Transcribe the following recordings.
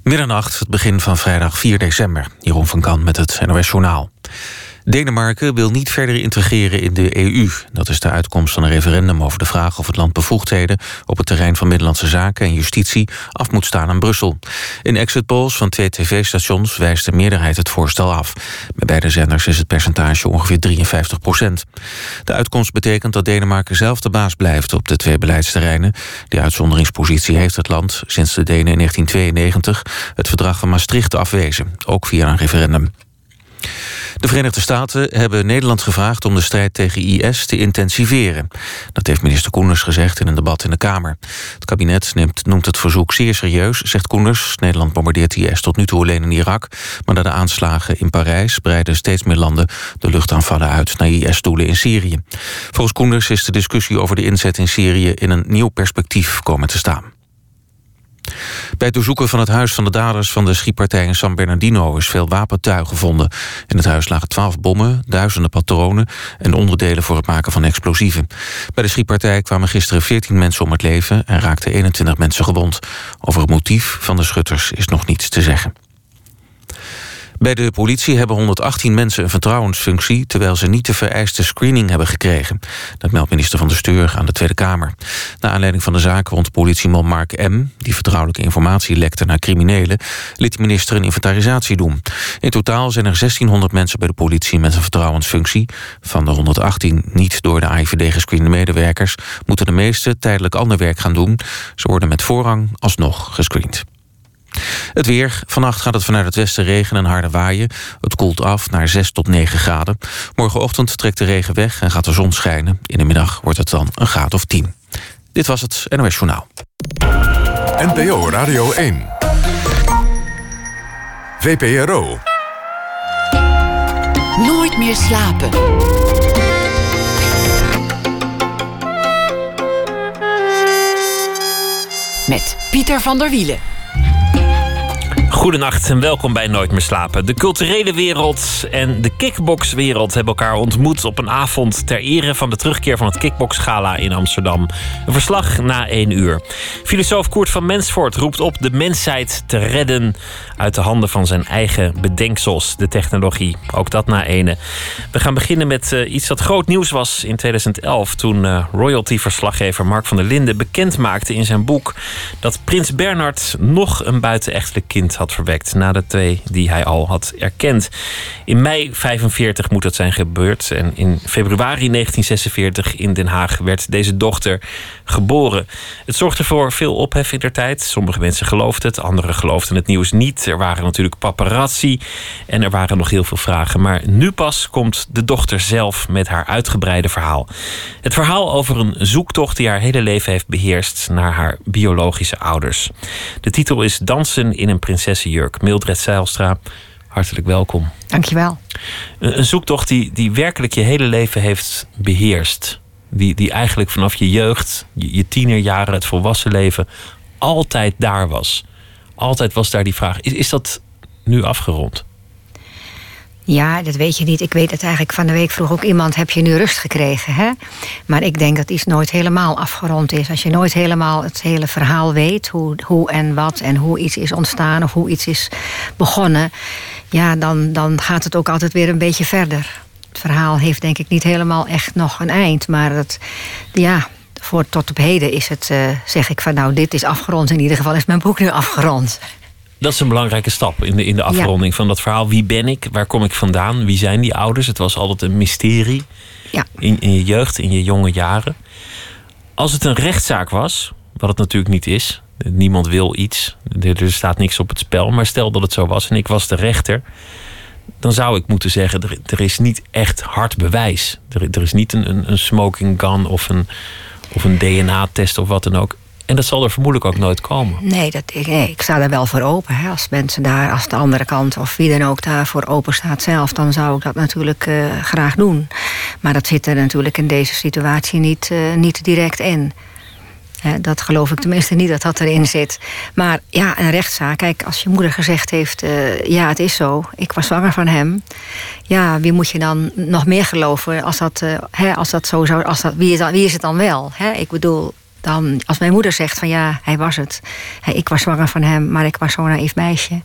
Middernacht, het begin van vrijdag 4 december. Jeroen van Kan met het NOS Journaal. Denemarken wil niet verder integreren in de EU. Dat is de uitkomst van een referendum over de vraag of het land bevoegdheden op het terrein van Binnenlandse Zaken en Justitie af moet staan aan Brussel. In exit polls van 2 tv-stations wijst de meerderheid het voorstel af. Bij beide zenders is het percentage ongeveer 53%. De uitkomst betekent dat Denemarken zelf de baas blijft op de 2 beleidsterreinen. Die uitzonderingspositie heeft het land sinds de Denen in 1992 het verdrag van Maastricht afwezen, ook via een referendum. De Verenigde Staten hebben Nederland gevraagd om de strijd tegen IS te intensiveren. Dat heeft minister Koenders gezegd in een debat in de Kamer. Het kabinet noemt het verzoek zeer serieus, zegt Koenders. Nederland bombardeert IS tot nu toe alleen in Irak, maar na de aanslagen in Parijs breiden steeds meer landen de luchtaanvallen uit naar IS-doelen in Syrië. Volgens Koenders is de discussie over de inzet in Syrië in een nieuw perspectief komen te staan. Bij het doorzoeken van het huis van de daders van de schietpartij in San Bernardino is veel wapentuig gevonden. In het huis lagen 12 bommen, duizenden patronen en onderdelen voor het maken van explosieven. Bij de schietpartij kwamen gisteren 14 mensen om het leven en raakten 21 mensen gewond. Over het motief van de schutters is nog niets te zeggen. Bij de politie hebben 118 mensen een vertrouwensfunctie, terwijl ze niet de vereiste screening hebben gekregen. Dat meldt minister Van der Steur aan de Tweede Kamer. Naar aanleiding van de zaak rond politieman Mark M., die vertrouwelijke informatie lekte naar criminelen, liet de minister een inventarisatie doen. In totaal zijn er 1600 mensen bij de politie met een vertrouwensfunctie. Van de 118 niet door de AIVD gescreende medewerkers moeten de meeste tijdelijk ander werk gaan doen. Ze worden met voorrang alsnog gescreend. Het weer. Vannacht gaat het vanuit het westen regenen en harde waaien. Het koelt af naar 6 tot 9 graden. Morgenochtend trekt de regen weg en gaat de zon schijnen. In de middag wordt het dan een graad of 10. Dit was het NOS Journaal. NPO Radio 1. VPRO. Nooit meer slapen. Met Pieter van der Wielen. Goedenacht en welkom bij Nooit meer slapen. De culturele wereld en de kickboxwereld hebben elkaar ontmoet op een avond ter ere van de terugkeer van het kickboxgala in Amsterdam. Een verslag na 1 uur. Filosoof Koert van Mensvoort roept op de mensheid te redden uit de handen van zijn eigen bedenksels, de technologie. Ook dat na 1. We gaan beginnen met iets dat groot nieuws was in 2011... toen royalty-verslaggever Mark van der Linden bekend maakte in zijn boek dat prins Bernhard nog een buitenechtelijk kind had verwekt na de 2 die hij al had erkend. In mei 45 moet dat zijn gebeurd en in februari 1946 in Den Haag werd deze dochter geboren. Het zorgde voor veel ophef indertijd. Sommige mensen geloofden het, anderen geloofden het nieuws niet. Er waren natuurlijk paparazzi en er waren nog heel veel vragen. Maar nu pas komt de dochter zelf met haar uitgebreide verhaal. Het verhaal over een zoektocht die haar hele leven heeft beheerst naar haar biologische ouders. De titel is Dansen in een prinsessenjurk. Mildred Zijlstra, hartelijk welkom. Dankjewel. Een zoektocht die werkelijk je hele leven heeft beheerst. Die eigenlijk vanaf je jeugd, je tienerjaren, het volwassen leven altijd daar was. Altijd was daar die vraag. Is dat nu afgerond? Ja, dat weet je niet. Ik weet het eigenlijk van de week vroeg ook iemand, heb je nu rust gekregen? Hè? Maar ik denk dat iets nooit helemaal afgerond is. Als je nooit helemaal het hele verhaal weet, hoe en wat en hoe iets is ontstaan of hoe iets is begonnen, ja, dan gaat het ook altijd weer een beetje verder. Het verhaal heeft denk ik niet helemaal echt nog een eind. Maar tot op heden is het, zeg ik van nou, dit is afgerond. In ieder geval is mijn boek nu afgerond. Dat is een belangrijke stap in de afronding van dat verhaal. Wie ben ik? Waar kom ik vandaan? Wie zijn die ouders? Het was altijd een mysterie in je jeugd, in je jonge jaren. Als het een rechtszaak was, wat het natuurlijk niet is. Niemand wil iets. Er staat niks op het spel. Maar stel dat het zo was en ik was de rechter, dan zou ik moeten zeggen, er is niet echt hard bewijs. Er is niet een smoking gun of een DNA-test of wat dan ook. En dat zal er vermoedelijk ook nooit komen. Nee, ik sta daar wel voor open. Hè. Als mensen daar, als de andere kant of wie dan ook daarvoor open staat zelf, dan zou ik dat natuurlijk graag doen. Maar dat zit er natuurlijk in deze situatie niet direct in. Dat geloof ik tenminste niet dat dat erin zit. Maar ja, een rechtszaak. Kijk, als je moeder gezegd heeft, ja, het is zo. Ik was zwanger van hem. Ja, wie moet je dan nog meer geloven als dat zo zou? Wie is het dan wel? Ik bedoel, Dan, als mijn moeder zegt van ja, hij was het. Ik was zwanger van hem, maar ik was zo'n naïef meisje.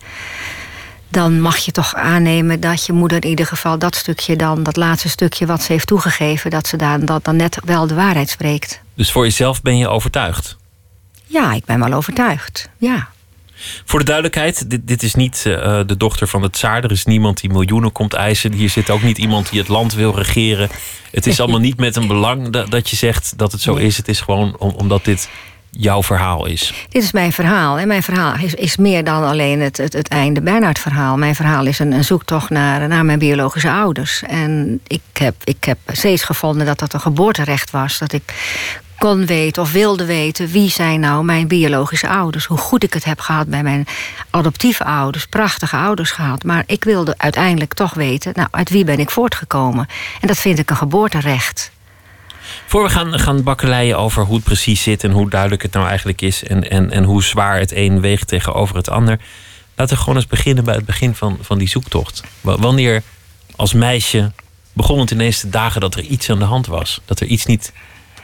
Dan mag je toch aannemen dat je moeder in ieder geval dat stukje dan, dat laatste stukje wat ze heeft toegegeven, dat ze dan net wel de waarheid spreekt. Dus voor jezelf ben je overtuigd? Ja, ik ben wel overtuigd, ja. Voor de duidelijkheid, dit is niet de dochter van de tsaar. Er is niemand die miljoenen komt eisen. Hier zit ook niet iemand die het land wil regeren. Het is allemaal niet met een belang dat je zegt dat het zo is. Het is gewoon omdat dit jouw verhaal is. Dit is mijn verhaal. En mijn verhaal is meer dan alleen het einde Bernhard-verhaal. Mijn verhaal is een zoektocht naar mijn biologische ouders. En ik heb steeds gevonden dat dat een geboorterecht was. Dat ik kon weten of wilde weten wie zijn nou mijn biologische ouders. Hoe goed ik het heb gehad bij mijn adoptieve ouders. Prachtige ouders gehad. Maar ik wilde uiteindelijk toch weten, nou, uit wie ben ik voortgekomen. En dat vind ik een geboorterecht. Voor we gaan bakkeleien over hoe het precies zit en hoe duidelijk het nou eigenlijk is en hoe zwaar het een weegt tegenover het ander. Laten we gewoon eens beginnen bij het begin van die zoektocht. Wanneer als meisje begon het ineens te dagen dat er iets aan de hand was? Dat er iets niet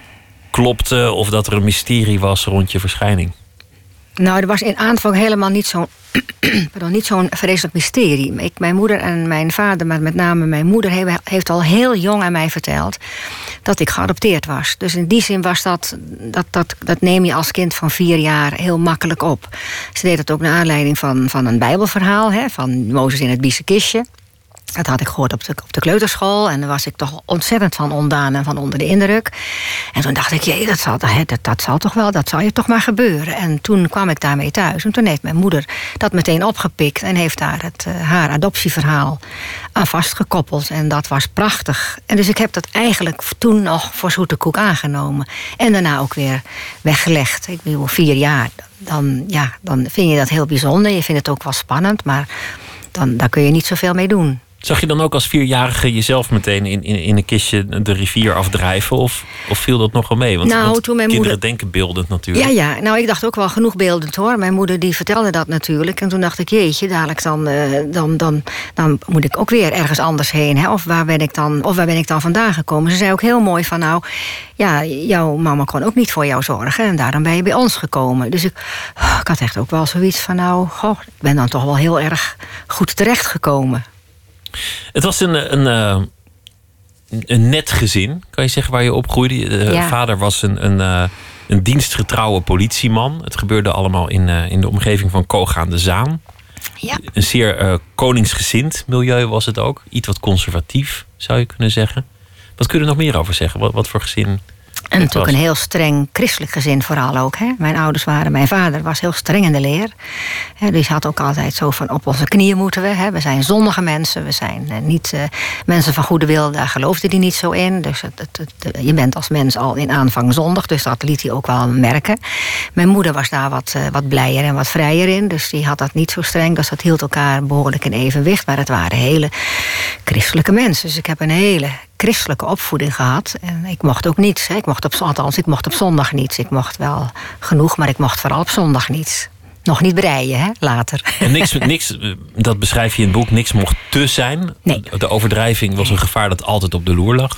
klopte of dat er een mysterie was rond je verschijning? Nou, er was in aanvang helemaal niet zo'n vreselijk mysterie. Mijn moeder en mijn vader, maar met name mijn moeder, heeft al heel jong aan mij verteld dat ik geadopteerd was. Dus in die zin was dat neem je als kind van 4 jaar heel makkelijk op. Ze deed het ook naar aanleiding van een Bijbelverhaal, van Mozes in het Biezenkistje. Dat had ik gehoord op de kleuterschool. En daar was ik toch ontzettend van ontdaan en van onder de indruk. En toen dacht ik, dat zal toch wel, dat zal je toch maar gebeuren. En toen kwam ik daarmee thuis. En toen heeft mijn moeder dat meteen opgepikt en heeft daar haar adoptieverhaal aan vastgekoppeld. En dat was prachtig. En dus ik heb dat eigenlijk toen nog voor zoete koek aangenomen. En daarna ook weer weggelegd. Ik bedoel, 4 jaar. Dan vind je dat heel bijzonder. Je vindt het ook wel spannend, maar daar kun je niet zoveel mee doen. Zag je dan ook als 4-jarige jezelf meteen in een kistje de rivier afdrijven? Of viel dat nog wel mee? Want toen mijn kinderen denken beeldend natuurlijk. Ja, nou ik dacht ook wel genoeg beeldend hoor. Mijn moeder die vertelde dat natuurlijk. En toen dacht ik, jeetje, dadelijk dan moet ik ook weer ergens anders heen. Hè? Of waar ben ik dan vandaan gekomen? Ze zei ook heel mooi van nou, ja, jouw mama kon ook niet voor jou zorgen. En daarom ben je bij ons gekomen. Dus ik had echt ook wel zoiets van nou, ik ben dan toch wel heel erg goed terechtgekomen. Het was een net gezin, kan je zeggen, waar je opgroeide. De vader was een dienstgetrouwe politieman. Het gebeurde allemaal in de omgeving van Koog aan de Zaan. Ja. Een zeer koningsgezind milieu was het ook. Iets wat conservatief, zou je kunnen zeggen. Wat kun je er nog meer over zeggen? Wat voor gezin? En natuurlijk een heel streng christelijk gezin vooral ook. Hè? Mijn vader was heel streng in de leer. Dus had ook altijd zo van op onze knieën moeten we. Hè? We zijn zondige mensen. We zijn niet mensen van goede wil. Daar geloofde hij niet zo in. Dus je bent als mens al in aanvang zondig. Dus dat liet hij ook wel merken. Mijn moeder was daar wat blijer en wat vrijer in. Dus die had dat niet zo streng. Dus dat hield elkaar behoorlijk in evenwicht. Maar het waren hele christelijke mensen. Dus ik heb een hele christelijke opvoeding gehad. En ik mocht ook niets. Hè. Ik mocht op zondag niets. Ik mocht wel genoeg, maar ik mocht vooral op zondag niets. Nog niet breien, hè, later. En niks, dat beschrijf je in het boek, niks mocht te zijn. Nee. De overdrijving was een gevaar dat altijd op de loer lag.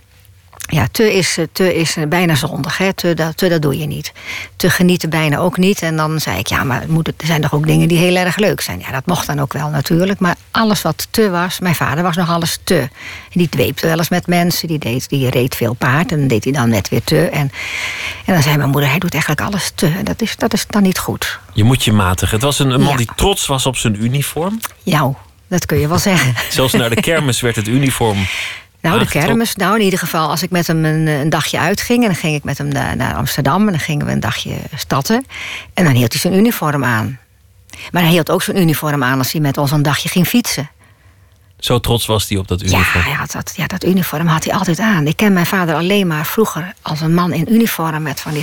Ja, te is bijna zondig. Hè. Dat doe je niet. Te genieten bijna ook niet. En dan zei ik, ja, maar er zijn toch ook dingen die heel erg leuk zijn. Ja, dat mocht dan ook wel natuurlijk. Maar alles wat te was, mijn vader was nog alles te. En die dweepte wel eens met mensen. Die reed veel paard en dan deed hij dan net weer te. En dan zei mijn moeder, hij doet eigenlijk alles te. Dat is dan niet goed. Je moet je matigen. Het was een man die trots was op zijn uniform. Ja, dat kun je wel zeggen. Zelfs naar de kermis werd het uniform. Nou, de kermis, in ieder geval als ik met hem een dagje uitging... en dan ging ik met hem naar Amsterdam en dan gingen we een dagje statten... en dan hield hij zijn uniform aan. Maar hij hield ook zijn uniform aan als hij met ons een dagje ging fietsen. Zo trots was hij op dat uniform? Ja, dat uniform had hij altijd aan. Ik ken mijn vader alleen maar vroeger als een man in uniform... met van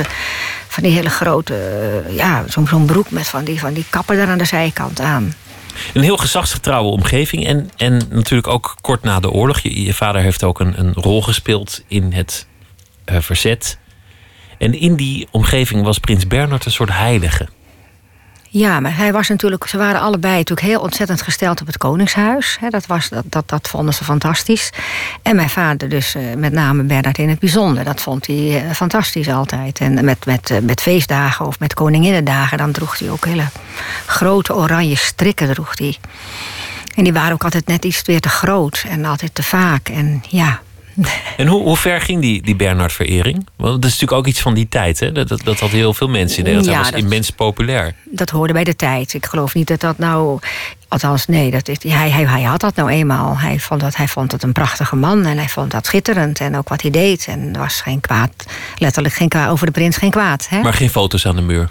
die hele grote, zo'n broek met van die kappen daar aan de zijkant aan. Een heel gezagsgetrouwe omgeving en natuurlijk ook kort na de oorlog. Je vader heeft ook een rol gespeeld in het verzet. En in die omgeving was prins Bernhard een soort heilige. Ja, maar hij was natuurlijk, ze waren allebei natuurlijk heel ontzettend gesteld op het Koningshuis. Dat vonden ze fantastisch. En mijn vader dus, met name Bernhard in het bijzonder. Dat vond hij fantastisch altijd. En met feestdagen of met Koninginnedagen, dan droeg hij ook hele grote oranje strikken droeg hij. En die waren ook altijd net iets weer te groot en altijd te vaak. En ja. En hoe ver ging die Bernhard-verering? Want dat is natuurlijk ook iets van die tijd, hè? Dat hadden heel veel mensen in Nederland. Hij was immens populair. Dat hoorde bij de tijd. Ik geloof niet dat nou... Althans, nee, hij had dat nou eenmaal. Hij vond het een prachtige man en hij vond dat schitterend. En ook wat hij deed. En er was geen kwaad, letterlijk geen kwaad, over de prins geen kwaad. Hè? Maar geen foto's aan de muur?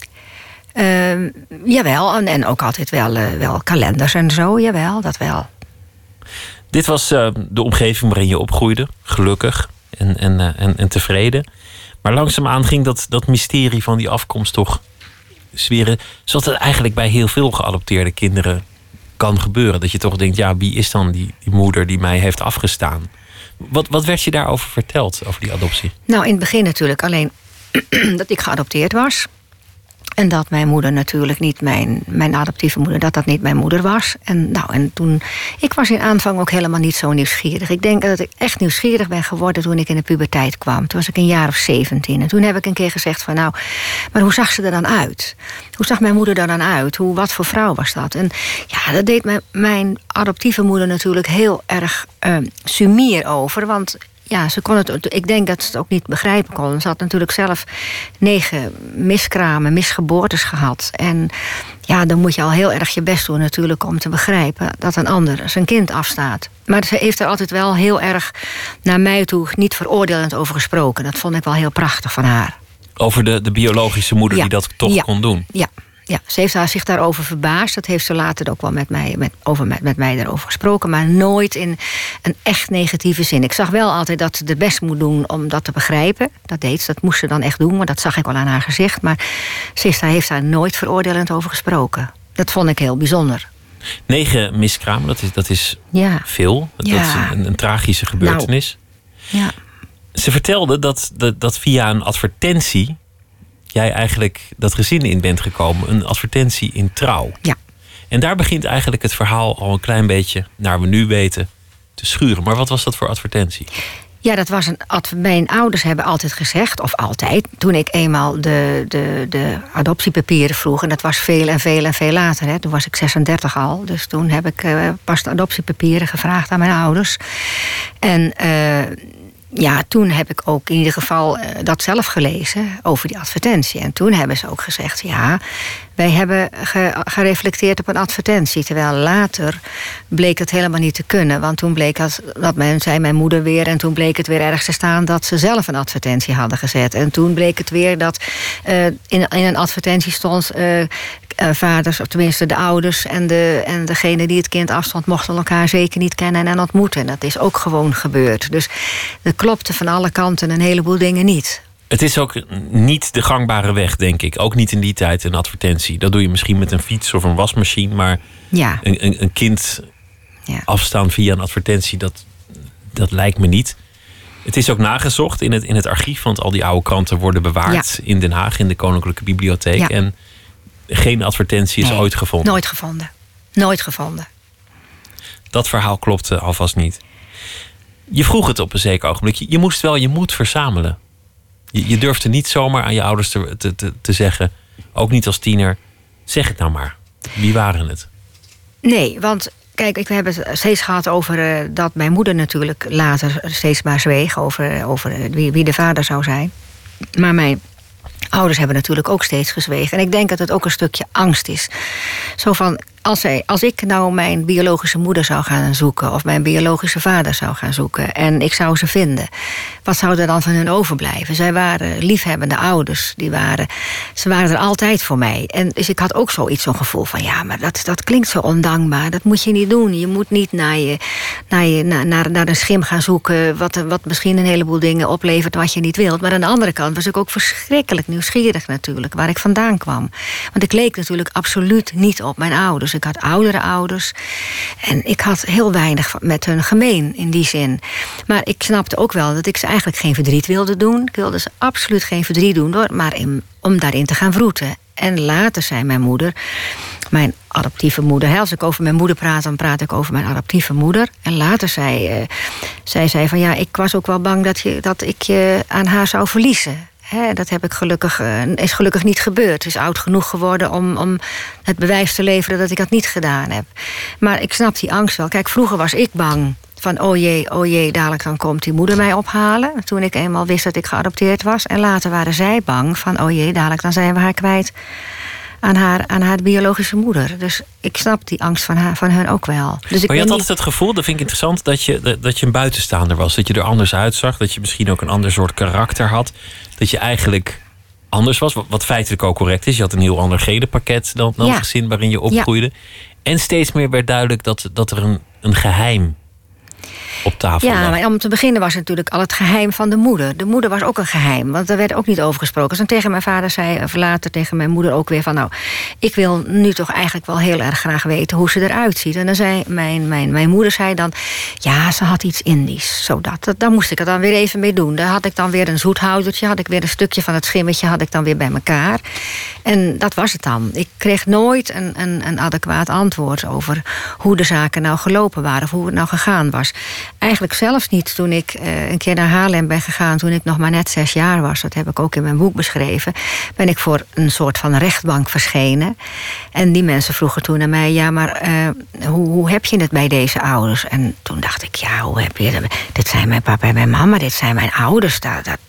Jawel, en ook altijd wel kalenders en zo, jawel, dat wel. Dit was de omgeving waarin je opgroeide, gelukkig en tevreden. Maar langzaamaan ging dat mysterie van die afkomst toch zweren. Zoals het eigenlijk bij heel veel geadopteerde kinderen kan gebeuren. Dat je toch denkt, ja, wie is dan die moeder die mij heeft afgestaan? Wat werd je daarover verteld, over die adoptie? Nou, in het begin natuurlijk alleen dat ik geadopteerd was. En dat mijn moeder natuurlijk niet mijn adoptieve moeder, dat niet mijn moeder was. En toen, ik was in aanvang ook helemaal niet zo nieuwsgierig. Ik denk dat ik echt nieuwsgierig ben geworden toen ik in de puberteit kwam. Toen was ik een jaar of 17. En toen heb ik een keer gezegd van nou, maar hoe zag ze er dan uit? Hoe zag mijn moeder er dan uit? Wat voor vrouw was dat? En ja, dat deed mijn adoptieve moeder natuurlijk heel erg sumier over. Want ja, ze kon het. Ik denk dat ze het ook niet begrijpen kon. Ze had natuurlijk zelf 9 misgeboortes gehad. En ja, dan moet je al heel erg je best doen natuurlijk om te begrijpen dat een ander zijn kind afstaat. Maar ze heeft er altijd wel heel erg naar mij toe niet veroordelend over gesproken. Dat vond ik wel heel prachtig van haar. Over de biologische moeder die dat toch kon doen? Ja, ze heeft zich daarover verbaasd. Dat heeft ze later ook wel met mij daarover gesproken. Maar nooit in een echt negatieve zin. Ik zag wel altijd dat ze het best moet doen om dat te begrijpen. Dat deed ze, dat moest ze dan echt doen. Maar dat zag ik wel aan haar gezicht. Maar ze heeft daar nooit veroordelend over gesproken. Dat vond ik heel bijzonder. 9 miskramen, dat is veel. Dat is een tragische gebeurtenis. Nou, ja. Ze vertelde dat via een advertentie jij eigenlijk dat gezin in bent gekomen. Een advertentie in Trouw. Ja. En daar begint eigenlijk het verhaal al een klein beetje, naar we nu weten, te schuren. Maar wat was dat voor advertentie? Ja, dat was mijn ouders hebben altijd gezegd, of altijd, toen ik eenmaal de adoptiepapieren vroeg, en dat was veel en veel en veel later, hè, toen was ik 36 al, dus toen heb ik pas de adoptiepapieren gevraagd aan mijn ouders. En ja, toen heb ik ook in ieder geval dat zelf gelezen over die advertentie. En toen hebben ze ook gezegd, ja, wij hebben gereflecteerd op een advertentie. Terwijl later bleek het helemaal niet te kunnen. Want toen bleek zei mijn moeder weer, en toen bleek het weer ergens te staan dat ze zelf een advertentie hadden gezet. En toen bleek het weer dat in een advertentie stond vaders, of tenminste de ouders en degene die het kind afstond, mochten elkaar zeker niet kennen en ontmoeten. En dat is ook gewoon gebeurd. Dus er klopte van alle kanten een heleboel dingen niet. Het is ook niet de gangbare weg, denk ik. Ook niet in die tijd, een advertentie. Dat doe je misschien met een fiets of een wasmachine. Maar ja. een kind afstaan via een advertentie, dat lijkt me niet. Het is ook nagezocht in het archief, want al die oude kranten worden bewaard in Den Haag, in de Koninklijke Bibliotheek. Ja. En geen advertentie is ooit gevonden. Nooit gevonden. Dat verhaal klopt alvast niet. Je vroeg het op een zeker ogenblik. Je moest wel je moed verzamelen. Je durfde niet zomaar aan je ouders te zeggen, ook niet als tiener, zeg het nou maar. Wie waren het? Nee, want kijk, we hebben het steeds gehad over dat mijn moeder natuurlijk later steeds maar zweeg over wie de vader zou zijn. Maar mijn ouders hebben natuurlijk ook steeds gezwegen. En ik denk dat het ook een stukje angst is. Zo van, als ik nou mijn biologische moeder zou gaan zoeken, of mijn biologische vader zou gaan zoeken, en ik zou ze vinden, wat zou er dan van hun overblijven? Zij waren liefhebbende ouders. Ze waren er altijd voor mij. En dus ik had ook zo'n gevoel van, ja, maar dat klinkt zo ondankbaar. Dat moet je niet doen. Je moet niet naar een schim gaan zoeken, wat misschien een heleboel dingen oplevert wat je niet wilt. Maar aan de andere kant was ik ook verschrikkelijk nieuwsgierig natuurlijk, waar ik vandaan kwam. Want ik leek natuurlijk absoluut niet op mijn ouders. Ik had oudere ouders. En ik had heel weinig met hun gemeen in die zin. Maar ik snapte ook wel dat ik ze eigenlijk geen verdriet wilde doen. Ik wilde ze absoluut geen verdriet doen, maar om daarin te gaan wroeten. En later zei mijn moeder, mijn adoptieve moeder... als ik over mijn moeder praat, dan praat ik over mijn adoptieve moeder. En later zei zij van... ja, ik was ook wel bang dat ik je aan haar zou verliezen. Dat heb ik is gelukkig niet gebeurd. Het is oud genoeg geworden om het bewijs te leveren dat ik dat niet gedaan heb. Maar ik snap die angst wel. Kijk, vroeger was ik bang van oh jee, dadelijk dan komt die moeder mij ophalen. Toen ik eenmaal wist dat ik geadopteerd was. En later waren zij bang van oh jee, dadelijk dan zijn we haar kwijt aan haar biologische moeder. Dus ik snap die angst van hen ook wel. Dus maar je had altijd het gevoel, dat vind ik interessant, dat je een buitenstaander was. Dat je er anders uitzag. Dat je misschien ook een ander soort karakter had. Dat je eigenlijk anders was. Wat feitelijk ook correct is. Je had een heel ander genenpakket dan het gezin waarin je opgroeide. Ja. En steeds meer werd duidelijk dat er een geheim op tafel lag. Maar om te beginnen was natuurlijk al het geheim van de moeder. De moeder was ook een geheim, want daar werd ook niet over gesproken. Dus dan tegen mijn vader zei, of later tegen mijn moeder ook weer van... nou, ik wil nu toch eigenlijk wel heel erg graag weten hoe ze eruit ziet. En dan zei mijn moeder zei dan... ja, ze had iets Indisch, zodat. Daar moest ik het dan weer even mee doen. Daar had ik dan weer een zoethoudertje, had ik weer een stukje van het schimmetje... had ik dan weer bij elkaar. En dat was het dan. Ik kreeg nooit een adequaat antwoord over hoe de zaken nou gelopen waren... of hoe het nou gegaan was. Eigenlijk zelfs niet toen ik een keer naar Haarlem ben gegaan... toen ik nog maar net 6 jaar was, dat heb ik ook in mijn boek beschreven... ben ik voor een soort van rechtbank verschenen. En die mensen vroegen toen naar mij... ja, maar hoe heb je het bij deze ouders? En toen dacht ik, ja, hoe heb je het? Dit zijn mijn papa en mijn mama, dit zijn mijn ouders.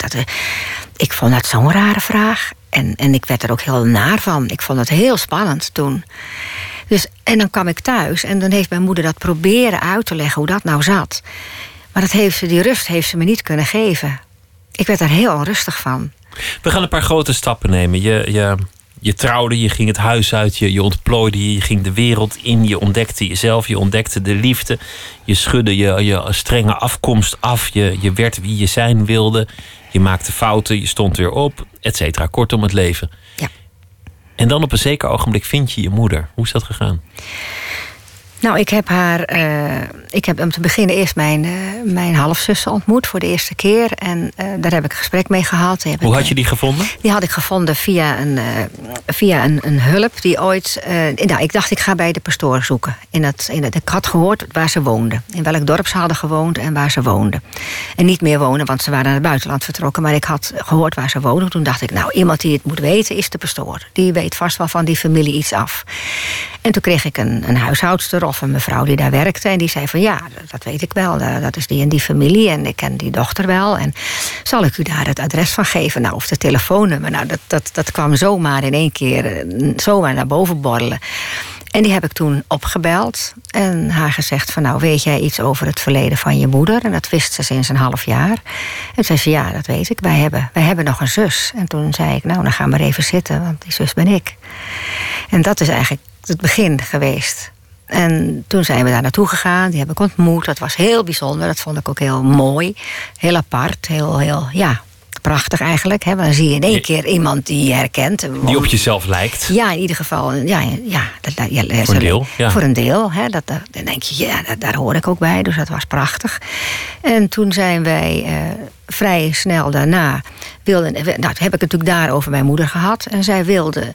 Ik vond dat zo'n rare vraag. En ik werd er ook heel naar van. Ik vond het heel spannend toen... Dus, en dan kwam ik thuis en dan heeft mijn moeder dat proberen uit te leggen... hoe dat nou zat. Maar die rust heeft ze me niet kunnen geven. Ik werd er heel onrustig van. We gaan een paar grote stappen nemen. Je trouwde, je ging het huis uit, je ontplooide je ging de wereld in... je ontdekte jezelf, je ontdekte de liefde... je schudde je strenge afkomst af, je werd wie je zijn wilde... je maakte fouten, je stond weer op, et cetera. Kortom, het leven. Ja. En dan op een zeker ogenblik vind je je moeder. Hoe is dat gegaan? Nou, ik heb om te beginnen eerst mijn halfzussen ontmoet voor de eerste keer. En daar heb ik een gesprek mee gehad. Hoe had je die gevonden? Die had ik gevonden via een hulp die ooit... ik dacht, ik ga bij de pastoor zoeken. Ik had gehoord waar ze woonden. In welk dorp ze hadden gewoond en waar ze woonden. En niet meer wonen, want ze waren naar het buitenland vertrokken. Maar ik had gehoord waar ze woonden. Toen dacht ik, nou, iemand die het moet weten is de pastoor. Die weet vast wel van die familie iets af. En toen kreeg ik een huishoudster of een mevrouw die daar werkte. En die zei van ja, dat weet ik wel. Dat is die en die familie en ik ken die dochter wel. En zal ik u daar het adres van geven? Nou, of de telefoonnummer. Nou, dat kwam zomaar in één keer zomaar naar boven borrelen. En die heb ik toen opgebeld en haar gezegd van nou, weet jij iets over het verleden van je moeder? En dat wist ze sinds een half jaar. En zei ze ja, dat weet ik. Wij hebben nog een zus. En toen zei ik nou, dan gaan we maar even zitten, want die zus ben ik. En dat is eigenlijk het begin geweest. En toen zijn we daar naartoe gegaan. Die heb ik ontmoet. Dat was heel bijzonder. Dat vond ik ook heel mooi. Heel apart. Heel prachtig eigenlijk. Hè? Dan zie je in één keer iemand die je herkent. Die op jezelf lijkt. Ja, in ieder geval. Voor een deel. Ja. Voor een deel. Hè? Dan denk je, ja, daar hoor ik ook bij. Dus dat was prachtig. En toen zijn wij vrij snel daarna... toen heb ik het natuurlijk daar over mijn moeder gehad. En zij wilde...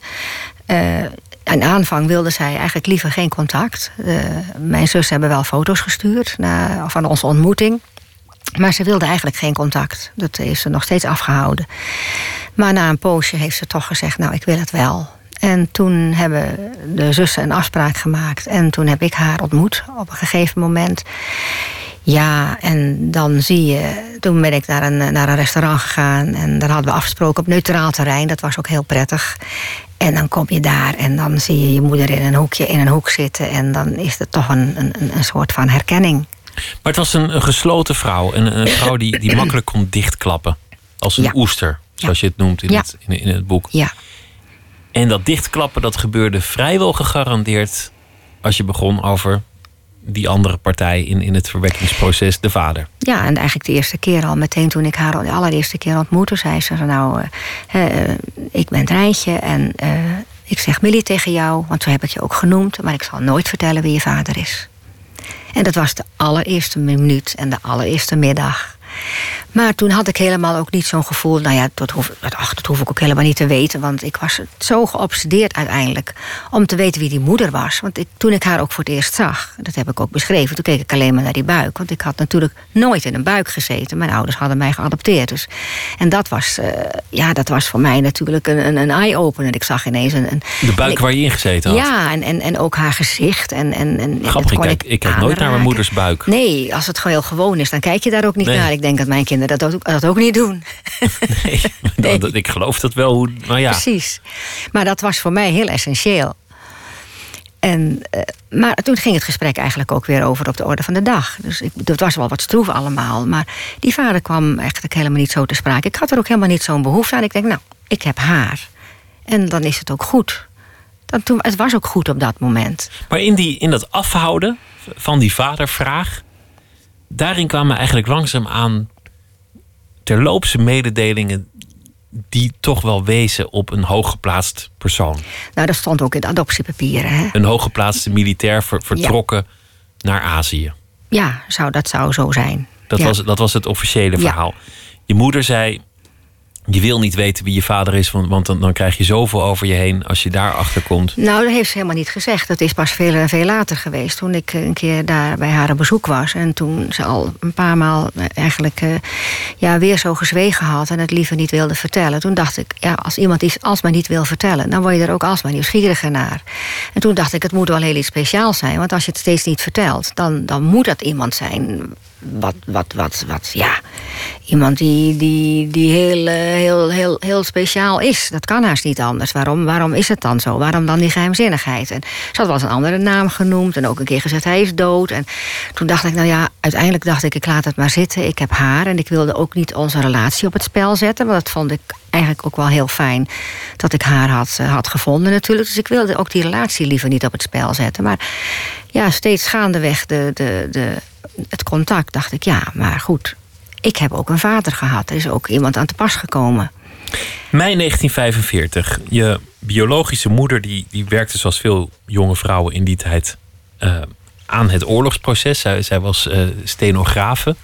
Aan aanvang wilde zij eigenlijk liever geen contact. Mijn zus hebben wel foto's gestuurd van onze ontmoeting. Maar ze wilde eigenlijk geen contact. Dat heeft ze nog steeds afgehouden. Maar na een poosje heeft ze toch gezegd, nou, ik wil het wel. En toen hebben de zussen een afspraak gemaakt. En toen heb ik haar ontmoet op een gegeven moment. Ja, en dan zie je... Toen ben ik naar een restaurant gegaan. En daar hadden we afgesproken op neutraal terrein. Dat was ook heel prettig. En dan kom je daar en dan zie je je moeder in een hoek zitten. En dan is het toch een soort van herkenning. Maar het was een gesloten vrouw. Een vrouw die makkelijk kon dichtklappen. Als een oester, zoals je het noemt in het boek. Ja. En dat dichtklappen, dat gebeurde vrijwel gegarandeerd... als je begon over die andere partij in het verwekkingsproces, de vader. Ja, en eigenlijk de eerste keer al, meteen toen ik haar de allereerste keer ontmoette... zei ze, nou, ik ben Rijntje en ik zeg Millie tegen jou... want zo heb ik je ook genoemd, maar ik zal nooit vertellen wie je vader is. En dat was de allereerste minuut en de allereerste middag. Maar toen had ik helemaal ook niet zo'n gevoel... nou ja, dat hoef ik ook helemaal niet te weten... want ik was zo geobsedeerd uiteindelijk... om te weten wie die moeder was. Want toen ik haar ook voor het eerst zag... dat heb ik ook beschreven, toen keek ik alleen maar naar die buik. Want ik had natuurlijk nooit in een buik gezeten. Mijn ouders hadden mij geadopteerd. Dus. En dat was voor mij natuurlijk een eye-opener. Ik zag ineens de buik waar je in gezeten had? Ja, en ook haar gezicht. Grappig, ik kijk nooit naar mijn moeders buik. Nee, als het heel gewoon is, dan kijk je daar ook niet naar. Ik denk dat mijn kinderen dat ook niet doen. Nee. Ik geloof dat wel. Maar ja. Precies. Maar dat was voor mij heel essentieel. Maar toen ging het gesprek eigenlijk ook weer over op de orde van de dag. Dus het was wel wat stroef allemaal. Maar die vader kwam eigenlijk helemaal niet zo te sprake. Ik had er ook helemaal niet zo'n behoefte aan. Ik denk, nou, ik heb haar. En dan is het ook goed. Het was ook goed op dat moment. Maar in dat afhouden van die vadervraag... daarin kwamen eigenlijk langzaam aan... terloopse mededelingen... die toch wel wezen op een hooggeplaatst persoon. Nou, dat stond ook in de adoptiepapieren. Hè? Een hooggeplaatste militair vertrokken naar Azië. Ja, dat zou zo zijn. Dat was het officiële verhaal. Je moeder zei... je wil niet weten wie je vader is... want dan krijg je zoveel over je heen als je daarachter komt. Nou, dat heeft ze helemaal niet gezegd. Dat is pas veel en veel later geweest. Toen ik een keer daar bij haar op bezoek was... en toen ze al een paar maal eigenlijk weer zo gezwegen had... en het liever niet wilde vertellen. Toen dacht ik, als iemand iets alsmaar niet wil vertellen... dan word je er ook alsmaar nieuwsgieriger naar. En toen dacht ik, het moet wel heel iets speciaals zijn. Want als je het steeds niet vertelt... dan moet dat iemand zijn... iemand die heel speciaal is. Dat kan haast niet anders. Waarom is het dan zo? Waarom dan die geheimzinnigheid? En ze had wel eens een andere naam genoemd... en ook een keer gezegd, hij is dood. En toen dacht ik, uiteindelijk dacht ik laat het maar zitten. Ik heb haar en ik wilde ook niet onze relatie op het spel zetten... want dat vond ik eigenlijk ook wel heel fijn... dat ik haar had gevonden natuurlijk. Dus ik wilde ook die relatie liever niet op het spel zetten. Maar steeds gaandeweg het contact dacht ik, maar goed... ik heb ook een vader gehad. Er is ook iemand aan te pas gekomen. Mei 1945. Je biologische moeder die werkte zoals veel jonge vrouwen in die tijd... aan het oorlogsproces. Zij was stenografe.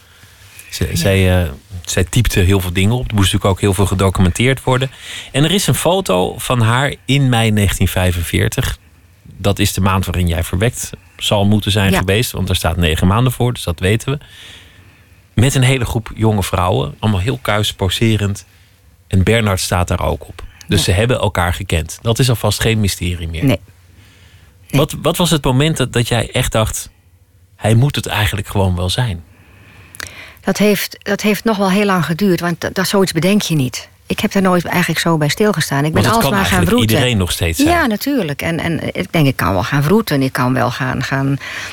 Zij typte heel veel dingen op. Er moest natuurlijk ook heel veel gedocumenteerd worden. En er is een foto van haar in mei 1945. Dat is de maand waarin jij verwekt zal moeten zijn geweest. Want er staat 9 maanden voor, dus dat weten we. Met een hele groep jonge vrouwen. Allemaal heel kuis, poserend. En Bernhard staat daar ook op. Dus ze hebben elkaar gekend. Dat is alvast geen mysterie meer. Nee. Wat was het moment dat jij echt dacht... hij moet het eigenlijk gewoon wel zijn? Dat heeft nog wel heel lang geduurd. Want zoiets bedenk je niet. Ik heb er nooit eigenlijk zo bij stilgestaan. Ik ben alsmaar gaan vroeten. Iedereen nog steeds zijn. Ja, natuurlijk. En ik denk, ik kan wel gaan vroeten. Ik kan wel gaan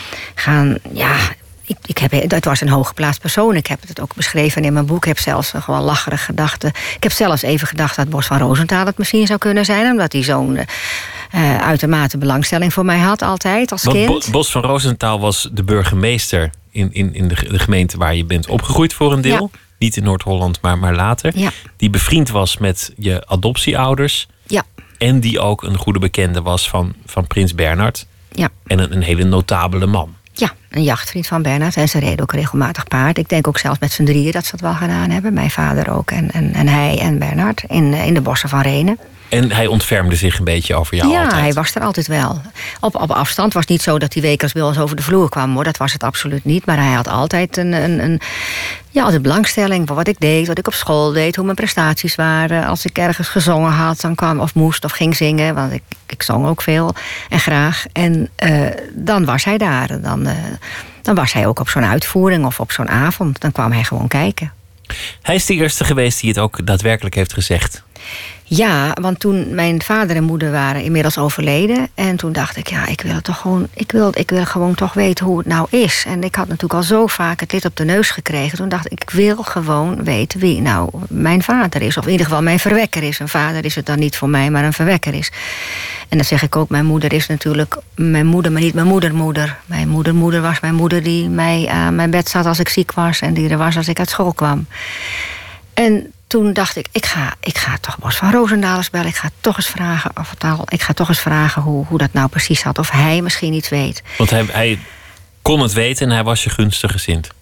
het was een hooggeplaatst persoon. Ik heb het ook beschreven in mijn boek. Ik heb zelfs gewoon lacherig gedachten. Ik heb zelfs even gedacht dat Bos van Rosenthal het misschien zou kunnen zijn. Omdat hij zo'n uitermate belangstelling voor mij had altijd als kind. Bos van Rosenthal was de burgemeester in de gemeente waar je bent opgegroeid voor een deel. Ja. Niet in Noord-Holland, maar later. Ja. Die bevriend was met je adoptieouders. Ja. En die ook een goede bekende was van prins Bernhard. Ja. En een hele notabele man. Ja, een jachtvriend van Bernhard. En ze reden ook regelmatig paard. Ik denk ook zelfs met z'n drieën dat ze het wel gedaan hebben. Mijn vader ook en hij en Bernhard in de bossen van Renen. En hij ontfermde zich een beetje over jou altijd? Ja, hij was er altijd wel. Op afstand was het niet zo dat hij wekelijks bij ons over de vloer kwam, hoor. Dat was het absoluut niet. Maar hij had altijd altijd belangstelling voor wat ik deed, wat ik op school deed, hoe mijn prestaties waren. Als ik ergens gezongen had, dan kwam of moest of ging zingen. Want ik zong ook veel en graag. En dan was hij daar. Dan was hij ook op zo'n uitvoering of op zo'n avond. Dan kwam hij gewoon kijken. Hij is de eerste geweest die het ook daadwerkelijk heeft gezegd. Ja, want toen mijn vader en moeder waren inmiddels overleden. En toen dacht ik, ik wil het toch gewoon. Ik wil gewoon toch weten hoe het nou is. En ik had natuurlijk al zo vaak het lid op de neus gekregen. Toen dacht ik wil gewoon weten wie nou mijn vader is. Of in ieder geval mijn verwekker is. Een vader is het dan niet voor mij, maar een verwekker is. En dat zeg ik ook, mijn moeder is natuurlijk mijn moeder, maar niet mijn moedermoeder. Mijn moeder was mijn moeder die mij aan mijn bed zat als ik ziek was. En die er was als ik uit school kwam. En toen dacht ik, ik ga toch Bos van Rosenthal bellen. Ik ga toch eens vragen hoe dat nou precies zat. Of hij misschien iets weet. Want hij kon het weten en hij was je gunstig gezind.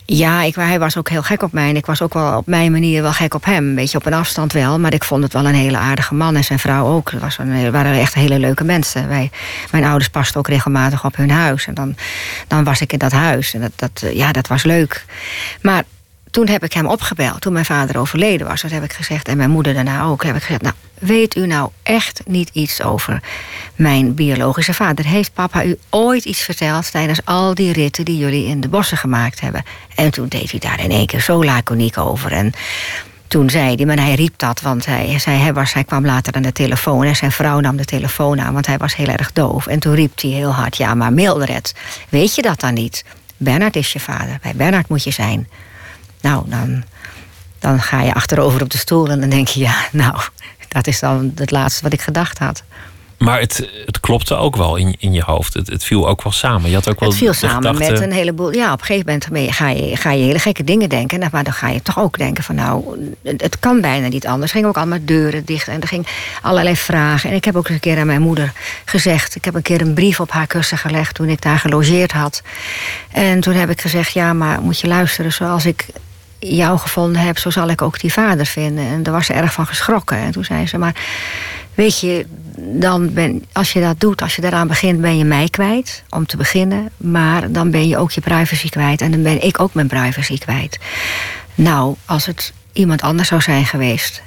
Ja, hij was ook heel gek op mij. En ik was ook wel op mijn manier wel gek op hem. Een beetje op een afstand wel. Maar ik vond het wel een hele aardige man. En zijn vrouw ook. Waren echt hele leuke mensen. Mijn ouders pasten ook regelmatig op hun huis. En dan was ik in dat huis. En dat was leuk. Maar toen heb ik hem opgebeld. Toen mijn vader overleden was. Dat heb ik gezegd. En mijn moeder daarna ook. Heb ik gezegd, nou, weet u nou echt niet iets over mijn biologische vader? Heeft papa u ooit iets verteld tijdens al die ritten die jullie in de bossen gemaakt hebben? En toen deed hij daar in één keer zo laconiek over. En toen zei hij, maar hij riep dat, want hij kwam later aan de telefoon en zijn vrouw nam de telefoon aan, want hij was heel erg doof. En toen riep hij heel hard, ja, maar Mildred, weet je dat dan niet? Bernard is je vader, bij Bernard moet je zijn. Nou, dan ga je achterover op de stoel en dan denk je, ja, nou, dat is dan het laatste wat ik gedacht had. Maar het klopte ook wel in je hoofd. Het viel ook wel samen. Je had ook wel het viel samen gedachte... met een heleboel... Ja, op een gegeven moment ga je hele gekke dingen denken. Maar dan ga je toch ook denken van nou, het kan bijna niet anders. Er gingen ook allemaal deuren dicht en er gingen allerlei vragen. En ik heb ook eens een keer aan mijn moeder gezegd... Ik heb een keer een brief op haar kussen gelegd toen ik daar gelogeerd had. En toen heb ik gezegd, ja, maar moet je luisteren, zoals ik jou gevonden heb, zo zal ik ook die vader vinden. En daar was ze erg van geschrokken. En toen zei ze, maar weet je, als je dat doet, als je daaraan begint, ben je mij kwijt, om te beginnen. Maar dan ben je ook je privacy kwijt. En dan ben ik ook mijn privacy kwijt. Nou, als het iemand anders zou zijn geweest,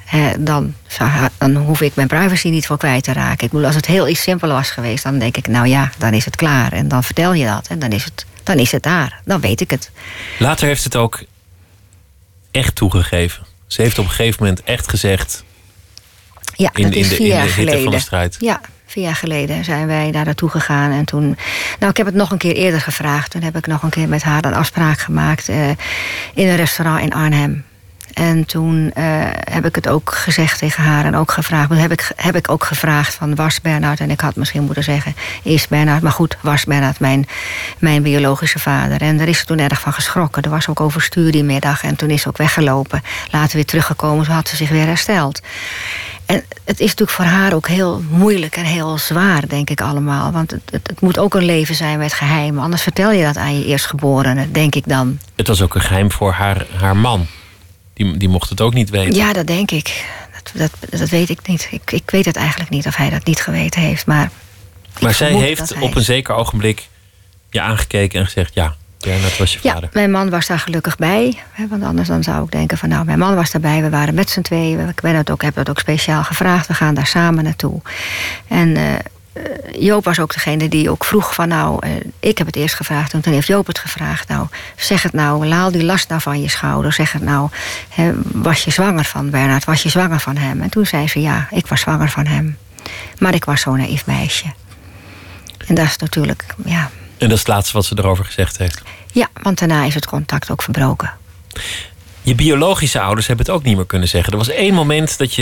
dan hoef ik mijn privacy niet voor kwijt te raken. Ik bedoel, als het heel iets simpeler was geweest, dan denk ik, nou ja, dan is het klaar. En dan vertel je dat. En dan is het daar. Dan weet ik het. Later heeft het ook echt toegegeven. Ze heeft op een gegeven moment echt gezegd... Ja, dat is 4 jaar geleden. Van de strijd. Ja, 4 jaar geleden zijn wij daar naartoe gegaan. En toen, nou, ik heb het nog een keer eerder gevraagd. Toen heb ik nog een keer met haar een afspraak gemaakt in een restaurant in Arnhem. En toen heb ik het ook gezegd tegen haar en ook gevraagd. Heb ik ook gevraagd van, was Bernard, en ik had misschien moeten zeggen, is Bernard, maar goed, was Bernard mijn biologische vader. En daar is ze toen erg van geschrokken. Er was ook overstuur die middag en toen is ze ook weggelopen. Later weer teruggekomen, zo had ze zich weer hersteld. En het is natuurlijk voor haar ook heel moeilijk en heel zwaar, denk ik allemaal. Want het moet ook een leven zijn met geheimen. Anders vertel je dat aan je eerstgeborene, denk ik dan. Het was ook een geheim voor haar man. Die mocht het ook niet weten. Ja, dat denk ik. Dat weet ik niet. Ik weet het eigenlijk niet of hij dat niet geweten heeft. Maar zij heeft op een zeker ogenblik je aangekeken en gezegd, ja, dat was je vader. Ja, mijn man was daar gelukkig bij. Want anders dan zou ik denken van, nou, mijn man was daarbij. We waren met z'n tweeën. Ik heb dat ook speciaal gevraagd. We gaan daar samen naartoe. En Joop was ook degene die ook vroeg van, nou, ik heb het eerst gevraagd en toen heeft Joop het gevraagd. Nou, zeg het nou, laal die last nou van je schouder. Zeg het nou, was je zwanger van Bernard? Was je zwanger van hem? En toen zei ze, ja, ik was zwanger van hem. Maar ik was zo'n naïef meisje. En dat is natuurlijk, ja. En dat is het laatste wat ze erover gezegd heeft? Ja, want daarna is het contact ook verbroken. Je biologische ouders hebben het ook niet meer kunnen zeggen. Er was één moment dat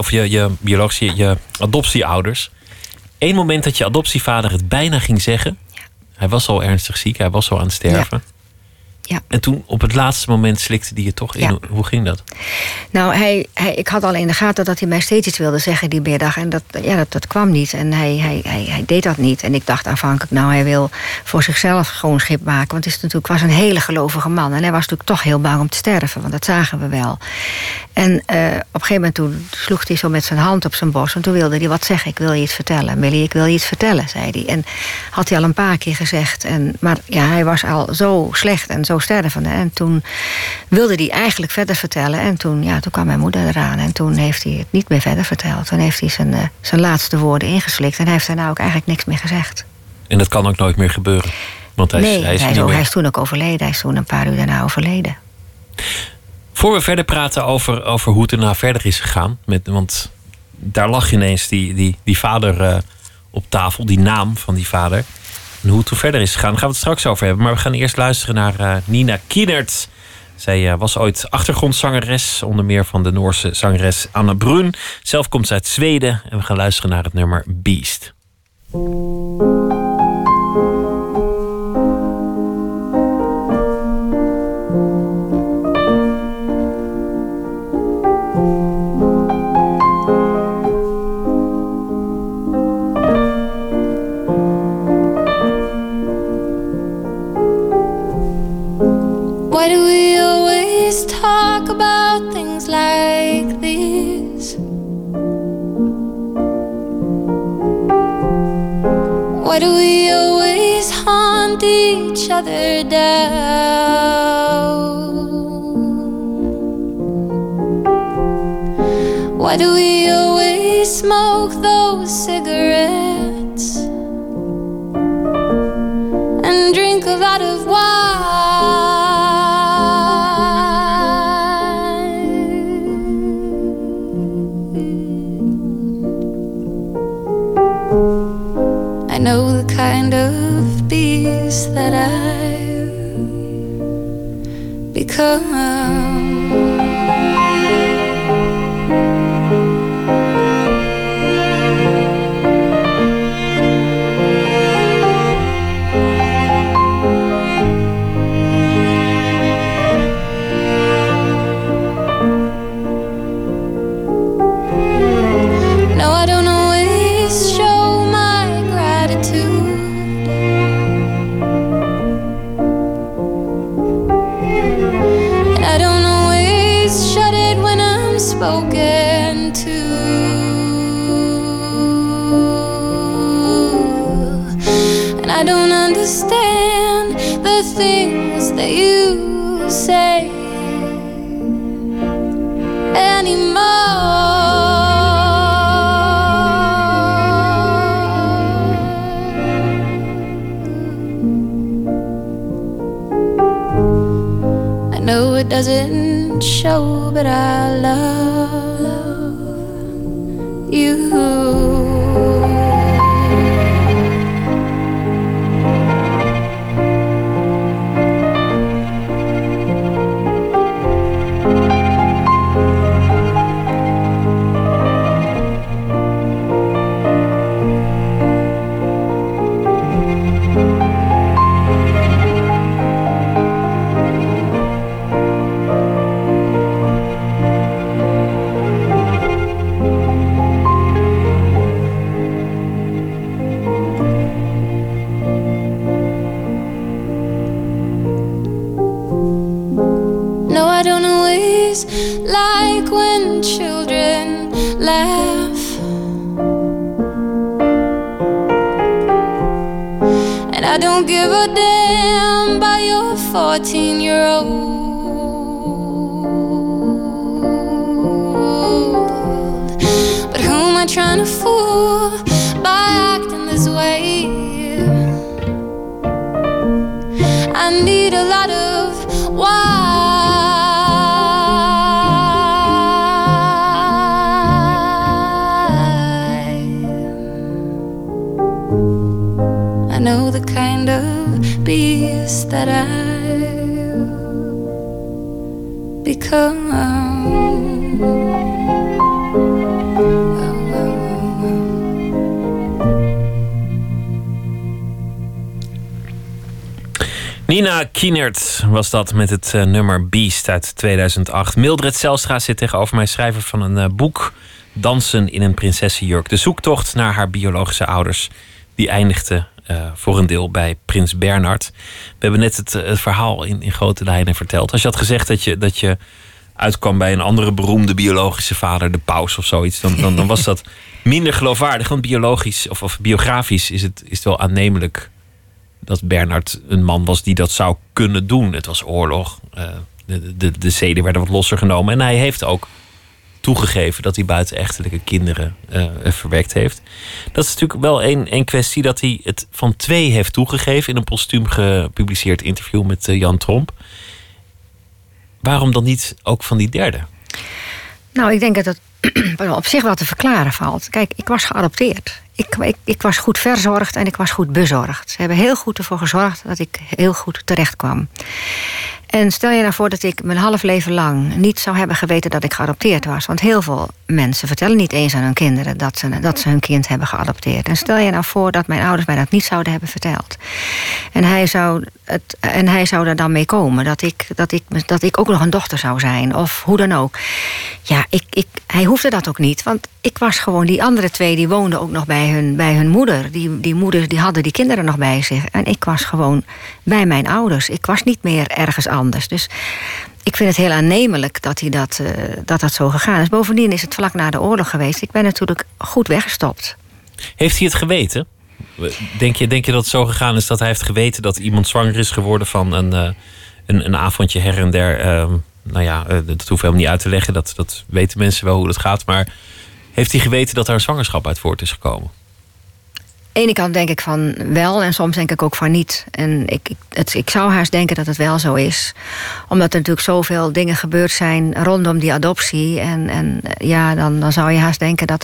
je adoptieouders, één moment dat je adoptievader het bijna ging zeggen. Ja. Hij was al ernstig ziek, hij was al aan het sterven. Ja. En toen op het laatste moment slikte hij je toch in. Ja. Hoe ging dat? Nou, ik had al in de gaten dat hij mij steeds iets wilde zeggen die middag. En dat kwam niet. En hij deed dat niet. En ik dacht aanvankelijk, nou, hij wil voor zichzelf gewoon schip maken. Want het was een hele gelovige man. En hij was natuurlijk toch heel bang om te sterven. Want dat zagen we wel. En op een gegeven moment toen sloeg hij zo met zijn hand op zijn borst. En toen wilde hij wat zeggen. Ik wil je iets vertellen. Millie, ik wil je iets vertellen, zei hij. En had hij al een paar keer gezegd. Maar ja, hij was al zo slecht en zo stervende. En toen wilde hij eigenlijk verder vertellen. En toen kwam mijn moeder eraan. En toen heeft hij het niet meer verder verteld. Toen heeft hij zijn laatste woorden ingeslikt. En hij heeft daarna ook eigenlijk niks meer gezegd. En dat kan ook nooit meer gebeuren? Want hij is toen ook overleden. Hij is toen een paar uur daarna overleden. Voor we verder praten over hoe het erna verder is gegaan. Want daar lag ineens die vader op tafel. Die naam van die vader. En hoe het toen verder is gegaan, daar gaan we het straks over hebben. Maar we gaan eerst luisteren naar Nina Kienert. Zij was ooit achtergrondzangeres, onder meer van de Noorse zangeres Anne Brun. Zelf komt ze uit Zweden en we gaan luisteren naar het nummer Beast. Why do we Why do we always hunt each other down? Why do we always smoke those cigarettes and drink a lot of wine? I know the kind of beast that I've become. Spoken to, and I don't understand the things that you say anymore. I know it doesn't show, but I love you. Like when children laugh, and I don't give a damn about your 14-year-old. But who am I trying to fool by acting this way? I need a lot of why. I know the kind of beast that I've become. Nina Kienert was dat met het nummer Beast uit 2008. Mildred Zijlstra zit tegenover mij, schrijver van een boek Dansen in een prinsessenjurk. De zoektocht naar haar biologische ouders. Die eindigde voor een deel bij prins Bernhard. We hebben net het verhaal in grote lijnen verteld. Als je had gezegd dat je uitkwam bij een andere beroemde biologische vader, de paus of zoiets, dan was dat minder geloofwaardig. Want biologisch of biografisch is het wel aannemelijk dat Bernhard een man was die dat zou kunnen doen. Het was oorlog. De zeden werden wat losser genomen. En hij heeft ook toegegeven dat hij buitenechtelijke kinderen verwekt heeft. Dat is natuurlijk wel één kwestie, dat hij het van 2 heeft toegegeven in een postuum gepubliceerd interview met Jan Tromp. Waarom dan niet ook van die derde? Nou, ik denk dat het op zich wel te verklaren valt. Kijk, ik was geadopteerd. Ik was goed verzorgd en ik was goed bezorgd. Ze hebben heel goed ervoor gezorgd dat ik heel goed terecht kwam. En stel je nou voor dat ik mijn half leven lang niet zou hebben geweten dat ik geadopteerd was. Want heel veel mensen vertellen niet eens aan hun kinderen dat ze hun kind hebben geadopteerd. En stel je nou voor dat mijn ouders mij dat niet zouden hebben verteld. En hij zou er dan mee komen dat ik ook nog een dochter zou zijn. Of hoe dan ook. Ja, hij hoefde dat ook niet. Want ik was gewoon, die andere 2 die woonden ook nog bij hun moeder. Die moeders die hadden die kinderen nog bij zich. En ik was gewoon bij mijn ouders. Ik was niet meer ergens anders. Dus ik vind het heel aannemelijk dat zo gegaan is. Bovendien is het vlak na de oorlog geweest. Ik ben natuurlijk goed weggestopt. Heeft hij het geweten? Denk je dat het zo gegaan is dat hij heeft geweten dat iemand zwanger is geworden van een avondje her en der? Dat hoeft helemaal niet uit te leggen. Dat weten mensen wel hoe dat gaat. Maar heeft hij geweten dat er een zwangerschap uit voort is gekomen? Aan de ene kant denk ik van wel en soms denk ik ook van niet. En ik zou haast denken dat het wel zo is. Omdat er natuurlijk zoveel dingen gebeurd zijn rondom die adoptie. En dan zou je haast denken dat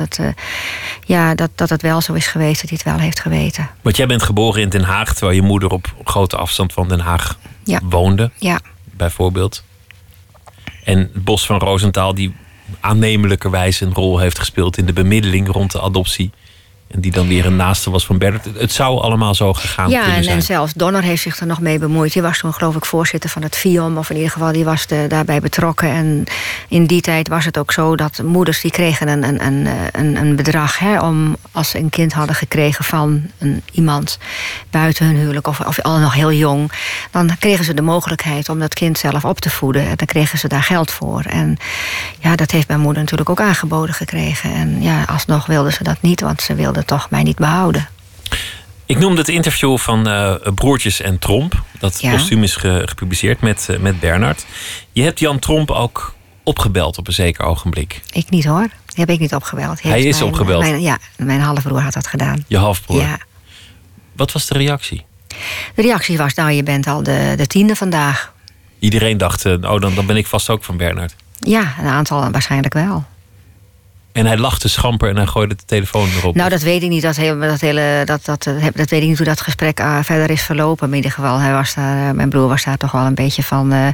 het wel zo is geweest, dat hij het wel heeft geweten. Want jij bent geboren in Den Haag, terwijl je moeder op grote afstand van Den Haag woonde. Ja. Bijvoorbeeld. En het Bos van Rosenthal, die aannemelijkerwijs een rol heeft gespeeld in de bemiddeling rond de adoptie. En die dan weer een naaste was van Bernard. Het zou allemaal zo gegaan kunnen zijn. Ja, en zelfs Donner heeft zich er nog mee bemoeid. Die was toen geloof ik voorzitter van het FIOM. Of in ieder geval, die was daarbij betrokken. En in die tijd was het ook zo dat moeders die kregen een bedrag. Om als ze een kind hadden gekregen van iemand buiten hun huwelijk. Of al nog heel jong. Dan kregen ze de mogelijkheid om dat kind zelf op te voeden. En dan kregen ze daar geld voor. En ja, dat heeft mijn moeder natuurlijk ook aangeboden gekregen. En ja, alsnog wilde ze dat niet. Want ze wilde toch mij niet behouden. Ik noemde het interview van Broertjes en Tromp. Dat postuum is gepubliceerd met Bernard. Je hebt Jan Tromp ook opgebeld op een zeker ogenblik. Ik niet hoor. Die heb ik niet opgebeld. Hij is opgebeld? Mijn halfbroer had dat gedaan. Je halfbroer? Ja. Wat was de reactie? De reactie was, je bent al de 10e vandaag. Iedereen dacht, dan ben ik vast ook van Bernard. Ja, een aantal waarschijnlijk wel. En hij lachte schamper en hij gooide de telefoon erop. Nou, dat weet ik niet. Dat weet ik niet hoe dat gesprek verder is verlopen. In ieder geval, mijn broer was daar toch wel een beetje van...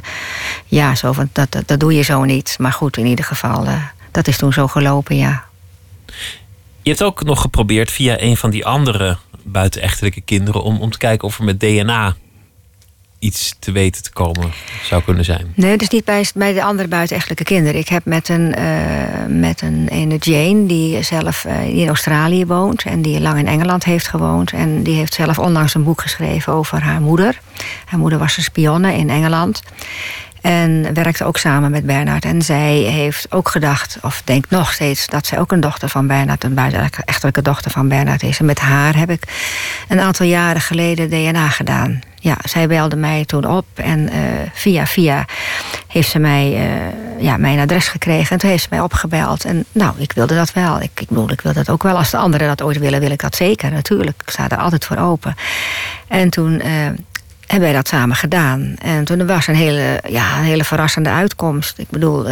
dat doe je zo niet. Maar goed, in ieder geval, dat is toen zo gelopen, ja. Je hebt ook nog geprobeerd via een van die andere buitenechtelijke kinderen... om te kijken of er met DNA iets te weten te komen zou kunnen zijn. Nee, dus niet bij de andere buitenechtelijke kinderen. Ik heb met een ene Jane, die zelf in Australië woont... en die lang in Engeland heeft gewoond. En die heeft zelf onlangs een boek geschreven over haar moeder. Haar moeder was een spionne in Engeland. En werkte ook samen met Bernard. En zij heeft ook gedacht, of denkt nog steeds... dat zij ook een dochter van Bernard, een buitenechtelijke dochter van Bernard is. En met haar heb ik een aantal jaren geleden DNA gedaan. Ja, zij belde mij toen op en via heeft ze mij mijn adres gekregen. En toen heeft ze mij opgebeld. En nou, ik wilde dat wel. Ik wil dat ook wel. Als de anderen dat ooit willen, wil ik dat zeker. Natuurlijk, ik sta er altijd voor open. En toen hebben wij dat samen gedaan. En toen was een hele verrassende uitkomst. Ik bedoel,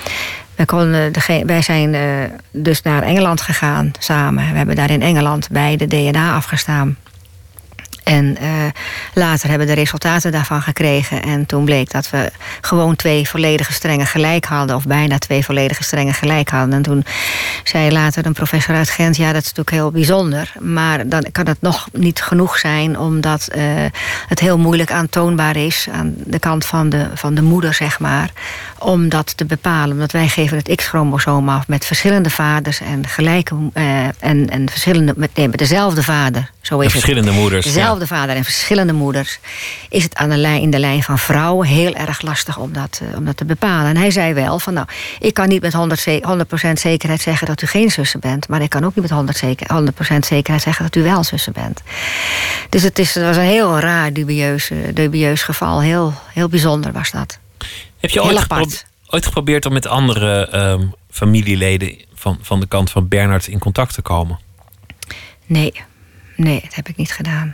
wij zijn dus naar Engeland gegaan samen. We hebben daar in Engeland bij de DNA afgestaan. En later hebben we de resultaten daarvan gekregen. En toen bleek dat we gewoon 2 volledige strengen gelijk hadden. Of bijna 2 volledige strengen gelijk hadden. En toen zei later een professor uit Gent... ja, dat is natuurlijk heel bijzonder. Maar dan kan het nog niet genoeg zijn... omdat het heel moeilijk aantoonbaar is... aan de kant van de moeder, zeg maar... om dat te bepalen. Omdat wij geven het X-chromosoom af met verschillende vaders... en gelijke en verschillende met dezelfde vader. Zo is het. Verschillende moeders. Dezelfde vader en verschillende moeders. Is het in de lijn van vrouwen heel erg lastig om dat te bepalen. En hij zei wel van ik kan niet met 100% zekerheid zeggen dat u geen zussen bent. Maar ik kan ook niet met 100% zekerheid zeggen dat u wel zussen bent. Dus het was een heel raar, dubieus geval. Heel, heel bijzonder was dat. Heb je ooit geprobeerd om met andere familieleden van de kant van Bernard in contact te komen? Nee, dat heb ik niet gedaan.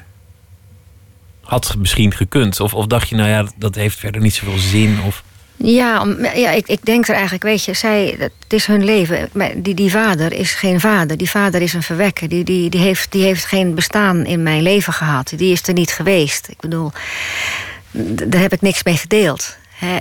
Had misschien gekund? Of dacht je, dat heeft verder niet zoveel zin? Of... Ja, ik denk er eigenlijk, weet je, het is hun leven. Die vader is geen vader. Die vader is een verwekker. Die heeft geen bestaan in mijn leven gehad. Die is er niet geweest. Ik bedoel, daar heb ik niks mee gedeeld.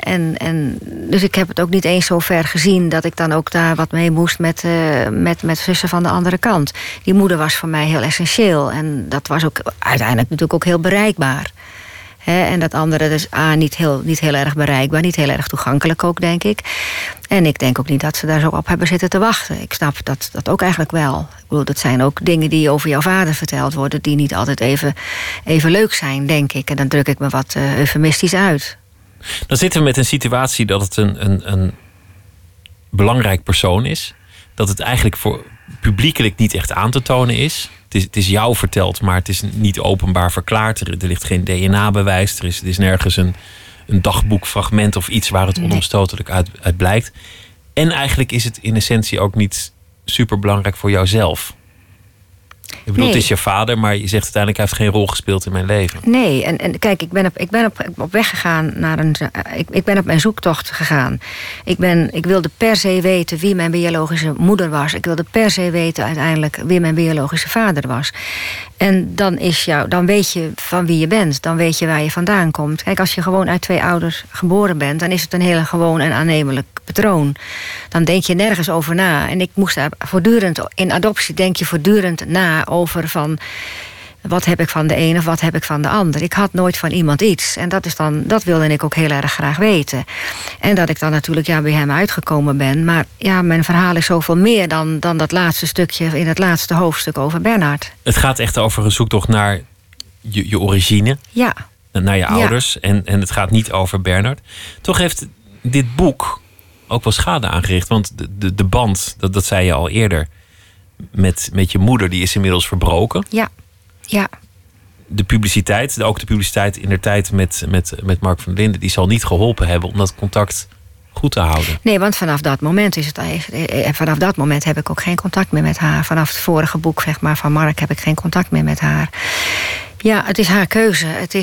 Dus ik heb het ook niet eens zo ver gezien... dat ik dan ook daar wat mee moest met zussen van de andere kant. Die moeder was voor mij heel essentieel. En dat was ook uiteindelijk natuurlijk ook heel bereikbaar. En dat andere dus niet heel erg bereikbaar. Niet heel erg toegankelijk ook, denk ik. En ik denk ook niet dat ze daar zo op hebben zitten te wachten. Ik snap dat ook eigenlijk wel. Ik bedoel, dat zijn ook dingen die over jouw vader verteld worden... die niet altijd even leuk zijn, denk ik. En dan druk ik me wat eufemistisch uit. Dan zitten we met een situatie dat het een belangrijk persoon is. Dat het eigenlijk voor publiekelijk niet echt aan te tonen is. Het is jou verteld, maar het is niet openbaar verklaard. Er ligt geen DNA-bewijs. Er is nergens een dagboekfragment of iets waar het onomstotelijk uit blijkt. En eigenlijk is het in essentie ook niet super belangrijk voor jouzelf. Ik bedoel, het is je vader, maar je zegt uiteindelijk hij heeft geen rol gespeeld in mijn leven. Nee, en kijk, ik ben op weg gegaan naar ik ben op mijn zoektocht gegaan. Ik wilde per se weten wie mijn biologische moeder was. Ik wilde per se weten uiteindelijk wie mijn biologische vader was. En dan weet je van wie je bent. Dan weet je waar je vandaan komt. Kijk, als je gewoon uit 2 ouders geboren bent, dan is het een hele gewoon en aannemelijk patroon. Dan denk je nergens over na. En ik moest daar voortdurend, in adoptie denk je voortdurend na over van wat heb ik van de een of wat heb ik van de ander. Ik had nooit van iemand iets. En dat wilde ik ook heel erg graag weten. En dat ik dan natuurlijk bij hem uitgekomen ben. Maar mijn verhaal is zoveel meer dan dat laatste stukje in het laatste hoofdstuk over Bernhard. Het gaat echt over een zoektocht naar je origine. Ja. Naar je ouders. En het gaat niet over Bernhard. Toch heeft dit boek ook wel schade aangericht. Want de band, dat zei je al eerder, met je moeder, die is inmiddels verbroken. Ja. De publiciteit, ook de publiciteit in de tijd met Mark van Linden, die zal niet geholpen hebben om dat contact goed te houden. Nee, want vanaf dat moment vanaf dat moment heb ik ook geen contact meer met haar. Vanaf het vorige boek, zeg maar, van Mark heb ik geen contact meer met haar. Ja, het is haar keuze. Het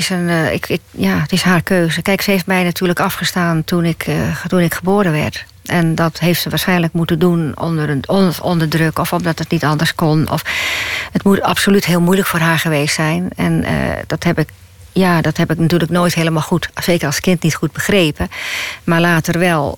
is haar keuze. Kijk, ze heeft mij natuurlijk afgestaan toen ik geboren werd. En dat heeft ze waarschijnlijk moeten doen onder druk, of omdat het niet anders kon. Of het moet absoluut heel moeilijk voor haar geweest zijn. En dat heb ik natuurlijk nooit helemaal goed, zeker als kind niet goed begrepen. Maar later wel,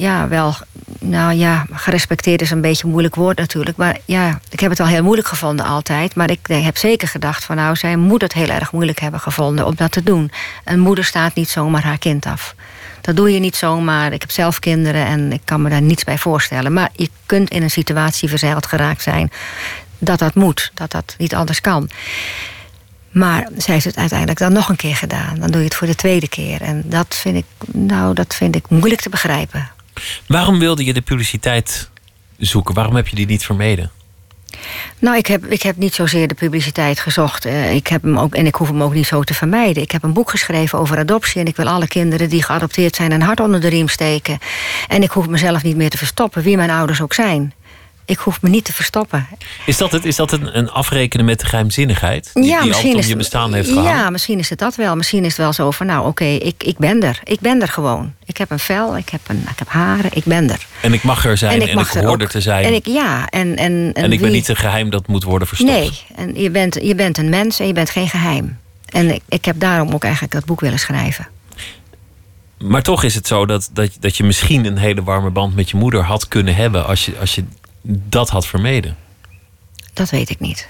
gerespecteerd is een beetje een moeilijk woord natuurlijk. Maar ik heb het al heel moeilijk gevonden altijd. Maar ik heb zeker gedacht van zij moet het heel erg moeilijk hebben gevonden om dat te doen. Een moeder staat niet zomaar haar kind af. Dat doe je niet zomaar. Ik heb zelf kinderen en ik kan me daar niets bij voorstellen. Maar je kunt in een situatie verzeild geraakt zijn dat moet, dat niet anders kan. Maar zij heeft het uiteindelijk dan nog een keer gedaan. Dan doe je het voor de tweede keer. En dat vind ik moeilijk te begrijpen. Waarom wilde je de publiciteit zoeken? Waarom heb je die niet vermeden? Nou, ik heb niet zozeer de publiciteit gezocht. Ik heb hem ook, en ik hoef hem ook niet zo te vermijden. Ik heb een boek geschreven over adoptie. En ik wil alle kinderen die geadopteerd zijn een hart onder de riem steken. En ik hoef mezelf niet meer te verstoppen, wie mijn ouders ook zijn. Ik hoef me niet te verstoppen. Is dat een afrekenen met de geheimzinnigheid? Die altijd om je bestaan heeft gehouden? Ja, misschien is het dat wel. Misschien is het wel zo van, ik ben er. Ik ben er gewoon. Ik heb een vel, ik heb haren, ik ben er. En ik mag er zijn en ik hoor er te zijn. En ik ben niet een geheim dat moet worden verstopt. Nee, en je bent een mens en je bent geen geheim. En ik heb daarom ook eigenlijk dat boek willen schrijven. Maar toch is het zo dat je misschien een hele warme band met je moeder had kunnen hebben als je dat had vermeden. Dat weet ik niet.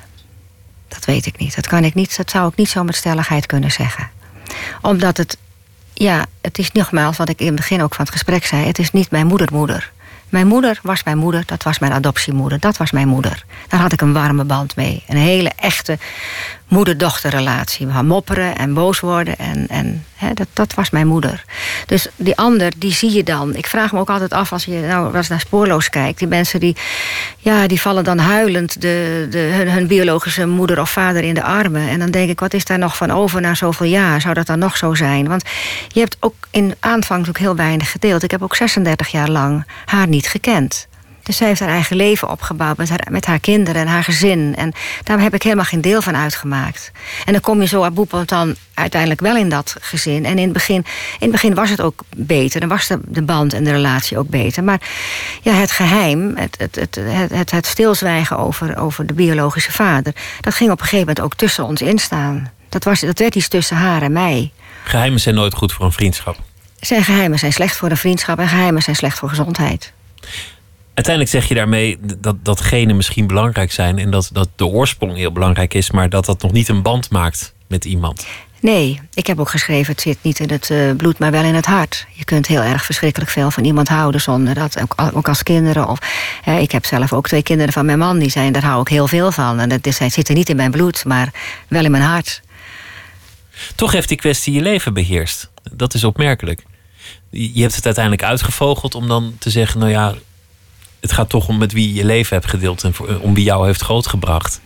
Dat zou ik niet zo met stelligheid kunnen zeggen. Omdat het is nogmaals wat ik in het begin ook van het gesprek zei. Het is niet mijn moeder. Mijn moeder was mijn moeder, dat was mijn adoptiemoeder. Dat was mijn moeder. Daar had ik een warme band mee. Een hele echte moeder-dochterrelatie. We gaan mopperen en boos worden. Dat was mijn moeder. Dus die ander, die zie je dan. Ik vraag me ook altijd af, als je naar Spoorloos kijkt. Die mensen die vallen dan huilend hun biologische moeder of vader in de armen. En dan denk ik, wat is daar nog van over na zoveel jaar? Zou dat dan nog zo zijn? Want je hebt ook in aanvang natuurlijk heel weinig gedeeld. Ik heb ook 36 jaar lang haar niet gekend. Dus zij heeft haar eigen leven opgebouwd met haar kinderen en haar gezin. En daar heb ik helemaal geen deel van uitgemaakt. En dan kom je zo aboepelend dan uiteindelijk wel in dat gezin. En in het begin was het ook beter. Dan was de band en de relatie ook beter. Maar het geheim, het stilzwijgen over de biologische vader, dat ging op een gegeven moment ook tussen ons instaan. Dat werd iets tussen haar en mij. Geheimen zijn nooit goed voor een vriendschap. Geheimen zijn slecht voor een vriendschap en geheimen zijn slecht voor gezondheid. Uiteindelijk zeg je daarmee dat genen misschien belangrijk zijn en dat de oorsprong heel belangrijk is, maar dat nog niet een band maakt met iemand. Nee, ik heb ook geschreven, het zit niet in het bloed, maar wel in het hart. Je kunt heel erg verschrikkelijk veel van iemand houden zonder dat, ook als kinderen. Ik heb zelf ook 2 kinderen van mijn man, die zijn, daar hou ik heel veel van. En het zit er niet in mijn bloed, maar wel in mijn hart. Toch heeft die kwestie je leven beheerst. Dat is opmerkelijk. Je hebt het uiteindelijk uitgevogeld om dan te zeggen, het gaat toch om met wie je leven hebt gedeeld en om wie jou heeft grootgebracht.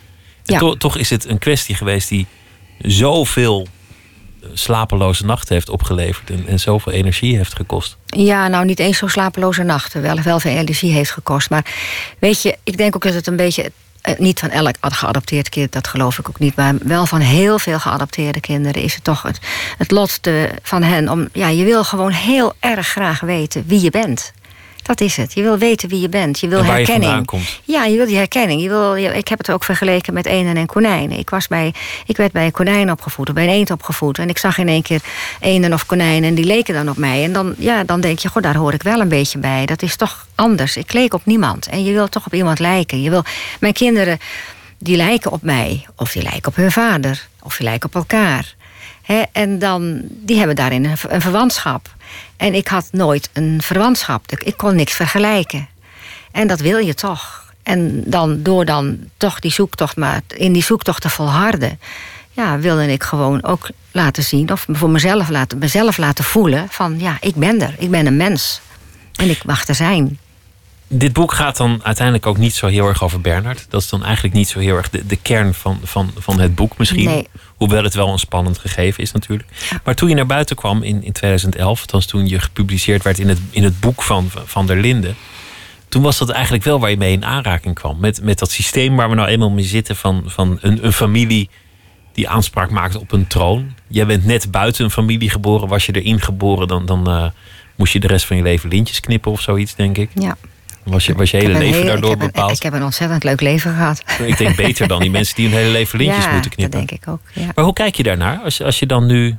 Ja. Toch is het een kwestie geweest die zoveel slapeloze nachten heeft opgeleverd en zoveel energie heeft gekost. Ja, nou niet eens zo slapeloze nachten. Wel veel energie heeft gekost. Maar weet je, ik denk ook dat het een beetje... niet van elk geadopteerd kind, dat geloof ik ook niet. Maar wel van heel veel geadopteerde kinderen is het toch het lot van hen. Je wil gewoon heel erg graag weten wie je bent. Dat is het. Je wil weten wie je bent. Je wil waar herkenning. Je vandaan komt. Ja, je wil die herkenning. Ik heb het ook vergeleken met eenden en konijnen. Ik werd bij een konijn opgevoed, of bij een eend opgevoed. En ik zag in één keer eenden of konijnen en die leken dan op mij. En dan denk je, daar hoor ik wel een beetje bij. Dat is toch anders. Ik leek op niemand. En je wil toch op iemand lijken. Mijn kinderen, die lijken op mij. Of die lijken op hun vader. Of die lijken op elkaar. En dan, die hebben daarin een verwantschap. En ik had nooit een verwantschap. Ik kon niks vergelijken. En dat wil je toch. En door toch die zoektocht, maar in die zoektocht te volharden, wilde ik gewoon ook laten zien, of voor mezelf laten voelen van ik ben er. Ik ben een mens. En ik mag er zijn. Dit boek gaat dan uiteindelijk ook niet zo heel erg over Bernhard. Dat is dan eigenlijk niet zo heel erg de kern van het boek misschien. Nee. Hoewel het wel een spannend gegeven is natuurlijk. Ja. Maar toen je naar buiten kwam in 2011... althans toen je gepubliceerd werd in het boek van der Linden... toen was dat eigenlijk wel waar je mee in aanraking kwam. Met dat systeem waar we nou eenmaal mee zitten... van een familie die aanspraak maakt op een troon. Jij bent net buiten een familie geboren. Was je erin geboren, dan moest je de rest van je leven lintjes knippen of zoiets, denk ik. Ja. Was je hele leven daardoor bepaald? Ik heb een ontzettend leuk leven gehad. Ik denk beter dan die mensen die hun hele leven lintjes moeten knippen. Dat denk ik ook. Ja. Maar hoe kijk je daarnaar als je dan nu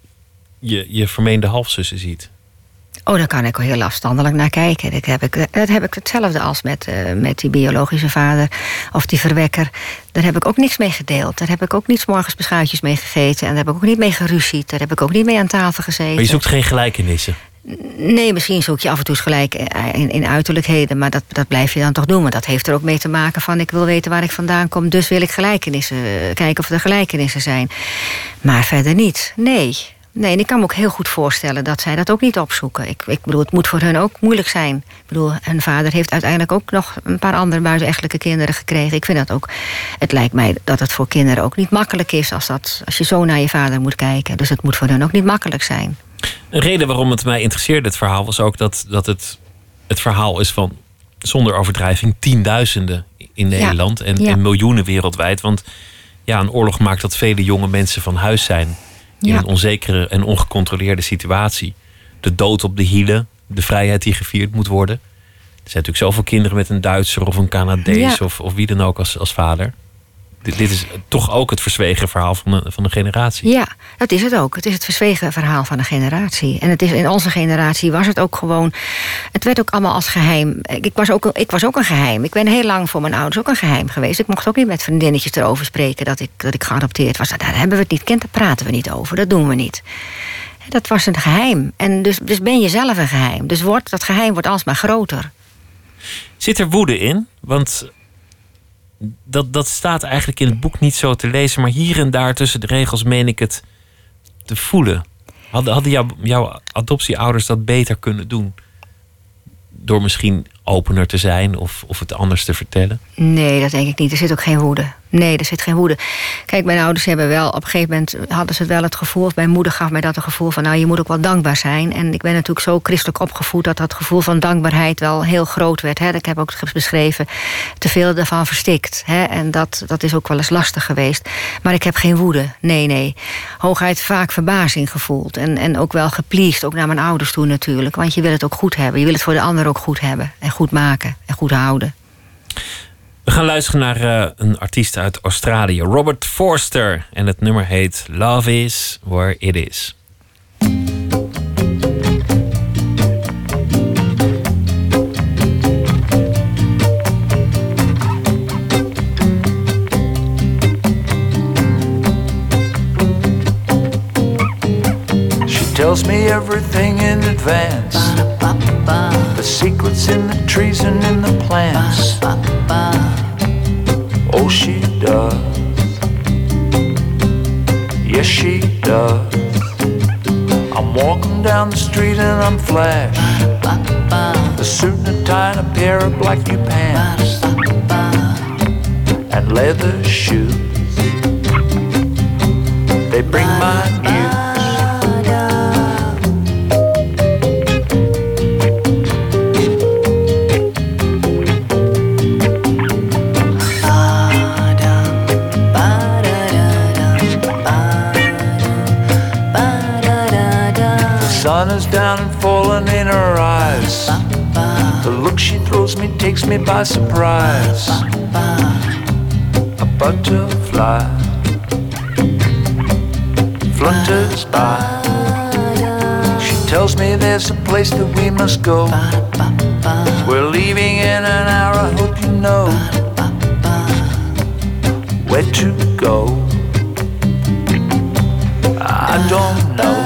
je vermeende halfzussen ziet? Daar kan ik wel heel afstandelijk naar kijken. Dat heb ik hetzelfde als met die biologische vader of die verwekker. Daar heb ik ook niks mee gedeeld. Daar heb ik ook niet 's morgens beschuitjes mee gegeten. En daar heb ik ook niet mee geruzied. Daar heb ik ook niet mee aan tafel gezeten. Maar je zoekt geen gelijkenissen? Nee, misschien zoek je af en toe eens gelijk in uiterlijkheden. Maar dat blijf je dan toch doen. Want dat heeft er ook mee te maken van... ik wil weten waar ik vandaan kom, dus wil ik gelijkenissen. Kijken of er gelijkenissen zijn. Maar verder niet. Nee, en ik kan me ook heel goed voorstellen dat zij dat ook niet opzoeken. Ik bedoel, het moet voor hun ook moeilijk zijn. Ik bedoel, hun vader heeft uiteindelijk ook nog een paar andere buitenechtelijke kinderen gekregen. Ik vind dat ook... Het lijkt mij dat het voor kinderen ook niet makkelijk is... als je zo naar je vader moet kijken. Dus het moet voor hun ook niet makkelijk zijn. Een reden waarom het mij interesseerde, het verhaal, was ook dat het verhaal is van, zonder overdrijving, tienduizenden in Nederland en miljoenen wereldwijd. Want een oorlog maakt dat vele jonge mensen van huis zijn in een onzekere en ongecontroleerde situatie. De dood op de hielen, de vrijheid die gevierd moet worden. Er zijn natuurlijk zoveel kinderen met een Duitser of een Canadees of wie dan ook als vader. Dit is toch ook het verzwegen verhaal van een generatie. Ja, dat is het ook. Het is het verzwegen verhaal van een generatie. En het is, in onze generatie was het ook gewoon... Het werd ook allemaal als geheim. Ik was ook een geheim. Ik ben heel lang voor mijn ouders ook een geheim geweest. Ik mocht ook niet met vriendinnetjes erover spreken dat ik geadopteerd was. Daar hebben we het niet. Daar praten we niet over. Dat doen we niet. Dat was een geheim. En dus ben je zelf een geheim. Dus dat geheim wordt alsmaar groter. Zit er woede in? Want... Dat staat eigenlijk in het boek niet zo te lezen... maar hier en daar tussen de regels meen ik het te voelen. Hadden jouw adoptieouders dat beter kunnen doen? Door misschien opener te zijn of het anders te vertellen? Nee, dat denk ik niet. Er zit ook geen woede. Nee, er zit geen woede. Kijk, mijn ouders hebben wel... Op een gegeven moment hadden ze het wel het gevoel... Of mijn moeder gaf mij dat het gevoel van... je moet ook wel dankbaar zijn. En ik ben natuurlijk zo christelijk opgevoed... dat gevoel van dankbaarheid wel heel groot werd. Ik heb ook beschreven... te veel daarvan verstikt. En dat is ook wel eens lastig geweest. Maar ik heb geen woede. Nee. Hooguit vaak verbazing gevoeld. En ook wel gepleased. Ook naar mijn ouders toe natuurlijk. Want je wil het ook goed hebben. Je wil het voor de ander ook goed hebben. En goed maken. En goed houden. We gaan luisteren naar een artiest uit Australië, Robert Forster. En het nummer heet Love Is Where It Is. She tells me everything in advance. The secrets in the trees and in the plants. Oh, she does. Yes, she does. I'm walking down the street and I'm flash. The suit and a tie and a pair of black new pants. and leather shoes. They bring my news. The sun is down and falling in her eyes. The look she throws me takes me by surprise. A butterfly flutters by. She tells me there's a place that we must go. We're leaving in an hour, I hope you know where to go. I don't know.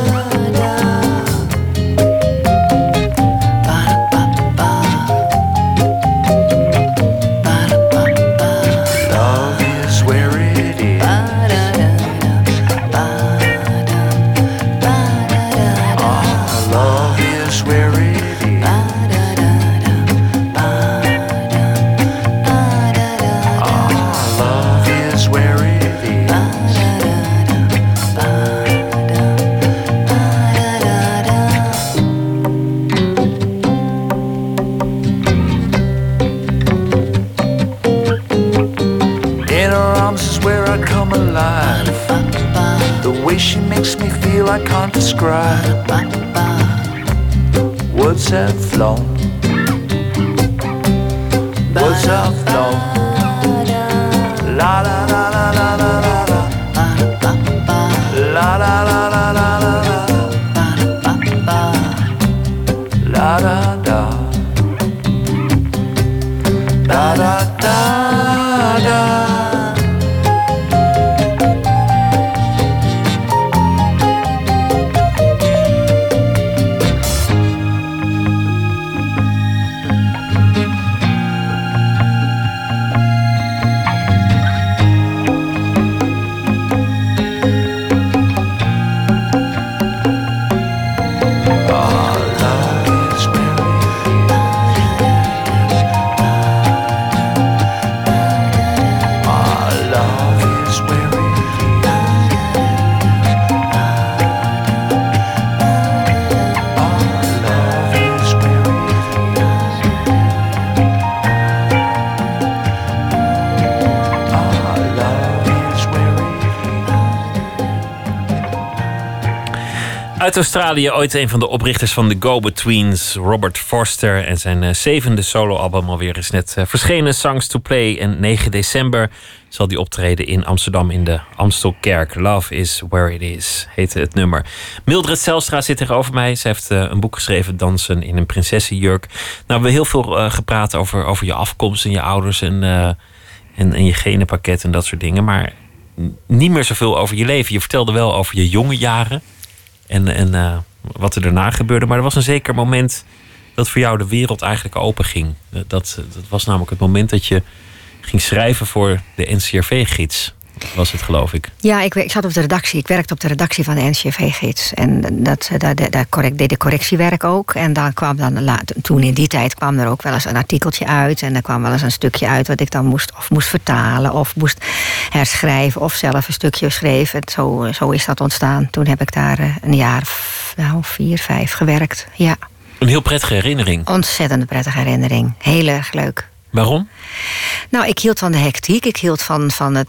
She makes me feel I can't describe. Words have flown. Words have flown. La la la la la la la. La la la la la la. La da da. Da da da da. Uit Australië, ooit een van de oprichters van de Go-Betweens, Robert Forster. En zijn 7e soloalbum alweer is net verschenen, Songs to Play. En 9 december zal die optreden in Amsterdam in de Amstelkerk. Love is Where It Is, heette het nummer. Mildred Zijlstra zit tegenover mij. Ze heeft een boek geschreven, Dansen in een prinsessenjurk. Nou, we hebben heel veel gepraat over je afkomst en je ouders en je genenpakket en dat soort dingen. Maar niet meer zoveel over je leven. Je vertelde wel over je jonge jaren. En wat er daarna gebeurde. Maar er was een zeker moment dat voor jou de wereld eigenlijk open ging. Dat was namelijk het moment dat je ging schrijven voor de NCRV-gids. Was het, geloof ik. Ja, ik zat op de redactie. Ik werkte op de redactie van de NCRV-gids. En daar deed ik correctiewerk ook. En dan kwam toen in die tijd kwam er ook wel eens een artikeltje uit. En er kwam wel eens een stukje uit wat ik dan moest vertalen. Of moest herschrijven. Of zelf een stukje schreef. Zo is dat ontstaan. Toen heb ik daar een jaar 4, 5 gewerkt. Ja. Een heel prettige herinnering. Ontzettend prettige herinnering. Heel erg leuk. Waarom? Nou, ik hield van de hectiek. Ik hield van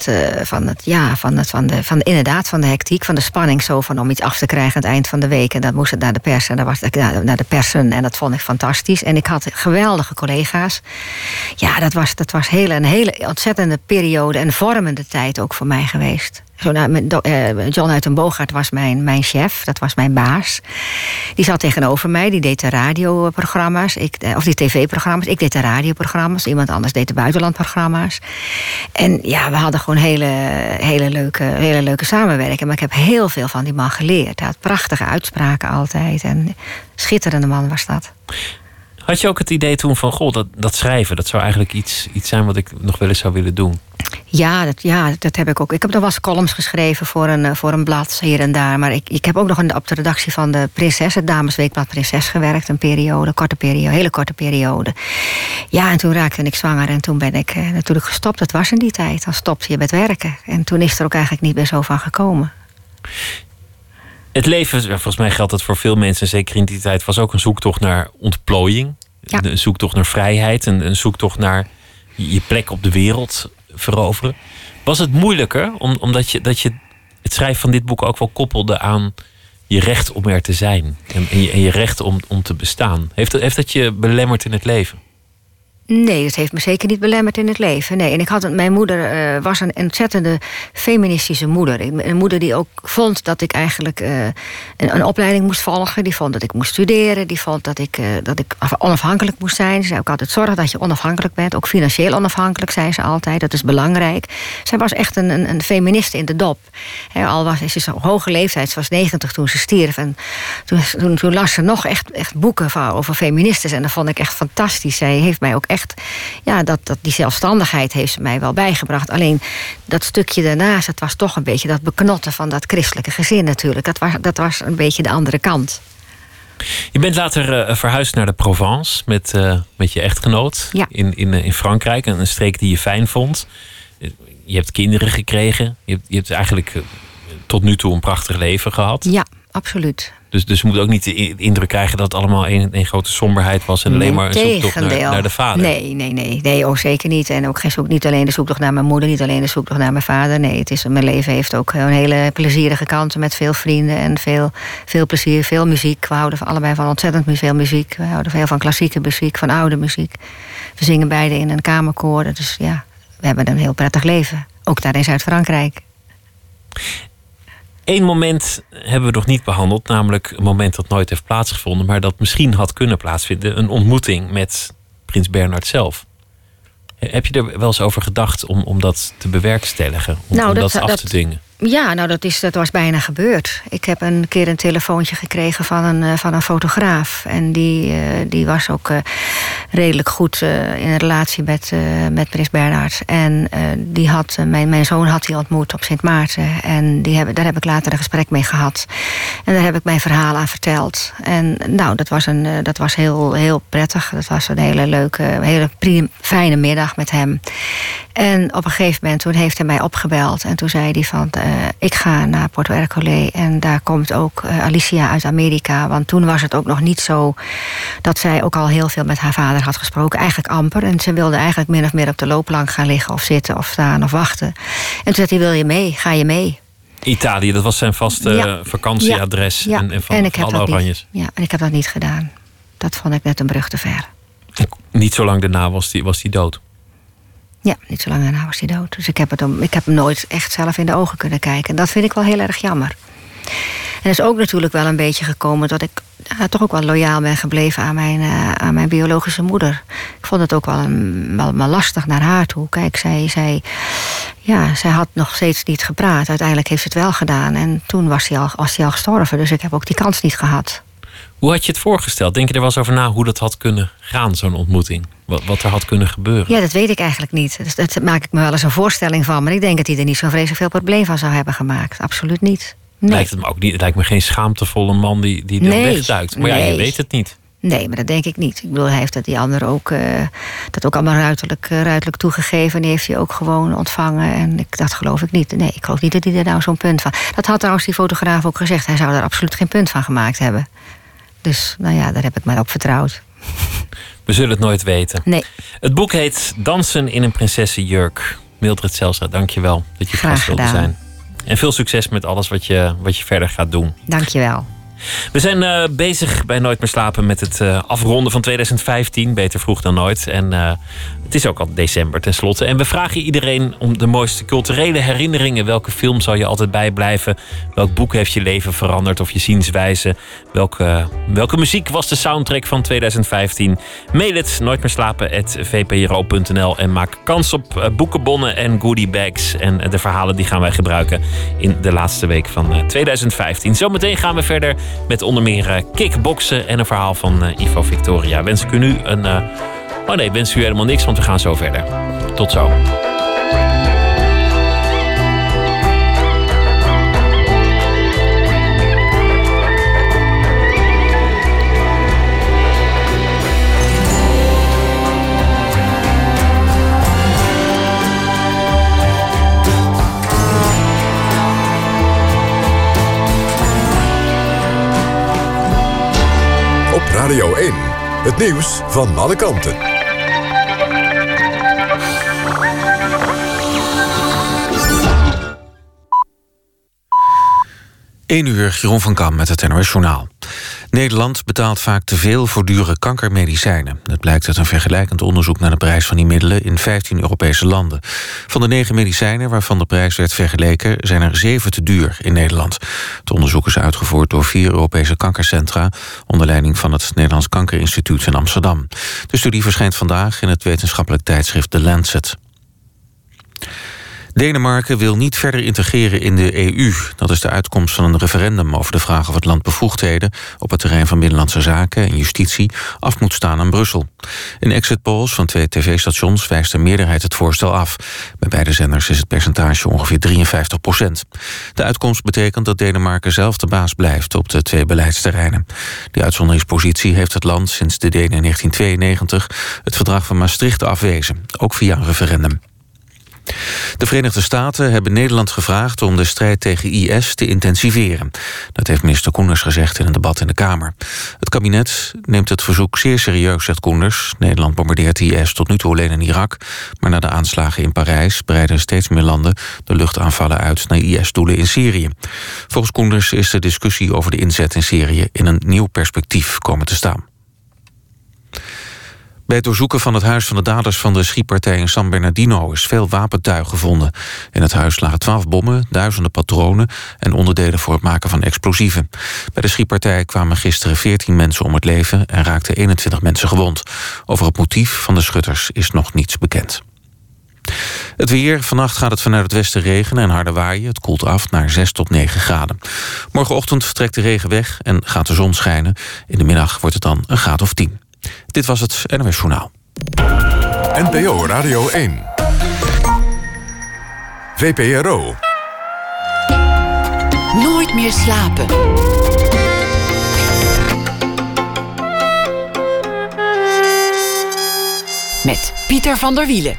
de hectiek, van de spanning zo van om iets af te krijgen aan het eind van de week. En dan moest het naar de pers en dan was ik naar de persen en dat vond ik fantastisch. En ik had geweldige collega's. Ja, dat was een hele ontzettende periode en vormende tijd ook voor mij geweest. John uit den Boogaard was mijn chef, dat was mijn baas. Die zat tegenover mij, die deed de radioprogramma's, of die tv-programma's. Ik deed de radioprogramma's, iemand anders deed de buitenlandprogramma's. En ja, we hadden gewoon hele leuke samenwerking. Maar ik heb heel veel van die man geleerd. Hij had prachtige uitspraken altijd. En schitterende man was dat. Had je ook het idee toen van, dat schrijven, dat zou eigenlijk iets zijn wat ik nog wel eens zou willen doen? Ja, dat heb ik ook. Ik heb nog wel eens columns geschreven voor een blad hier en daar. Maar ik heb ook nog op de redactie van de Prinses, het damesweekblad Prinses, gewerkt. Een hele korte periode. Ja, en toen raakte ik zwanger en toen ben ik natuurlijk gestopt. Dat was in die tijd. Dan stopte je met werken. En toen is er ook eigenlijk niet meer zo van gekomen. Het leven, volgens mij geldt dat voor veel mensen, zeker in die tijd, was ook een zoektocht naar ontplooiing. Ja. Een zoektocht naar vrijheid. Een zoektocht naar je plek op de wereld veroveren. Was het moeilijker omdat je het schrijven van dit boek ook wel koppelde aan je recht om er te zijn en je recht om te bestaan? Heeft dat je belemmerd in het leven? Nee, het heeft me zeker niet belemmerd in het leven. Nee, en mijn moeder was een ontzettende feministische moeder. Een moeder die ook vond dat ik eigenlijk een opleiding moest volgen. Die vond dat ik moest studeren. Die vond dat ik onafhankelijk moest zijn. Ze zei ook altijd, zorg dat je onafhankelijk bent. Ook financieel onafhankelijk, zei ze altijd. Dat is belangrijk. Zij was echt een feministe in de dop. Ze is op hoge leeftijd. Ze was 90 toen ze stierf. En toen las ze nog echt boeken over feministes. En dat vond ik echt fantastisch. Zij heeft mij ook echt, die zelfstandigheid heeft ze mij wel bijgebracht. Alleen dat stukje daarnaast, het was toch een beetje dat beknotten van dat christelijke gezin natuurlijk. Dat was een beetje de andere kant. Je bent later verhuisd naar de Provence met je echtgenoot. Ja. In Frankrijk, een streek die je fijn vond. Je hebt kinderen gekregen. Je hebt eigenlijk tot nu toe een prachtig leven gehad. Ja, absoluut. Dus je moet ook niet de indruk krijgen dat het allemaal één grote somberheid was en alleen maar een zoektocht naar de vader. Nee, zeker niet. En ook niet alleen de zoektocht naar mijn moeder, niet alleen de zoektocht naar mijn vader. Nee, mijn leven heeft ook een hele plezierige kanten met veel vrienden en veel plezier, veel muziek. We houden allebei van ontzettend veel muziek. We houden veel van klassieke muziek, van oude muziek. We zingen beide in een kamerkoor. Dus ja, we hebben een heel prettig leven. Ook daar in Zuid-Frankrijk. Eén moment hebben we nog niet behandeld, namelijk een moment dat nooit heeft plaatsgevonden, maar dat misschien had kunnen plaatsvinden. Een ontmoeting met prins Bernhard zelf. Heb je er wel eens over gedacht om dat te bewerkstelligen? Om dat af te dwingen? Ja, dat was bijna gebeurd. Ik heb een keer een telefoontje gekregen van een fotograaf. En die was ook redelijk goed in een relatie met prins Bernhard. En mijn zoon had hij ontmoet op Sint Maarten. En daar heb ik later een gesprek mee gehad. En daar heb ik mijn verhaal aan verteld. En dat was heel, heel prettig. Dat was een hele leuke, hele fijne middag met hem. En op een gegeven moment, toen heeft hij mij opgebeld. En toen zei hij van, ik ga naar Porto Ercole. En daar komt ook Alicia uit Amerika. Want toen was het ook nog niet zo dat zij ook al heel veel met haar vader had gesproken. Eigenlijk amper. En ze wilde eigenlijk min of meer op de loopplank gaan liggen of zitten of staan of wachten. En toen zei hij, wil je mee? Ga je mee? Italië, dat was zijn vaste vakantieadres. Ja. En van alle Oranjes. En ik heb dat niet gedaan. Dat vond ik net een brug te ver. Niet zo lang daarna was hij dood. Ja, niet zo lang daarna was hij dood. Dus ik heb hem nooit echt zelf in de ogen kunnen kijken. En dat vind ik wel heel erg jammer. En dat is ook natuurlijk wel een beetje gekomen dat ik toch ook wel loyaal ben gebleven aan mijn biologische moeder. Ik vond het ook wel lastig naar haar toe. Kijk, zij had nog steeds niet gepraat. Uiteindelijk heeft ze het wel gedaan. En toen was hij al gestorven. Dus ik heb ook die kans niet gehad. Hoe had je het voorgesteld? Denk je er wel eens over na hoe dat had kunnen gaan, zo'n ontmoeting? Wat er had kunnen gebeuren? Ja, dat weet ik eigenlijk niet. Dus daar maak ik me wel eens een voorstelling van. Maar ik denk dat hij er niet zo vreselijk veel probleem van zou hebben gemaakt. Absoluut niet. Nee. Lijkt het me ook niet. Het lijkt me geen schaamtevolle man die dan wegduikt. Maar je weet het niet. Nee, maar dat denk ik niet. Ik bedoel, hij heeft dat die andere ook dat ook allemaal ruiterlijk toegegeven. Die heeft hij ook gewoon ontvangen. En dat geloof ik niet. Nee, ik geloof niet dat hij er nou zo'n punt van... Dat had trouwens die fotograaf ook gezegd. Hij zou er absoluut geen punt van gemaakt hebben. Dus daar heb ik maar op vertrouwd. We zullen het nooit weten. Nee. Het boek heet Dansen in een prinsessenjurk. Mildred Zijlstra, dank je wel dat je gast wilde zijn. En veel succes met alles wat je verder gaat doen. Dank je wel. We zijn bezig bij Nooit meer slapen met het afronden van 2015. Beter vroeg dan nooit. En Het is ook al december tenslotte. En we vragen iedereen om de mooiste culturele herinneringen. Welke film zal je altijd bijblijven? Welk boek heeft je leven veranderd of je zienswijze? Welke muziek was de soundtrack van 2015? Mail het nooitmeerslapen@vpro.nl en maak kans op boekenbonnen en goodiebags. En de verhalen die gaan wij gebruiken in de laatste week van 2015. Zometeen gaan we verder met onder meer kickboksen en een verhaal van Ivo Victoria. Wens ik u nu een... wens u helemaal niks, want we gaan zo verder. Tot zo. Op Radio 1, het nieuws van alle kanten. 1 uur, Jeroen van Kam met het NOS Journaal. Nederland betaalt vaak te veel voor dure kankermedicijnen. Dat blijkt uit een vergelijkend onderzoek naar de prijs van die middelen in 15 Europese landen. Van de 9 medicijnen waarvan de prijs werd vergeleken, zijn er 7 te duur in Nederland. Het onderzoek is uitgevoerd door 4 Europese kankercentra onder leiding van het Nederlands Kankerinstituut in Amsterdam. De studie verschijnt vandaag in het wetenschappelijk tijdschrift The Lancet. Denemarken wil niet verder integreren in de EU. Dat is de uitkomst van een referendum over de vraag of het land bevoegdheden op het terrein van binnenlandse zaken en justitie af moet staan aan Brussel. In exit polls van 2 tv-stations wijst de meerderheid het voorstel af. Bij beide zenders is het percentage ongeveer 53%. De uitkomst betekent dat Denemarken zelf de baas blijft op de 2 beleidsterreinen. Die uitzonderingspositie heeft het land sinds de Denen in 1992 het verdrag van Maastricht afwezen, ook via een referendum. De Verenigde Staten hebben Nederland gevraagd om de strijd tegen IS te intensiveren. Dat heeft minister Koenders gezegd in een debat in de Kamer. Het kabinet neemt het verzoek zeer serieus, zegt Koenders. Nederland bombardeert IS tot nu toe alleen in Irak. Maar na de aanslagen in Parijs breiden steeds meer landen de luchtaanvallen uit naar IS-doelen in Syrië. Volgens Koenders is de discussie over de inzet in Syrië in een nieuw perspectief komen te staan. Bij het doorzoeken van het huis van de daders van de schietpartij in San Bernardino is veel wapentuig gevonden. In het huis lagen 12 bommen, duizenden patronen en onderdelen voor het maken van explosieven. Bij de schietpartij kwamen gisteren 14 mensen om het leven en raakten 21 mensen gewond. Over het motief van de schutters is nog niets bekend. Het weer. Vannacht gaat het vanuit het westen regenen en harde waaien. Het koelt af naar 6 tot 9 graden. Morgenochtend trekt de regen weg en gaat de zon schijnen. In de middag wordt het dan een graad of 10. Dit was het NOS Journaal. NPO Radio 1. VPRO. Nooit meer slapen. Met Pieter van der Wielen.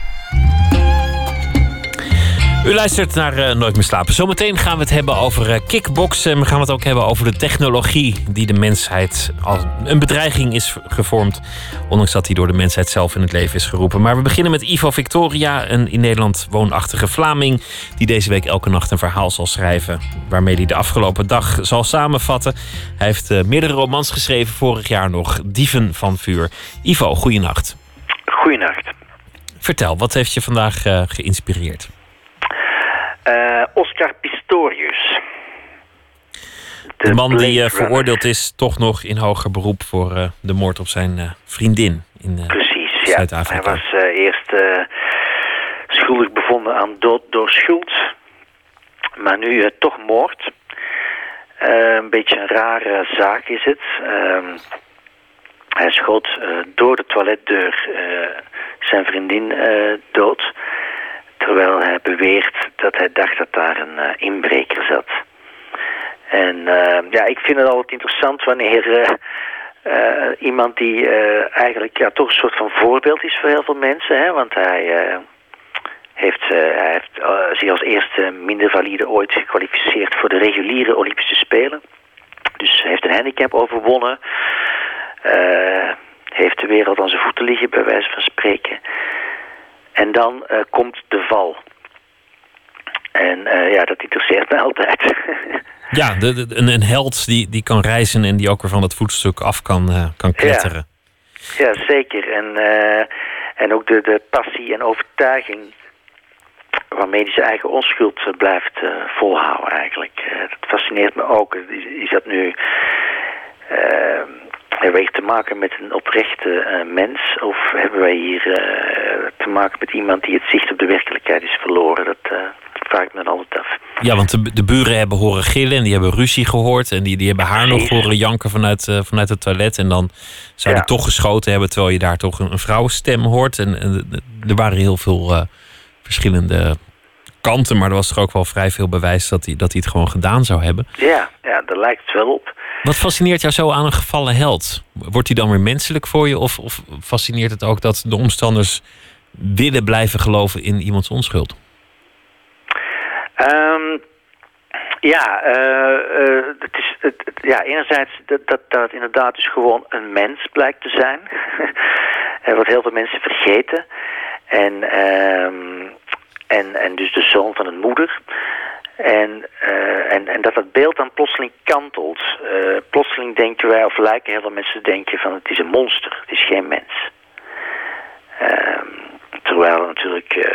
U luistert naar Nooit meer slapen. Zometeen gaan we het hebben over kickboksen. We gaan het ook hebben over de technologie die de mensheid als een bedreiging is gevormd. Ondanks dat die door de mensheid zelf in het leven is geroepen. Maar we beginnen met Ivo Victoria, een in Nederland woonachtige Vlaming, die deze week elke nacht een verhaal zal schrijven waarmee hij de afgelopen dag zal samenvatten. Hij heeft meerdere romans geschreven, vorig jaar nog Dieven van Vuur. Ivo, goeienacht. Goeienacht. Vertel, wat heeft je vandaag geïnspireerd? Oscar Pistorius. De man die veroordeeld is toch nog in hoger beroep voor de moord op zijn vriendin in Precies, Zuid-Afrika. Hij was eerst schuldig bevonden aan dood door schuld. Maar nu toch moord. Een beetje een rare zaak is het. Hij schoot door de toiletdeur zijn vriendin dood. Terwijl hij beweert dat hij dacht dat daar een inbreker zat. En ik vind het altijd interessant wanneer iemand die eigenlijk toch een soort van voorbeeld is voor heel veel mensen. Hè? Want hij heeft zich als eerste minder valide ooit gekwalificeerd voor de reguliere Olympische Spelen. Dus hij heeft een handicap overwonnen. Heeft de wereld aan zijn voeten liggen, bij wijze van spreken. En dan komt de val. En dat interesseert me altijd. Ja, een held die kan reizen en die ook weer van dat voetstuk af kan kletteren. Ja, zeker. En En ook de passie en overtuiging waarmee hij zijn eigen onschuld blijft volhouden eigenlijk. Dat fascineert me ook. Is dat nu... hebben wij hier te maken met een oprechte mens? Of hebben wij hier te maken met iemand die het zicht op de werkelijkheid is verloren? Dat vraag ik me dan altijd af. Ja, want de buren hebben horen gillen en die hebben ruzie gehoord. En die hebben haar nog horen janken vanuit het toilet. En dan zou hij toch geschoten hebben, terwijl je daar toch een vrouwenstem hoort. En er waren heel veel verschillende kanten. Maar er was toch ook wel vrij veel bewijs dat hij het gewoon gedaan zou hebben. Ja, daar lijkt het wel op. Wat fascineert jou zo aan een gevallen held? Wordt hij dan weer menselijk voor je? Of fascineert het ook dat de omstanders willen blijven geloven in iemands onschuld? Enerzijds dat het inderdaad dus gewoon een mens blijkt te zijn. Wat heel veel mensen vergeten. En dus de zoon van een moeder. En dat beeld dan plotseling kantelt. Plotseling denken wij, of lijken heel veel mensen te denken van het is een monster, het is geen mens. Terwijl natuurlijk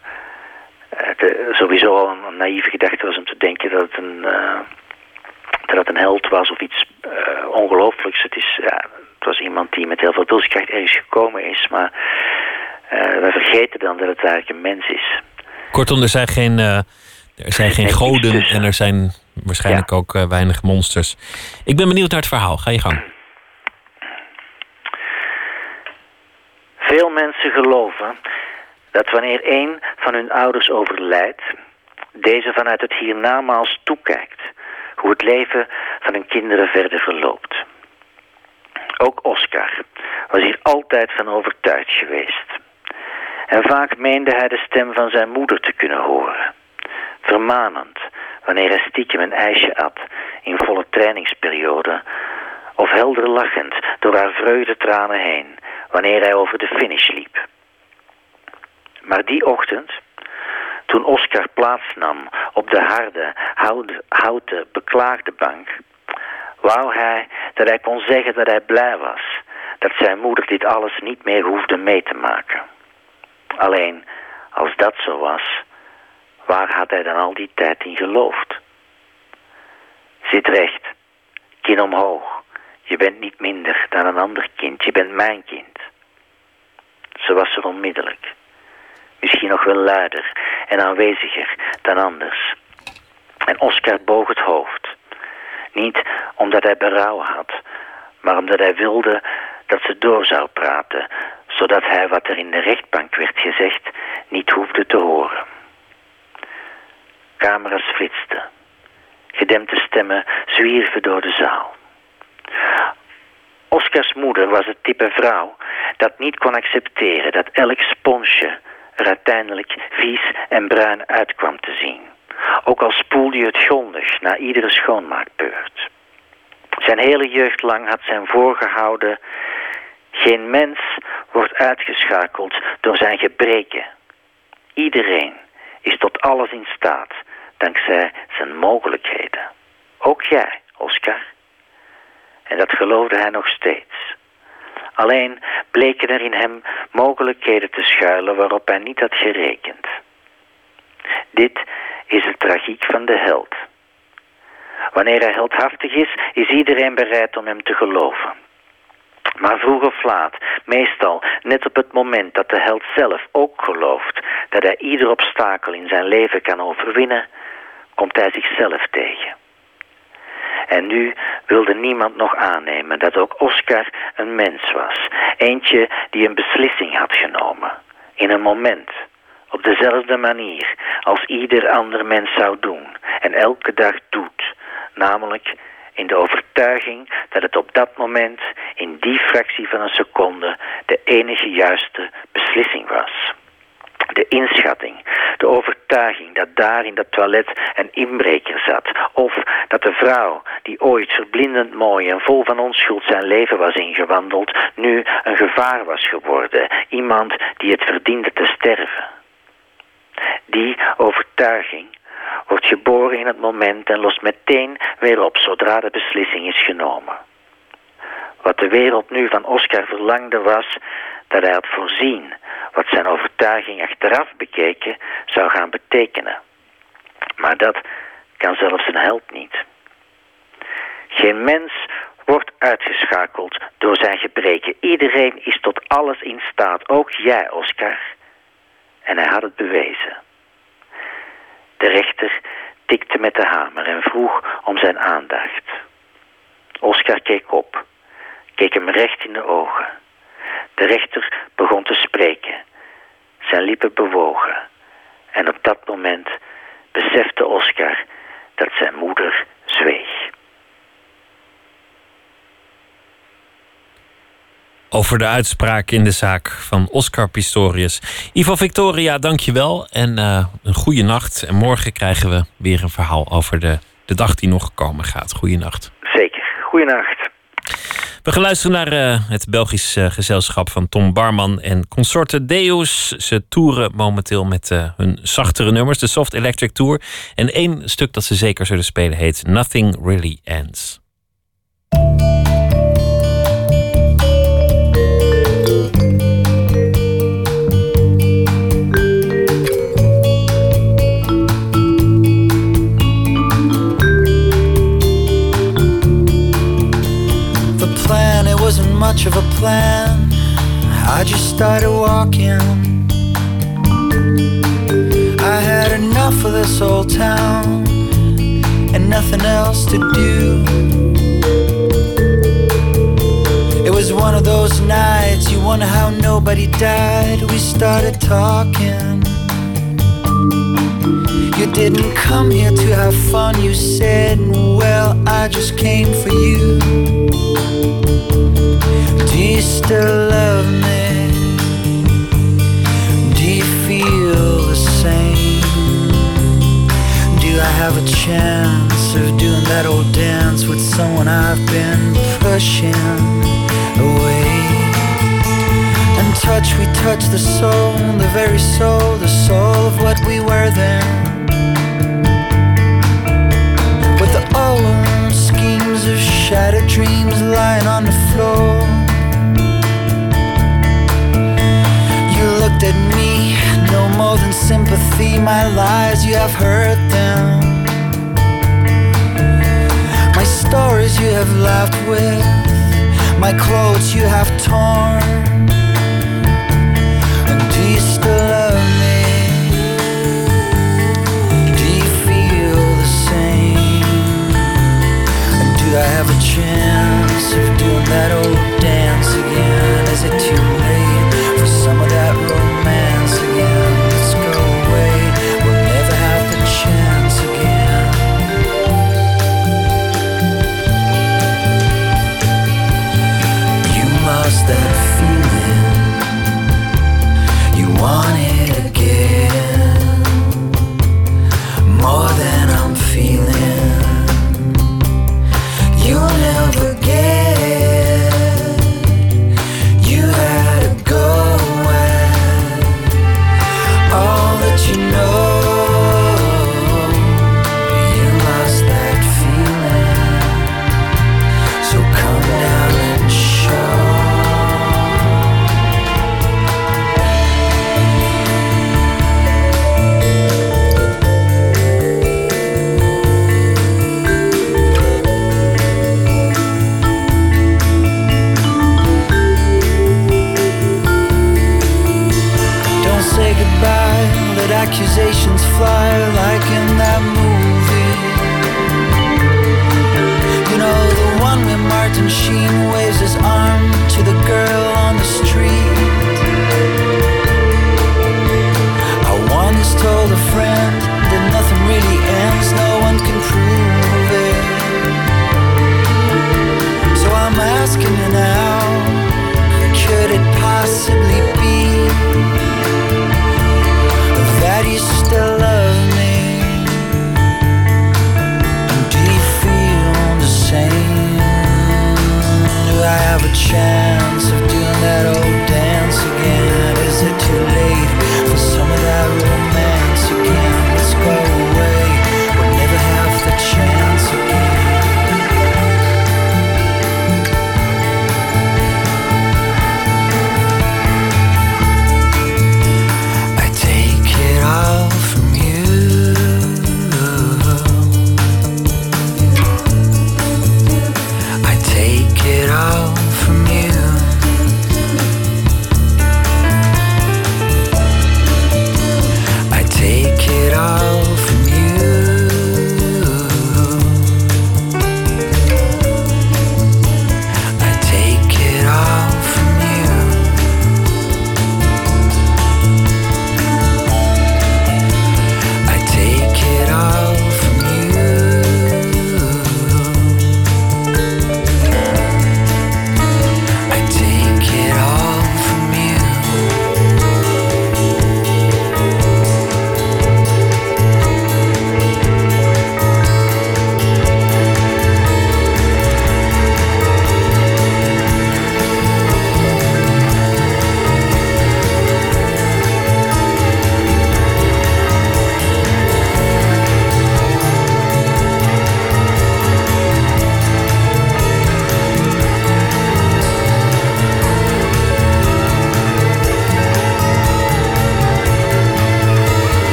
sowieso al een naïeve gedachte was om te denken dat het een held was of iets ongelooflijks. Het was iemand die met heel veel wilskracht ergens gekomen is, maar wij vergeten dan dat het eigenlijk een mens is. Kortom, er zijn geen goden en er zijn waarschijnlijk ook weinig monsters. Ik ben benieuwd naar het verhaal. Ga je gang. Veel mensen geloven dat wanneer een van hun ouders overlijdt, deze vanuit het hiernamaals toekijkt hoe het leven van hun kinderen verder verloopt. Ook Oscar was hier altijd van overtuigd geweest. En vaak meende hij de stem van zijn moeder te kunnen horen. Vermanend wanneer hij stiekem een ijsje at in volle trainingsperiode, of helder lachend door haar vreugdetranen heen wanneer hij over de finish liep. Maar die ochtend, toen Oscar plaatsnam op de harde, houten, beklaagde bank, wou hij dat hij kon zeggen dat hij blij was dat zijn moeder dit alles niet meer hoefde mee te maken. Alleen, als dat zo was, waar had hij dan al die tijd in geloofd? Zit recht, kin omhoog. Je bent niet minder dan een ander kind, je bent mijn kind. Ze was er onmiddellijk. Misschien nog wel luider en aanweziger dan anders. En Oscar boog het hoofd. Niet omdat hij berouw had, maar omdat hij wilde dat ze door zou praten, zodat hij wat er in de rechtbank werd gezegd niet hoefde te horen. Camera's flitsten. Gedempte stemmen zwierven door de zaal. Oscars moeder was het type vrouw dat niet kon accepteren dat elk sponsje er uiteindelijk vies en bruin uitkwam te zien. Ook al spoelde je het grondig na iedere schoonmaakbeurt. Zijn hele jeugd lang had zijn voorgehouden: geen mens wordt uitgeschakeld door zijn gebreken. Iedereen is tot alles in staat, dankzij zijn mogelijkheden. Ook jij, Oscar. En dat geloofde hij nog steeds. Alleen bleken er in hem mogelijkheden te schuilen waarop hij niet had gerekend. Dit is de tragiek van de held. Wanneer hij heldhaftig is iedereen bereid om hem te geloven. Maar vroeg of laat, meestal net op het moment dat de held zelf ook gelooft dat hij ieder obstakel in zijn leven kan overwinnen, komt hij zichzelf tegen. En nu wilde niemand nog aannemen dat ook Oscar een mens was. Eentje die een beslissing had genomen. In een moment. Op dezelfde manier als ieder ander mens zou doen. En elke dag doet. Namelijk in de overtuiging dat het op dat moment, in die fractie van een seconde, de enige juiste beslissing was. De inschatting, de overtuiging dat daar in dat toilet een inbreker zat. Of dat de vrouw, die ooit verblindend mooi en vol van onschuld zijn leven was ingewandeld, nu een gevaar was geworden. Iemand die het verdiende te sterven. Die overtuiging wordt geboren in het moment en lost meteen weer op zodra de beslissing is genomen. Wat de wereld nu van Oscar verlangde was dat hij had voorzien wat zijn overtuiging achteraf bekeken zou gaan betekenen. Maar dat kan zelfs een held niet. Geen mens wordt uitgeschakeld door zijn gebreken. Iedereen is tot alles in staat, ook jij, Oscar. En hij had het bewezen. De rechter tikte met de hamer en vroeg om zijn aandacht. Oscar keek op, keek hem recht in de ogen. De rechter begon te spreken. Zijn lippen bewogen. En op dat moment besefte Oscar dat zijn moeder zweeg. Over de uitspraak in de zaak van Oscar Pistorius. Ivo Victoria, dank je wel. En een goede nacht. En morgen krijgen we weer een verhaal over de dag die nog komen gaat. Goeienacht. Zeker. Goeienacht. We gaan luisteren naar het Belgisch gezelschap van Tom Barman en Consorte Deus. Ze toeren momenteel met hun zachtere nummers, de Soft Electric Tour. En één stuk dat ze zeker zullen spelen heet Nothing Really Ends. Wasn't much of a plan. I just started walking. I had enough of this old town and nothing else to do. It was one of those nights you wonder how nobody died. We started talking. You didn't come here to have fun, you said. Well, I just came for you. Do you still love me? Do you feel the same? Do I have a chance of doing that old dance with someone I've been pushing away? And touch, we touch the soul, the very soul, the soul of what we were then. With the old schemes of shattered dreams lying on the floor. Looked at me, no more than sympathy. My lies, you have heard them. My stories you have laughed with. My clothes you have torn. Do you still love me? Do you feel the same? And do I have a chance of doing that old dance again? Is it too late for some of that romance again? Let's go away, we'll never have the chance again. You lost that feeling, you want it again, more than I'm feeling. You'll never get, you had to go at all that you know. You lost that feeling, so come down and show. Let accusations fly like in that movie. You know, the one where Martin Sheen waves his arm to the girl on the street. I once told a friend that nothing really ends, no one can prove it. So I'm asking you now, could it possibly be that you still love me? And do you feel the same? Do I have a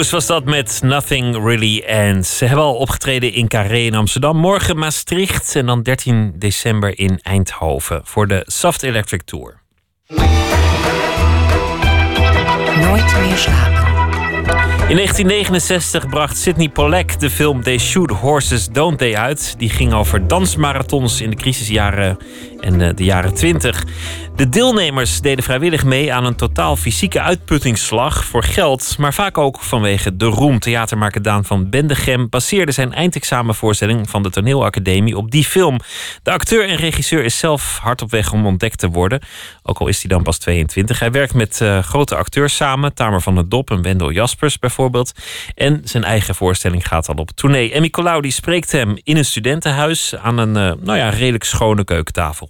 Rose was dat met Nothing Really Ends. Ze hebben al opgetreden in Carré in Amsterdam. Morgen Maastricht en dan 13 december in Eindhoven voor de Soft Electric Tour. Nooit meer slapen. In 1969 bracht Sidney Pollack de film They Shoot Horses, Don't They uit. Die ging over dansmarathons in de crisisjaren en de jaren 20. De deelnemers deden vrijwillig mee aan een totaal fysieke uitputtingsslag voor geld, maar vaak ook vanwege de roem. Theatermaker Daan van Bendegem baseerde zijn eindexamenvoorstelling van de Toneelacademie op die film. De acteur en regisseur is zelf hard op weg om ontdekt te worden, ook al is hij dan pas 22. Hij werkt met grote acteurs samen, Tamer van der Dop en Wendel Jaspers bijvoorbeeld. En zijn eigen voorstelling gaat al op tournee. Emmy Colau die spreekt hem in een studentenhuis aan een redelijk schone keukentafel.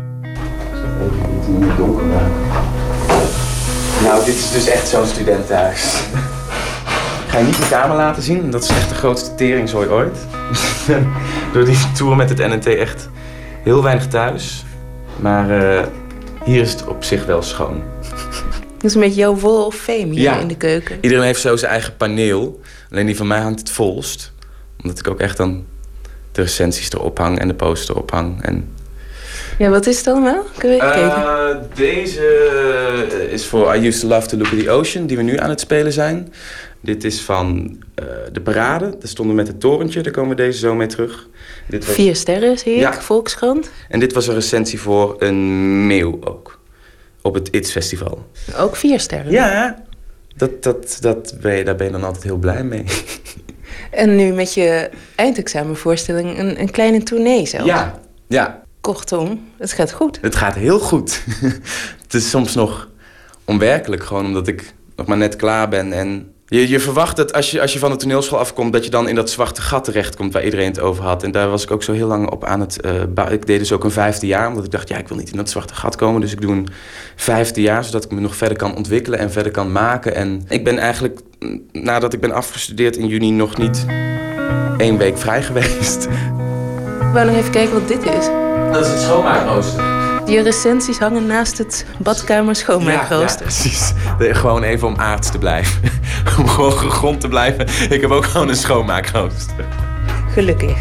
Nou, dit is dus echt zo'n studentenhuis. Ik ga je niet de kamer laten zien. Dat is echt de grootste teringzooi ooit. Door die tour met het NNT echt heel weinig thuis. Maar hier is het op zich wel schoon. Dat is een beetje jouw wall of fame hier in de keuken. Iedereen heeft zo zijn eigen paneel. Alleen die van mij hangt het volst. Omdat ik ook echt dan de recensies erop hang en de poster erop hang. En... Ja, wat is het allemaal? Kunnen we even kijken? Deze is voor I Used to Love to Look at the Ocean, die we nu aan het spelen zijn. Dit is van De Parade. Daar stonden we met het torentje, daar komen we deze zo mee terug. Dit was... 4 sterren, zie ik, Volkskrant. En dit was een recensie voor een meeuw ook. Op het ITS Festival. Ook 4 sterren? Ja, daar ben je dan altijd heel blij mee. En nu met je eindexamenvoorstelling een kleine tournee zelf. Ja. Kortom, het gaat goed. Het gaat heel goed. Het is soms nog onwerkelijk, gewoon omdat ik nog maar net klaar ben. En je verwacht dat als je van de toneelschool afkomt, dat je dan in dat zwarte gat terechtkomt waar iedereen het over had. En daar was ik ook zo heel lang op aan het ik deed dus ook een 5e jaar, omdat ik dacht, ik wil niet in dat zwarte gat komen. Dus ik doe een 5e jaar, zodat ik me nog verder kan ontwikkelen en verder kan maken. En ik ben eigenlijk, nadat ik ben afgestudeerd in juni, nog niet 1 week vrij geweest. Ik wou nog even kijken wat dit is. Dat is het schoonmaakrooster. Je recensies hangen naast het badkamer schoonmaakrooster. Ja, precies. Gewoon even om aards te blijven. Om gewoon gegrond te blijven. Ik heb ook gewoon een schoonmaakrooster. Gelukkig.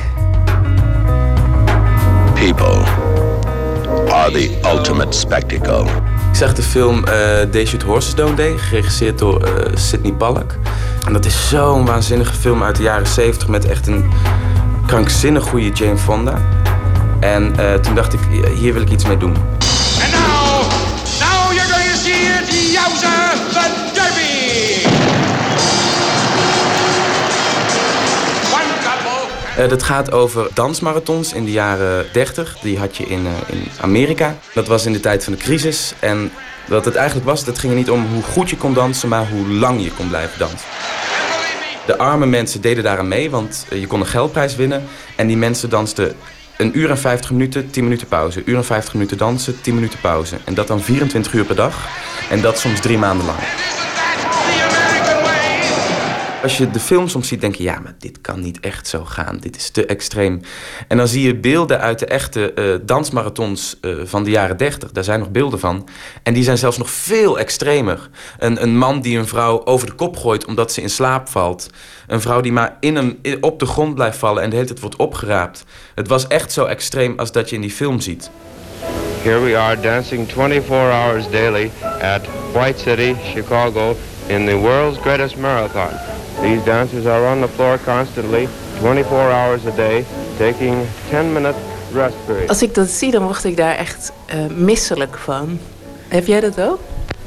People are the ultimate spectacle. Ik zag de film They Shoot Horses, Don't They, geregisseerd door Sidney Pollack. En dat is zo'n waanzinnige film uit de jaren 70 met echt een krankzinnig goede Jane Fonda. En toen dacht ik, hier wil ik iets mee doen. And now you're going to see it, Yowza, the Derby! One couple. Dat gaat over dansmarathons in de jaren 30. Die had je in Amerika. Dat was in de tijd van de crisis. En wat het eigenlijk was, dat ging er niet om hoe goed je kon dansen, maar hoe lang je kon blijven dansen. De arme mensen deden daaraan mee, want je kon een geldprijs winnen. En die mensen dansten 1 uur en 50 minuten, 10 minuten pauze. 1 uur en 50 minuten dansen, 10 minuten pauze. En dat dan 24 uur per dag. En dat soms 3 maanden lang. Als je de film soms ziet, denk je, maar dit kan niet echt zo gaan. Dit is te extreem. En dan zie je beelden uit de echte dansmarathons van de jaren 30. Daar zijn nog beelden van. En die zijn zelfs nog veel extremer. Een man die een vrouw over de kop gooit omdat ze in slaap valt. Een vrouw die maar op de grond blijft vallen en de hele tijd wordt opgeraapt. Het was echt zo extreem als dat je in die film ziet. Here we are dancing 24 hours daily at White City, Chicago, in the world's greatest marathon. These dancers are on the floor constantly, 24 hours a day, taking 10-minute rest periods. Als ik dat zie, dan word ik daar echt misselijk van. Heb jij dat ook?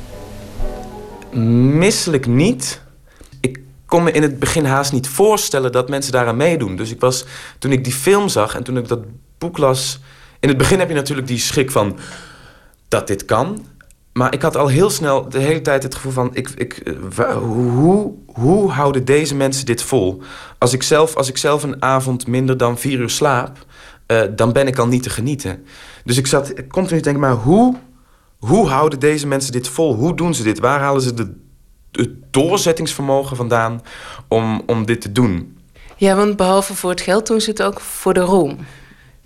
Misselijk niet. Ik kon me in het begin haast niet voorstellen dat mensen daaraan meedoen. Dus toen ik die film zag en toen ik dat boek las... In het begin heb je natuurlijk die schrik van dat dit kan. Maar ik had al heel snel de hele tijd het gevoel van... Hoe houden deze mensen dit vol? Als ik zelf een avond minder dan 4 uur slaap... dan ben ik al niet te genieten. Dus ik zat continu te denken... maar hoe houden deze mensen dit vol? Hoe doen ze dit? Waar halen ze het doorzettingsvermogen vandaan om dit te doen? Ja, want behalve voor het geld doen ze het ook voor de roem.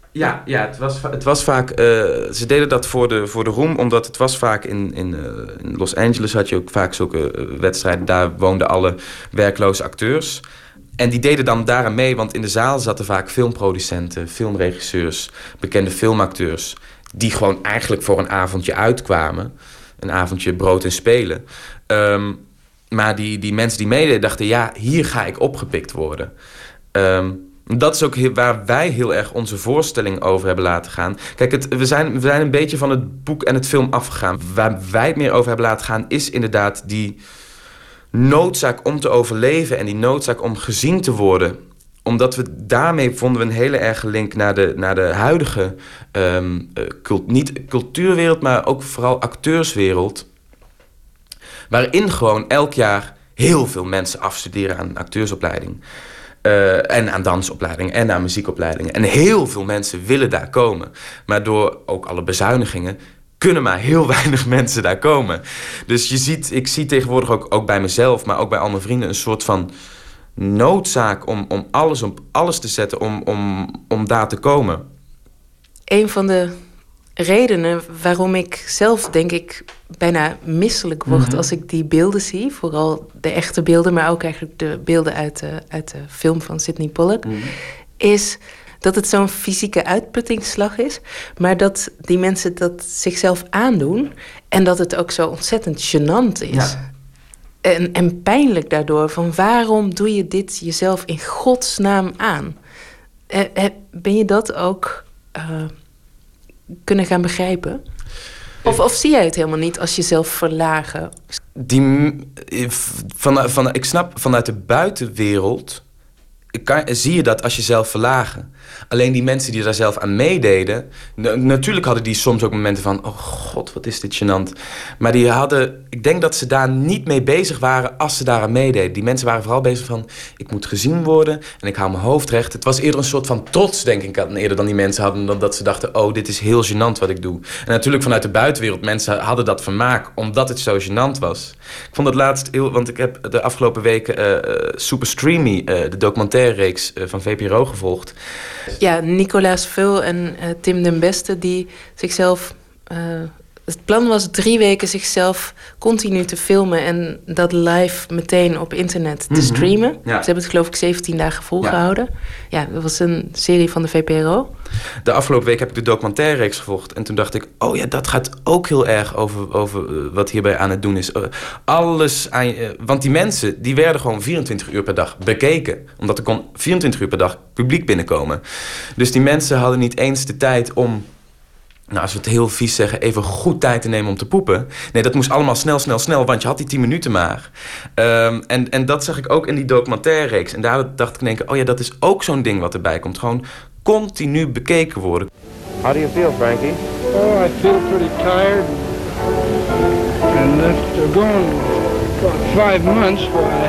Ja, het was vaak... ze deden dat voor de roem, omdat het was vaak in Los Angeles had je ook vaak zulke wedstrijden. Daar woonden alle werkloze acteurs. En die deden dan daaraan mee, want in de zaal zaten vaak filmproducenten, filmregisseurs, bekende filmacteurs, die gewoon eigenlijk voor een avondje uitkwamen. Een avondje brood en spelen. Maar die mensen die meededen dachten, ja, hier ga ik opgepikt worden. Dat is ook waar wij heel erg onze voorstelling over hebben laten gaan. Kijk, we zijn een beetje van het boek en het film afgegaan. Waar wij het meer over hebben laten gaan is inderdaad die noodzaak om te overleven en die noodzaak om gezien te worden. Omdat we daarmee vonden we een hele erge link naar de huidige, niet cultuurwereld, maar ook vooral acteurswereld. Waarin gewoon elk jaar heel veel mensen afstuderen aan een acteursopleiding. En aan dansopleidingen en aan muziekopleidingen. En heel veel mensen willen daar komen. Maar door ook alle bezuinigingen kunnen maar heel weinig mensen daar komen. Dus ik zie tegenwoordig ook bij mezelf, maar ook bij al mijn vrienden, een soort van noodzaak om alles op alles te zetten om daar te komen. Een van de redenen waarom ik zelf, denk ik, bijna misselijk word als ik die beelden zie, vooral de echte beelden, maar ook eigenlijk de beelden uit de film van Sydney Pollack, is dat het zo'n fysieke uitputtingsslag is, maar dat die mensen dat zichzelf aandoen en dat het ook zo ontzettend gênant is. Ja. En pijnlijk daardoor, van waarom doe je dit jezelf in godsnaam aan? Ben je dat ook kunnen gaan begrijpen? Of zie jij het helemaal niet als jezelf verlagen? Ik snap, vanuit de buitenwereld zie je dat als je zelf verlagen. Alleen die mensen die daar zelf aan meededen, natuurlijk hadden die soms ook momenten van, oh god, wat is dit gênant. Maar ik denk dat ze daar niet mee bezig waren als ze daaraan meededen. Die mensen waren vooral bezig van, ik moet gezien worden en ik hou mijn hoofd recht. Het was eerder een soort van trots, denk ik, eerder dan die mensen hadden, dan dat ze dachten, oh, dit is heel gênant wat ik doe. En natuurlijk vanuit de buitenwereld, mensen hadden dat vermaak omdat het zo gênant was. Ik vond het laatst heel, want ik heb de afgelopen weken Super Streamy, de documentaire-reeks van VPRO gevolgd. Ja, Nicolaas Vul en Tim den Beste, die zichzelf... het plan was 3 weken zichzelf continu te filmen en dat live meteen op internet te streamen. Ja. Ze hebben het geloof ik 17 dagen volgehouden. Ja, dat was een serie van de VPRO. De afgelopen week heb ik de documentaire-reeks gevolgd en toen dacht ik, oh ja, dat gaat ook heel erg over wat hierbij aan het doen is. Want die mensen, die werden gewoon 24 uur per dag bekeken. Omdat er kon 24 uur per dag publiek binnenkomen. Dus die mensen hadden niet eens de tijd om, nou, als we het heel vies zeggen, even goed tijd te nemen om te poepen. Nee, dat moest allemaal snel, want je had die 10 minuten maar. En dat zag ik ook in die documentaire-reeks. En daar dacht ik in één keer, oh ja, dat is ook zo'n ding wat erbij komt. Gewoon continu bekeken worden. How do you feel, Frankie? Oh, I feel pretty tired. And after going about 5 months,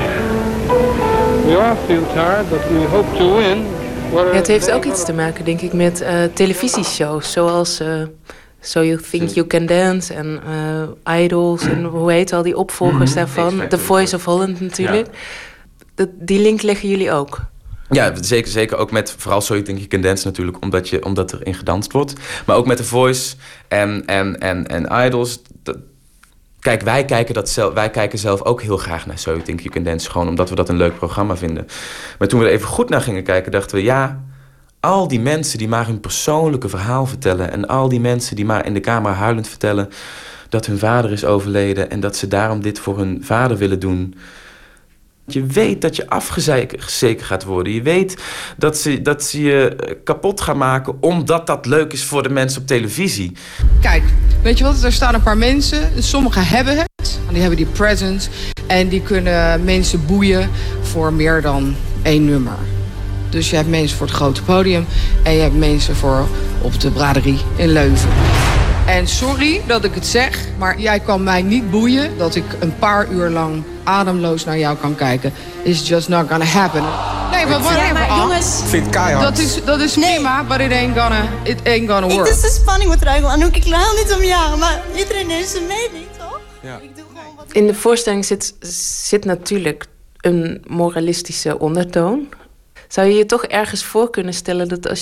we all feel tired, but we hope to win. Ja, het heeft ook iets te maken, denk ik, met televisieshows. Zoals So You Think You Can Dance en Idols en hoe heet al die opvolgers daarvan. The Voice of Holland natuurlijk. Ja. Die link leggen jullie ook? Ja, zeker ook met vooral So You Think You Can Dance natuurlijk, omdat er in gedanst wordt. Maar ook met The Voice en Idols. Kijk, wij kijken zelf ook heel graag naar So You Think You Can Dance, gewoon omdat we dat een leuk programma vinden. Maar toen we er even goed naar gingen kijken, dachten we, ja, al die mensen die maar hun persoonlijke verhaal vertellen en al die mensen die maar in de camera huilend vertellen dat hun vader is overleden en dat ze daarom dit voor hun vader willen doen. Je weet dat je afgezekerd gaat worden. Je weet dat ze je kapot gaan maken omdat dat leuk is voor de mensen op televisie. Kijk, weet je wat? Er staan een paar mensen. Sommigen hebben het. Die hebben die presence. En die kunnen mensen boeien voor meer dan 1 nummer. Dus je hebt mensen voor het grote podium. En je hebt mensen voor op de braderie in Leuven. En sorry dat ik het zeg, maar jij kan mij niet boeien dat ik een paar uur lang ademloos naar jou kan kijken. It's just not gonna happen. Nee, maar whatever. Jongens, ik vind het keihard. Dat is prima, but it ain't gonna work. Het is de spanning wat eruit wil. Anouk, ik huil niet om jou, maar iedereen heeft zijn mening, toch? Ja. Ik doe gewoon wat... In de voorstelling zit natuurlijk een moralistische ondertoon. Zou je je toch ergens voor kunnen stellen dat als je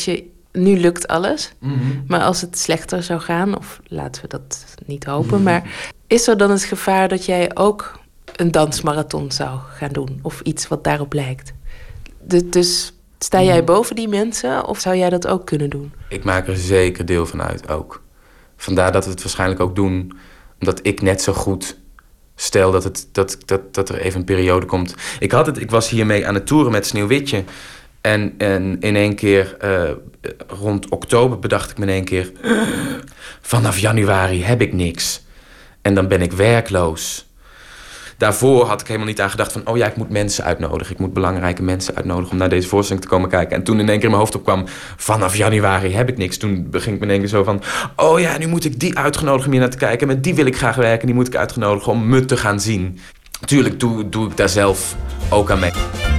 nu lukt alles. Mhm. Maar als het slechter zou gaan, of laten we dat niet hopen, maar is er dan het gevaar dat jij ook een dansmarathon zou gaan doen? Of iets wat daarop lijkt? Dus sta jij boven die mensen of zou jij dat ook kunnen doen? Ik maak er zeker deel van uit ook. Vandaar dat we het waarschijnlijk ook doen, omdat ik net zo goed stel dat er even een periode komt. Ik was hiermee aan het toeren met Sneeuwwitje. En in één keer, rond oktober bedacht ik me in één keer, vanaf januari heb ik niks. En dan ben ik werkloos. Daarvoor had ik helemaal niet aan gedacht van, oh ja, ik moet mensen uitnodigen. Ik moet belangrijke mensen uitnodigen om naar deze voorstelling te komen kijken. En toen in één keer in mijn hoofd opkwam, vanaf januari heb ik niks. Toen ging ik me in één keer zo van, oh ja, nu moet ik die uitgenodigd om hier naar te kijken. Met die wil ik graag werken, die moet ik uitgenodigen om me te gaan zien. Tuurlijk doe ik daar zelf ook aan mee.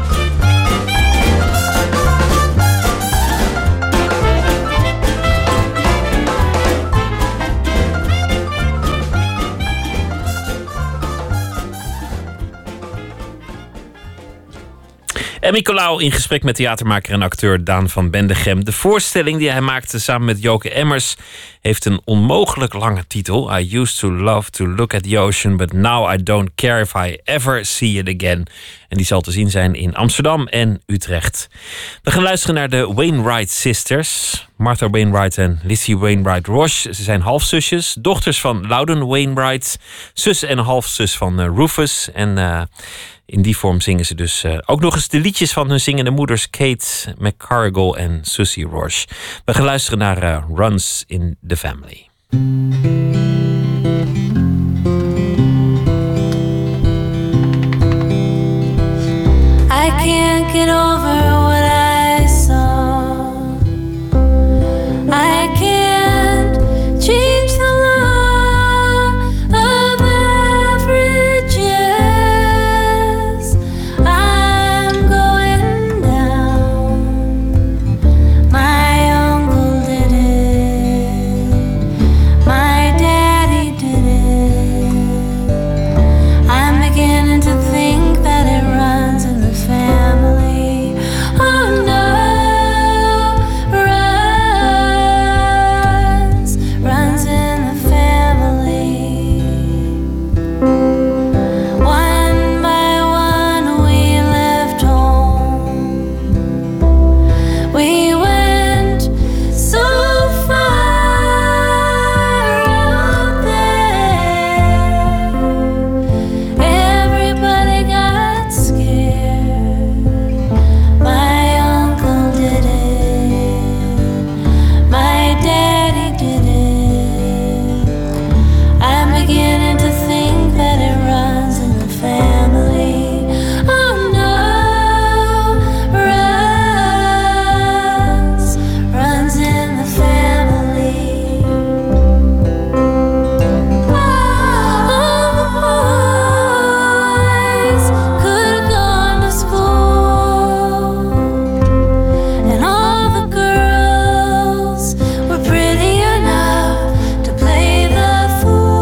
En Nicolaou in gesprek met theatermaker en acteur Daan van Bendegem. De voorstelling die hij maakte samen met Joke Emmers heeft een onmogelijk lange titel. I used to love to look at the ocean, but now I don't care if I ever see it again. En die zal te zien zijn in Amsterdam en Utrecht. We gaan luisteren naar de Wainwright Sisters. Martha Wainwright en Lizzie Wainwright Roche. Ze zijn halfzusjes, dochters van Loudon Wainwright, zus en halfzus van Rufus. En in die vorm zingen ze dus ook nog eens de liedjes van hun zingende moeders Kate McCarrigal en Susie Roche. We gaan luisteren naar Runs in the Family. I can't get over what I saw. I can't change the law of averages. I'm going down. My uncle did it. My daddy did it. I'm beginning to think that it runs in the family. Oh no, runs in the family. One by one we left home. We went so far out there. Everybody got scared. My uncle did it. My daddy did it. I'm beginning to think that it runs in the family. Oh no, runs in the family. All the boys could have gone to school, and all the girls were pretty enough to play the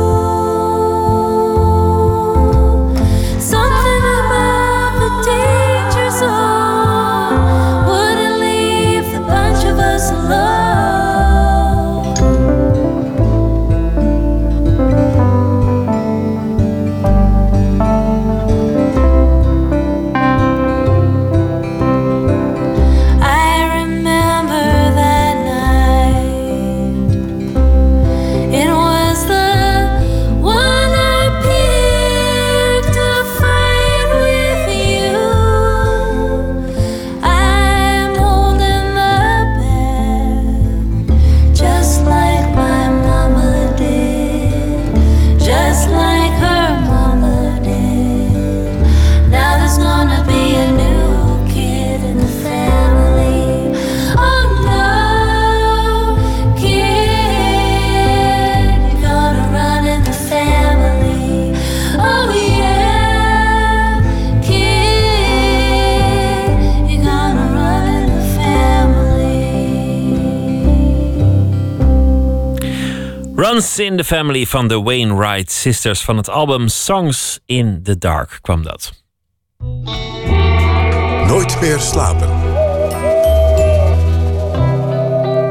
fool. Something about the danger zone wouldn't leave the bunch of us alone. I remember that night. It was the one I picked to fight with you. I'm holding the bed, just like my mama did, just like her mama did. Now there's gonna be a new kid in the family. Oh no, kid, you're gonna run in the family. Oh yeah, kid, you're gonna run in the family. Runs in the Family van de Wainwright Sisters. Van het album Songs in the Dark kwam dat. Nooit meer slapen.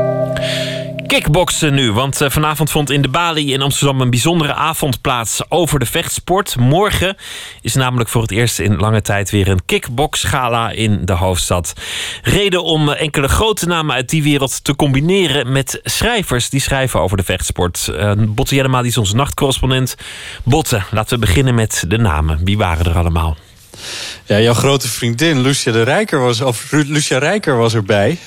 Kickboksen nu, want vanavond vond in de Bali in Amsterdam een bijzondere avond plaats over de vechtsport. Morgen is namelijk voor het eerst in lange tijd weer een kickboxgala in de hoofdstad. Reden om enkele grote namen uit die wereld te combineren met schrijvers die schrijven over de vechtsport. Botte Jellema is onze nachtcorrespondent. Botte, laten we beginnen met de namen. Wie waren er allemaal? Ja, jouw grote vriendin Lucia Rijker was erbij.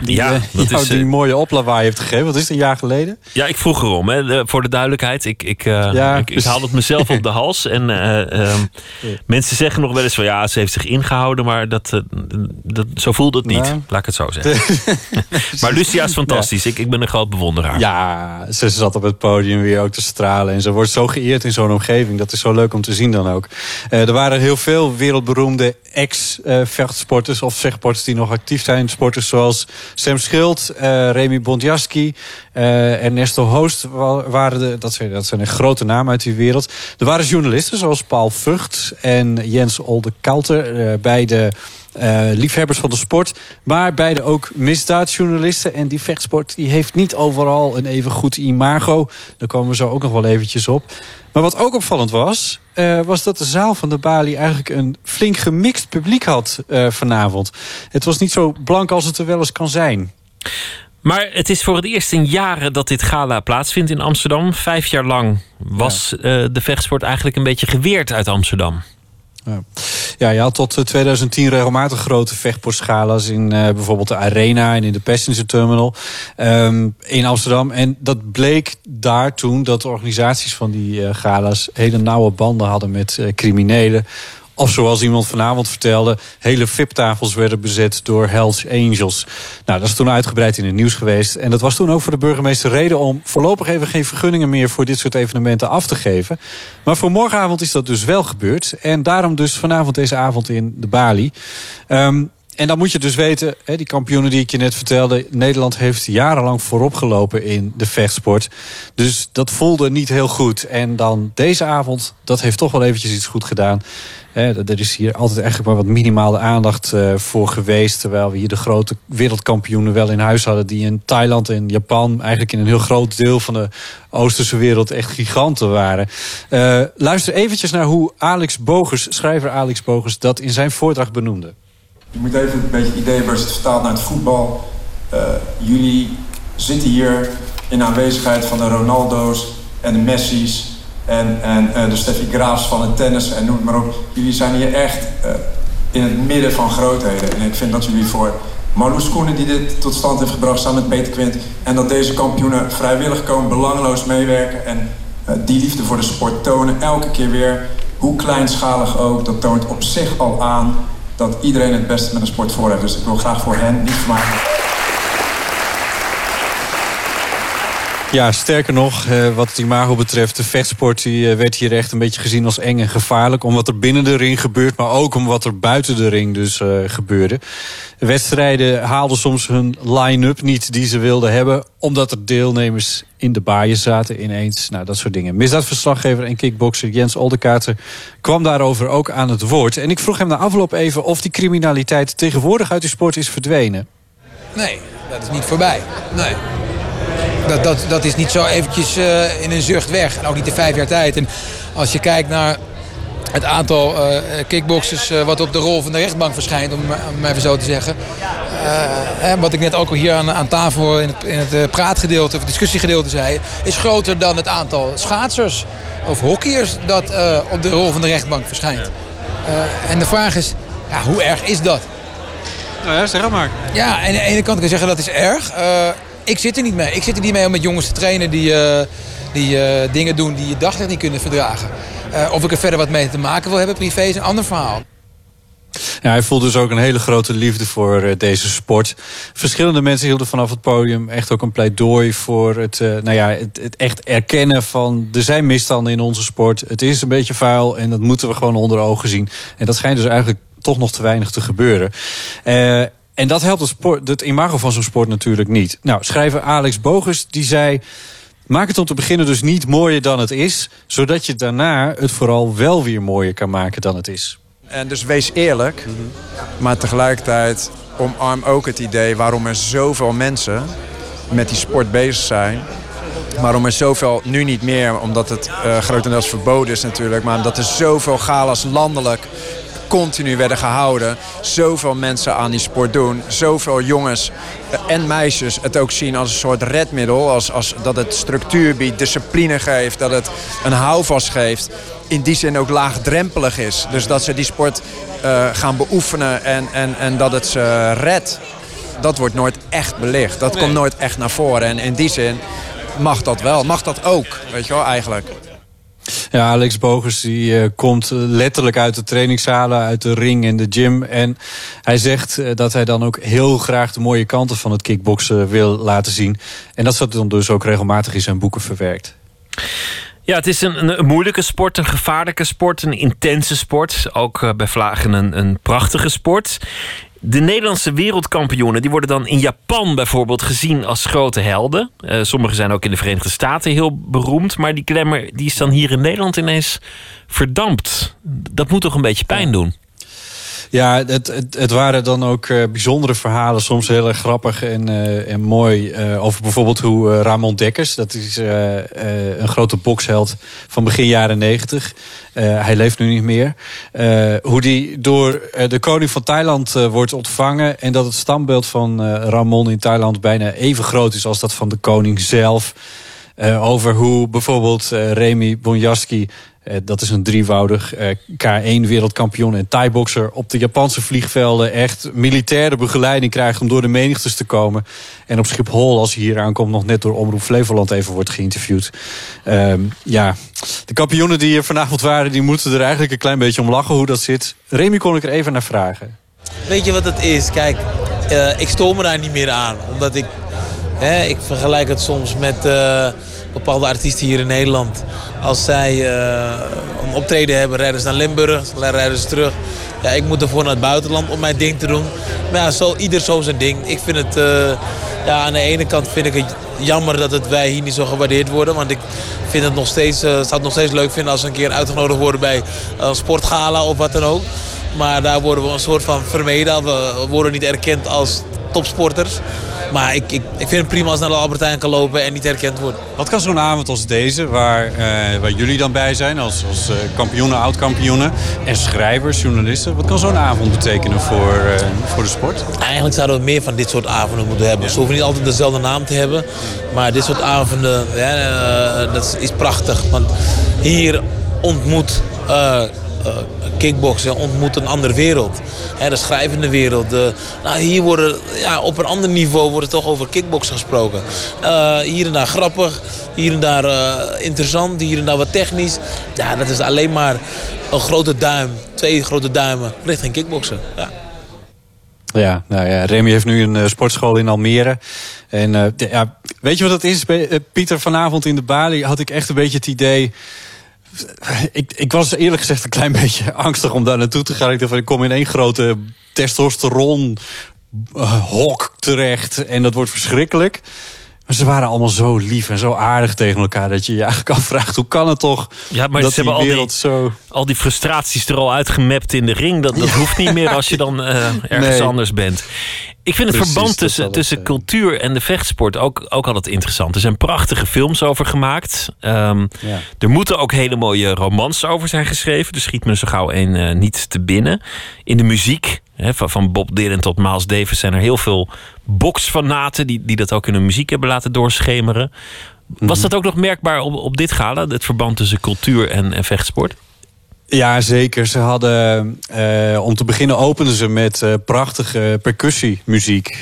Die mooie oplawaai heeft gegeven. Wat is het, een jaar geleden? Ja, ik vroeg erom. Voor de duidelijkheid. Ik haalde het mezelf op de hals. En mensen zeggen nog wel eens van ja, ze heeft zich ingehouden. Maar zo voelde het niet. Nou. Laat ik het zo zeggen. Maar Lucia is fantastisch. Ja. Ik ben een groot bewonderaar. Ja, ze zat op het podium weer ook te stralen. En ze wordt zo geëerd in zo'n omgeving. Dat is zo leuk om te zien dan ook. Er waren heel veel wereldberoemde ex-vechtsporters of vechtsporters die nog actief zijn. Sporters zoals Sam Schild, Remy Bondiaski, Ernesto Hoost dat zijn echt grote namen uit die wereld. Er waren journalisten zoals Paul Vught en Jens Olde-Kalter, beide liefhebbers van de sport, maar beide ook misdaadjournalisten. En die vechtsport die heeft niet overal een even goed imago. Daar komen we zo ook nog wel eventjes op. Maar wat ook opvallend was dat de zaal van de Bali eigenlijk een flink gemixt publiek had vanavond. Het was niet zo blank als het er wel eens kan zijn. Maar het is voor het eerst in jaren dat dit gala plaatsvindt in Amsterdam. 5 jaar lang was de vechtsport eigenlijk een beetje geweerd uit Amsterdam. Ja, je had tot 2010 regelmatig grote vechtsportschala's in bijvoorbeeld de Arena en in de Passenger Terminal in Amsterdam. En dat bleek daar toen dat de organisaties van die gala's hele nauwe banden hadden met criminelen. Of zoals iemand vanavond vertelde, hele VIP-tafels werden bezet door Hells Angels. Nou, dat is toen uitgebreid in het nieuws geweest. En dat was toen ook voor de burgemeester reden om voorlopig even geen vergunningen meer voor dit soort evenementen af te geven. Maar voor morgenavond is dat dus wel gebeurd. En daarom dus vanavond deze avond in de Bali. En dan moet je dus weten, die kampioenen die ik je net vertelde, Nederland heeft jarenlang voorop gelopen in de vechtsport. Dus dat voelde niet heel goed. En dan deze avond, dat heeft toch wel eventjes iets goed gedaan. Er is hier altijd eigenlijk maar wat minimale aandacht voor geweest. Terwijl we hier de grote wereldkampioenen wel in huis hadden, die in Thailand en Japan eigenlijk in een heel groot deel van de Oosterse wereld echt giganten waren. Luister eventjes naar hoe schrijver Alex Bogers, dat in zijn voordracht benoemde. Je moet even een beetje het idee hebben als je het vertaalt naar het voetbal. Jullie zitten hier in aanwezigheid van de Ronaldo's en de Messi's en de Steffi Graafs van het tennis en noem het maar op. Jullie zijn hier echt in het midden van grootheden. En ik vind dat jullie voor Marloes Koenen, die dit tot stand heeft gebracht samen met Peter Quint, en dat deze kampioenen vrijwillig komen, belangeloos meewerken en die liefde voor de sport tonen, elke keer weer, hoe kleinschalig ook, dat toont op zich al aan dat iedereen het beste met de sport voor heeft. Dus ik wil graag voor hen, niet voor mij. Ja, sterker nog, wat het imago betreft, de vechtsport die werd hier echt een beetje gezien als eng en gevaarlijk. Om wat er binnen de ring gebeurt, maar ook om wat er buiten de ring dus gebeurde. Wedstrijden haalden soms hun line-up niet die ze wilden hebben, omdat er deelnemers in de baaien zaten ineens. Nou, dat soort dingen. Misdaadverslaggever en kickbokser Jens Olde-Kalter kwam daarover ook aan het woord. En ik vroeg hem na afloop even of die criminaliteit tegenwoordig uit de sport is verdwenen. Nee, dat is niet voorbij. Nee. Dat is niet zo eventjes in een zucht weg. En ook niet in 5 jaar tijd. En als je kijkt naar het aantal kickboxers wat op de rol van de rechtbank verschijnt, om even zo te zeggen. Wat ik net ook al hier aan tafel in het praatgedeelte of het discussiegedeelte zei, is groter dan het aantal schaatsers of hockeyers dat op de rol van de rechtbank verschijnt. En de vraag is, ja, hoe erg is dat? Nou ja, zeg het maar. Ja, aan de ene kant kan je zeggen dat is erg. Ik zit er niet mee. Ik zit er niet mee om met jongens te trainen die dingen doen die je daglicht niet kunnen verdragen. Of ik er verder wat mee te maken wil hebben, privé, is een ander verhaal. Ja, hij voelde dus ook een hele grote liefde voor deze sport. Verschillende mensen hielden vanaf het podium echt ook een pleidooi voor het echt erkennen van er zijn misstanden in onze sport. Het is een beetje vuil en dat moeten we gewoon onder ogen zien. En dat schijnt dus eigenlijk toch nog te weinig te gebeuren. En dat helpt het imago van zo'n sport natuurlijk niet. Nou, schrijver Alex Bogers die zei, maak het om te beginnen dus niet mooier dan het is, zodat je daarna het vooral wel weer mooier kan maken dan het is. En dus wees eerlijk, maar tegelijkertijd omarm ook het idee waarom er zoveel mensen met die sport bezig zijn. Maar om er zoveel, nu niet meer, omdat het grotendeels verboden is natuurlijk... maar omdat er zoveel galas landelijk continu werden gehouden... zoveel mensen aan die sport doen, zoveel jongens en meisjes het ook zien als een soort redmiddel... als dat het structuur biedt, discipline geeft, dat het een houvast geeft... in die zin ook laagdrempelig is. Dus dat ze die sport gaan beoefenen en dat het ze redt. Dat wordt nooit echt belicht. Dat komt nooit echt naar voren. En in die zin mag dat wel. Mag dat ook, weet je wel, eigenlijk. Ja, Alex Bogers die komt letterlijk uit de trainingszalen, uit de ring en de gym. En hij zegt dat hij dan ook heel graag de mooie kanten van het kickboksen wil laten zien. En dat zat dan dus ook regelmatig in zijn boeken verwerkt. Ja, het is een moeilijke sport, een gevaarlijke sport, een intense sport. Ook bij vlagen een prachtige sport. De Nederlandse wereldkampioenen die worden dan in Japan bijvoorbeeld gezien als grote helden. Sommigen zijn ook in de Verenigde Staten heel beroemd. Maar die klemmer die is dan hier in Nederland ineens verdampt. Dat moet toch een beetje pijn doen? Ja, het waren dan ook bijzondere verhalen, soms heel erg grappig en mooi. Over bijvoorbeeld hoe Ramon Dekkers, dat is een grote boksheld van begin jaren 90. Hij leeft nu niet meer. Hoe die door de koning van Thailand wordt ontvangen. En dat het standbeeld van Ramon in Thailand bijna even groot is als dat van de koning zelf. Over hoe bijvoorbeeld Remy Bonjasky, dat is een drievoudig K1-wereldkampioen en Thai-bokser, op de Japanse vliegvelden echt militaire begeleiding krijgt om door de menigtes te komen. En op Schiphol, als hij hier aankomt, nog net door Omroep Flevoland even wordt geïnterviewd. De kampioenen die hier vanavond waren, die moeten er eigenlijk een klein beetje om lachen hoe dat zit. Remy kon ik er even naar vragen. Weet je wat het is? Kijk, ik stoor me daar niet meer aan. Omdat ik vergelijk het soms met bepaalde artiesten hier in Nederland. Als zij een optreden hebben, rijden ze naar Limburg, dan rijden ze terug. Ja, ik moet ervoor naar het buitenland om mijn ding te doen. Maar ja, ieder zo zijn ding. Ik vind het, aan de ene kant vind ik het jammer dat wij hier niet zo gewaardeerd worden. Want ik vind het nog steeds, zou het nog steeds leuk vinden als we een keer uitgenodigd worden bij een sportgala of wat dan ook. Maar daar worden we een soort van vermeden. We worden niet erkend als topsporters. Maar ik vind het prima als naar de Albert Heijn kan lopen en niet herkend wordt. Wat kan zo'n avond als deze, waar jullie dan bij zijn als kampioenen, oud-kampioenen en schrijvers, journalisten, wat kan zo'n avond betekenen voor de sport? Eigenlijk zouden we meer van dit soort avonden moeten hebben. Ze hoeven niet altijd dezelfde naam te hebben. Maar dit soort avonden, dat is prachtig. Want hier ontmoet kickboksen ontmoet een andere wereld. De schrijvende wereld. Hier worden, op een ander niveau wordt toch over kickboksen gesproken. Hier en daar grappig, hier en daar interessant, hier en daar wat technisch. Ja, dat is alleen maar een grote duim, 2 grote duimen richting kickboksen. Ja. Ja, Remy heeft nu een sportschool in Almere. En weet je wat het is, Pieter? Vanavond in de balie had ik echt een beetje het idee. Ik was eerlijk gezegd een klein beetje angstig om daar naartoe te gaan. Ik dacht van, ik kom in één grote testosteron hok terecht en dat wordt verschrikkelijk. Maar ze waren allemaal zo lief en zo aardig tegen elkaar dat je je eigenlijk afvraagt, hoe kan het toch? Ja, maar dat ze hebben al die frustraties er al uitgemapt in de ring. Dat hoeft niet meer als je dan ergens anders bent. Ik vind het verband tussen cultuur en de vechtsport ook altijd interessant. Er zijn prachtige films over gemaakt. Er moeten ook hele mooie romans over zijn geschreven. Er schiet me zo gauw één niet te binnen. In de muziek, van Bob Dylan tot Miles Davis, zijn er heel veel boksfanaten die dat ook in hun muziek hebben laten doorschemeren. Was dat ook nog merkbaar op dit gala, het verband tussen cultuur en vechtsport? Ja, zeker. Ze hadden, om te beginnen openden ze met prachtige percussiemuziek.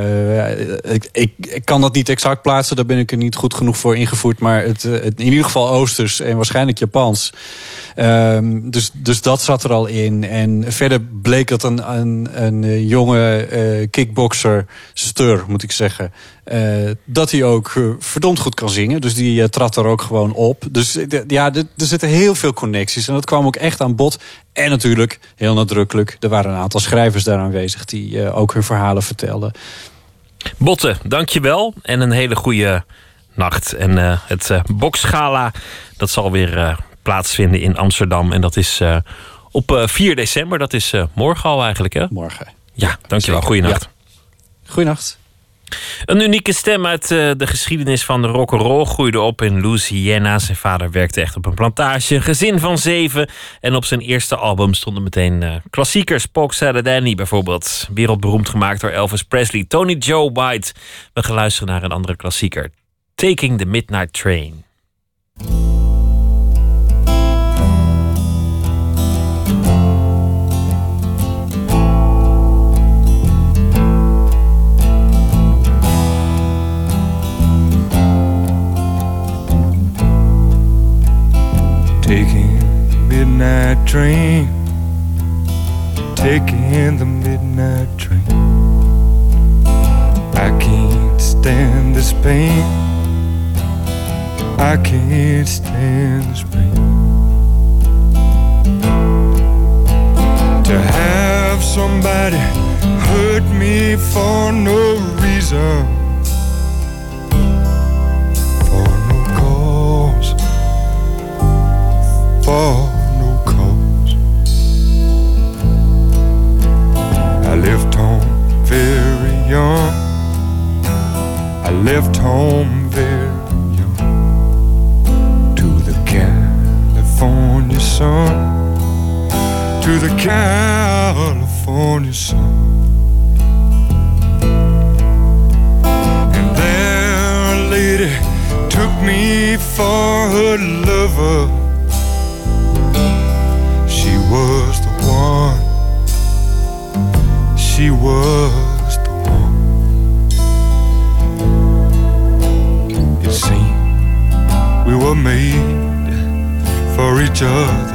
Ik kan dat niet exact plaatsen, daar ben ik er niet goed genoeg voor ingevoerd. Maar het in ieder geval Oosters en waarschijnlijk Japans. Dus dat zat er al in. En verder bleek dat een jonge kickbokser, Stur moet ik zeggen, dat hij ook verdomd goed kan zingen. Dus die trad er ook gewoon op. Dus er zitten heel veel connecties. En dat kwam ook echt aan bod. En natuurlijk, heel nadrukkelijk, er waren een aantal schrijvers daar aanwezig die ook hun verhalen vertelden. Botte, dankjewel. En een hele goede nacht. En het boksgala, dat zal weer plaatsvinden in Amsterdam. En dat is op 4 december. Dat is morgen al eigenlijk, hè? Morgen. Ja, dankjewel. Goeienacht. Ja. Goeienacht. Een unieke stem uit de geschiedenis van de rock'n'roll groeide op in Louisiana. Zijn vader werkte echt op een plantage, een gezin van 7. En op zijn eerste album stonden meteen klassiekers. Polk Salad Annie bijvoorbeeld. Wereldberoemd gemaakt door Elvis Presley. Tony Joe White. We gaan luisteren naar een andere klassieker. Taking the Midnight Train. Taking the midnight train, taking the midnight train. I can't stand this pain, I can't stand this pain. To have somebody hurt me for no reason, for no cause, for no cause. I left home very young, I left home very young, to the California sun, to the California sun. And there a lady took me for her lover. She was the one, she was the one. It seemed we were made for each other,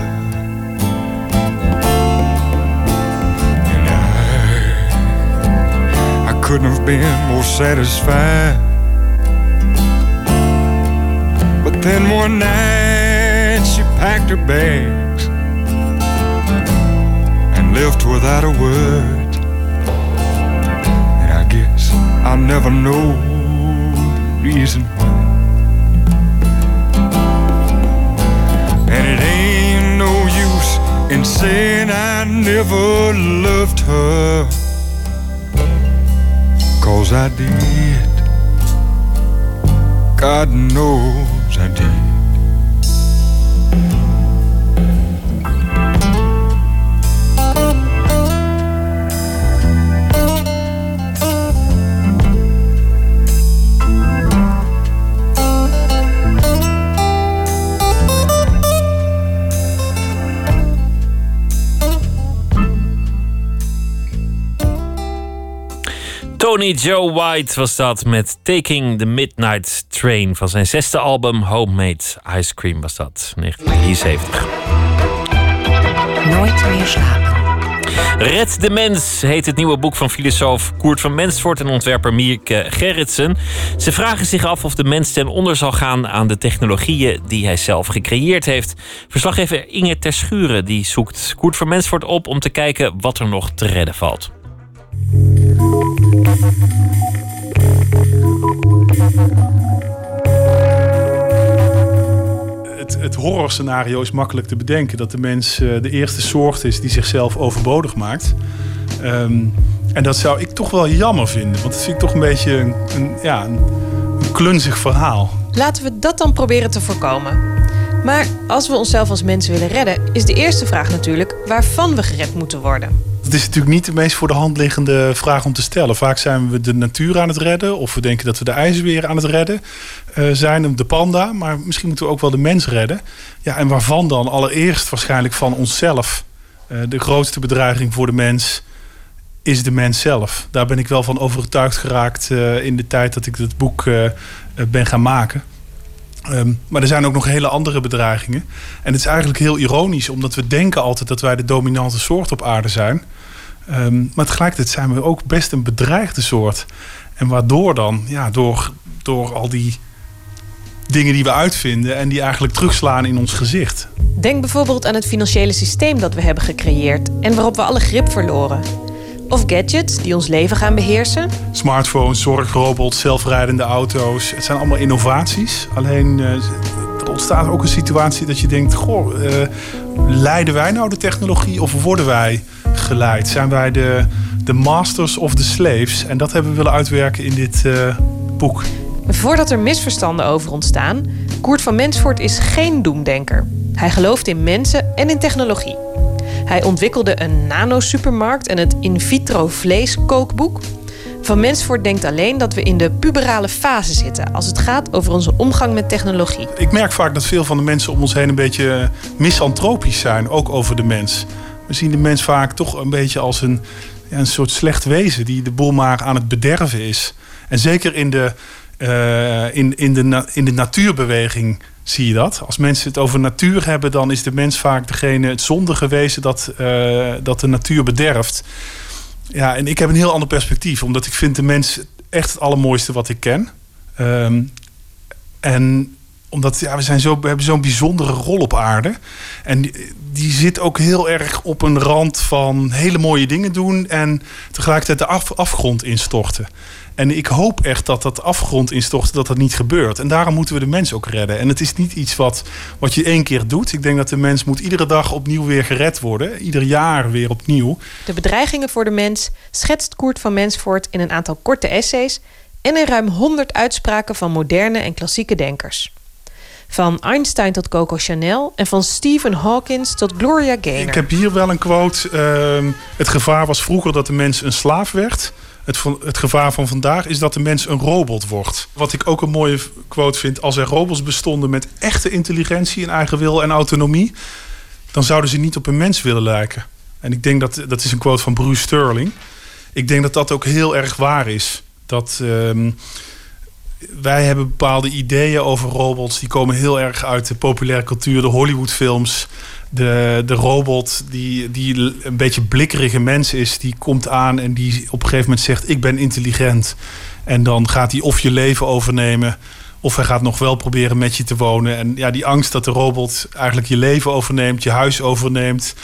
and I couldn't have been more satisfied. But then one night she packed her bags and left without a word, and I guess I'll never know the reason why. And it ain't no use in saying I never loved her, 'cause I did, God knows I did. Tony Joe White was dat met Taking the Midnight Train. Van zijn 6e album Homemade Ice Cream was dat, 1973. Nooit meer slapen. Red de Mens heet het nieuwe boek van filosoof Koert van Mensvoort en ontwerper Mieke Gerritsen. Ze vragen zich af of de mens ten onder zal gaan aan de technologieën die hij zelf gecreëerd heeft. Verslaggever Inge Terschuren die zoekt Koert van Mensvoort op om te kijken wat er nog te redden valt. Het horrorscenario is makkelijk te bedenken. Dat de mens de eerste soort is die zichzelf overbodig maakt. En dat zou ik toch wel jammer vinden. Want dat vind ik toch een beetje een klunzig verhaal. Laten we dat dan proberen te voorkomen. Maar als we onszelf als mens willen redden, is de eerste vraag natuurlijk waarvan we gered moeten worden. Het is natuurlijk niet de meest voor de hand liggende vraag om te stellen. Vaak zijn we de natuur aan het redden. Of we denken dat we de ijsbeer aan het redden zijn. De panda. Maar misschien moeten we ook wel de mens redden. Ja, en waarvan dan? Allereerst waarschijnlijk van onszelf. De grootste bedreiging voor de mens is de mens zelf. Daar ben ik wel van overtuigd geraakt in de tijd dat ik het boek ben gaan maken. Maar er zijn ook nog hele andere bedreigingen. En het is eigenlijk heel ironisch, omdat we denken altijd dat wij de dominante soort op aarde zijn. Maar tegelijkertijd zijn we ook best een bedreigde soort. En waardoor dan? Ja, door al die dingen die we uitvinden en die eigenlijk terugslaan in ons gezicht. Denk bijvoorbeeld aan het financiële systeem dat we hebben gecreëerd en waarop we alle grip verloren. Of gadgets die ons leven gaan beheersen. Smartphones, zorgrobots, zelfrijdende auto's. Het zijn allemaal innovaties. Alleen er ontstaat ook een situatie dat je denkt... leiden wij nou de technologie of worden wij geleid? Zijn wij de The Masters of the Slaves. En dat hebben we willen uitwerken in dit boek. Voordat er misverstanden over ontstaan, Koert van Mensvoort is geen doemdenker. Hij gelooft in mensen en in technologie. Hij ontwikkelde een nanosupermarkt en het in vitro vleeskookboek. Van Mensvoort denkt alleen dat we in de puberale fase zitten als het gaat over onze omgang met technologie. Ik merk vaak dat veel van de mensen om ons heen een beetje misantropisch zijn, ook over de mens. We zien de mens vaak toch een beetje als een soort slecht wezen die de boel maar aan het bederven is. En zeker in de natuurbeweging zie je dat. Als mensen het over natuur hebben, dan is de mens vaak het zondige wezen dat de natuur bederft. Ja, en ik heb een heel ander perspectief, omdat ik vind de mens echt het allermooiste wat ik ken. En omdat we hebben zo'n bijzondere rol op aarde. En die zit ook heel erg op een rand van hele mooie dingen doen en tegelijkertijd de afgrond instorten. En ik hoop echt dat afgrond instorten, dat niet gebeurt. En daarom moeten we de mens ook redden. En het is niet iets wat je 1 keer doet. Ik denk dat de mens moet iedere dag opnieuw weer gered worden. Ieder jaar weer opnieuw. De bedreigingen voor de mens schetst Koert van Mensvoort in een aantal korte essays en in ruim 100 uitspraken van moderne en klassieke denkers. Van Einstein tot Coco Chanel en van Stephen Hawking tot Gloria Gaynor. Ik heb hier wel een quote. Het gevaar was vroeger dat de mens een slaaf werd. Het gevaar van vandaag is dat de mens een robot wordt. Wat ik ook een mooie quote vind. Als er robots bestonden met echte intelligentie en eigen wil en autonomie, dan zouden ze niet op een mens willen lijken. En ik denk dat is een quote van Bruce Sterling. Ik denk dat dat ook heel erg waar is. Dat wij hebben bepaalde ideeën over robots. Die komen heel erg uit de populaire cultuur, de Hollywoodfilms. De robot die een beetje blikkerige mens is, die komt aan en die op een gegeven moment zegt: ik ben intelligent. En dan gaat hij of je leven overnemen, of hij gaat nog wel proberen met je te wonen. En ja, die angst dat de robot eigenlijk je leven overneemt, je huis overneemt,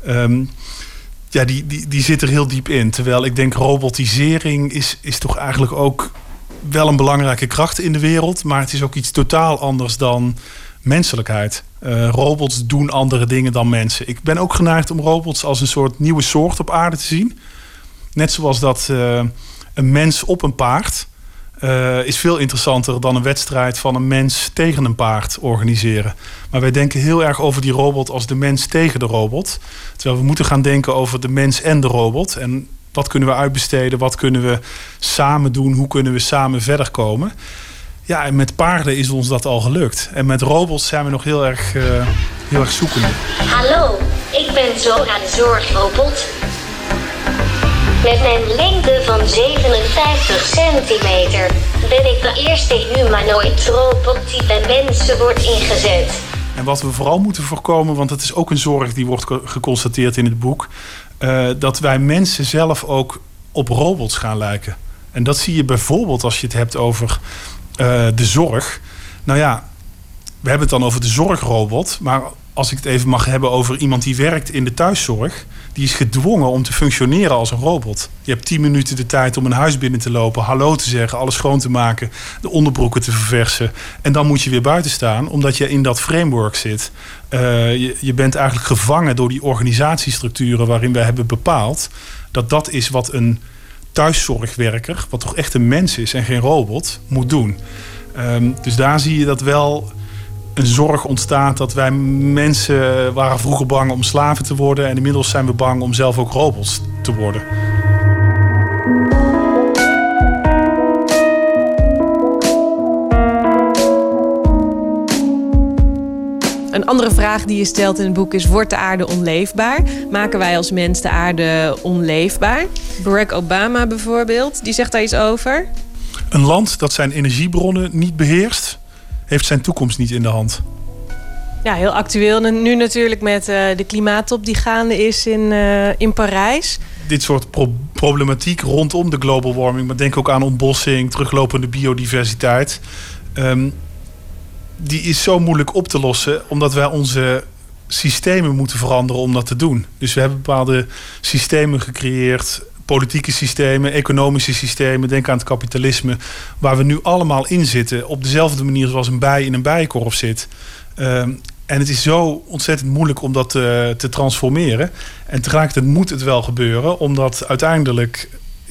die zit er heel diep in. Terwijl ik denk, robotisering is toch eigenlijk ook wel een belangrijke kracht in de wereld, maar het is ook iets totaal anders dan menselijkheid. Robots doen andere dingen dan mensen. Ik ben ook geneigd om robots als een soort nieuwe soort op aarde te zien. Net zoals dat een mens op een paard is veel interessanter dan een wedstrijd van een mens tegen een paard organiseren. Maar wij denken heel erg over die robot als de mens tegen de robot. Terwijl we moeten gaan denken over de mens en de robot. En wat kunnen we uitbesteden? Wat kunnen we samen doen? Hoe kunnen we samen verder komen? Ja, en met paarden is ons dat al gelukt. En met robots zijn we nog heel erg zoekende. Hallo, ik ben Zora de zorgrobot. Met mijn lengte van 57 centimeter ben ik de eerste humanoid robot die bij mensen wordt ingezet. En wat we vooral moeten voorkomen, want dat is ook een zorg die wordt geconstateerd in het boek, dat wij mensen zelf ook op robots gaan lijken. En dat zie je bijvoorbeeld als je het hebt over de zorg. Nou ja, we hebben het dan over de zorgrobot, maar als ik het even mag hebben over iemand die werkt in de thuiszorg, die is gedwongen om te functioneren als een robot. Je hebt 10 minuten de tijd om een huis binnen te lopen, hallo te zeggen, alles schoon te maken, de onderbroeken te verversen. En dan moet je weer buiten staan, omdat je in dat framework zit. Je bent eigenlijk gevangen door die organisatiestructuren waarin wij hebben bepaald dat is wat een thuiszorgwerker, wat toch echt een mens is en geen robot, moet doen. Dus daar zie je dat wel een zorg ontstaat dat wij mensen waren vroeger bang om slaven te worden en inmiddels zijn we bang om zelf ook robots te worden. Een andere vraag die je stelt in het boek is: wordt de aarde onleefbaar? Maken wij als mens de aarde onleefbaar? Barack Obama bijvoorbeeld, die zegt daar iets over. Een land dat zijn energiebronnen niet beheerst, heeft zijn toekomst niet in de hand. Ja, heel actueel. En nu natuurlijk met de klimaattop die gaande is in Parijs. Dit soort problematiek rondom de global warming, maar denk ook aan ontbossing, teruglopende biodiversiteit. Die is zo moeilijk op te lossen, omdat wij onze systemen moeten veranderen om dat te doen. Dus we hebben bepaalde systemen gecreëerd, politieke systemen, economische systemen, denk aan het kapitalisme, waar we nu allemaal in zitten, op dezelfde manier zoals een bij in een bijenkorf zit. En het is zo ontzettend moeilijk om dat te transformeren. En tegelijkertijd moet het wel gebeuren, omdat uiteindelijk...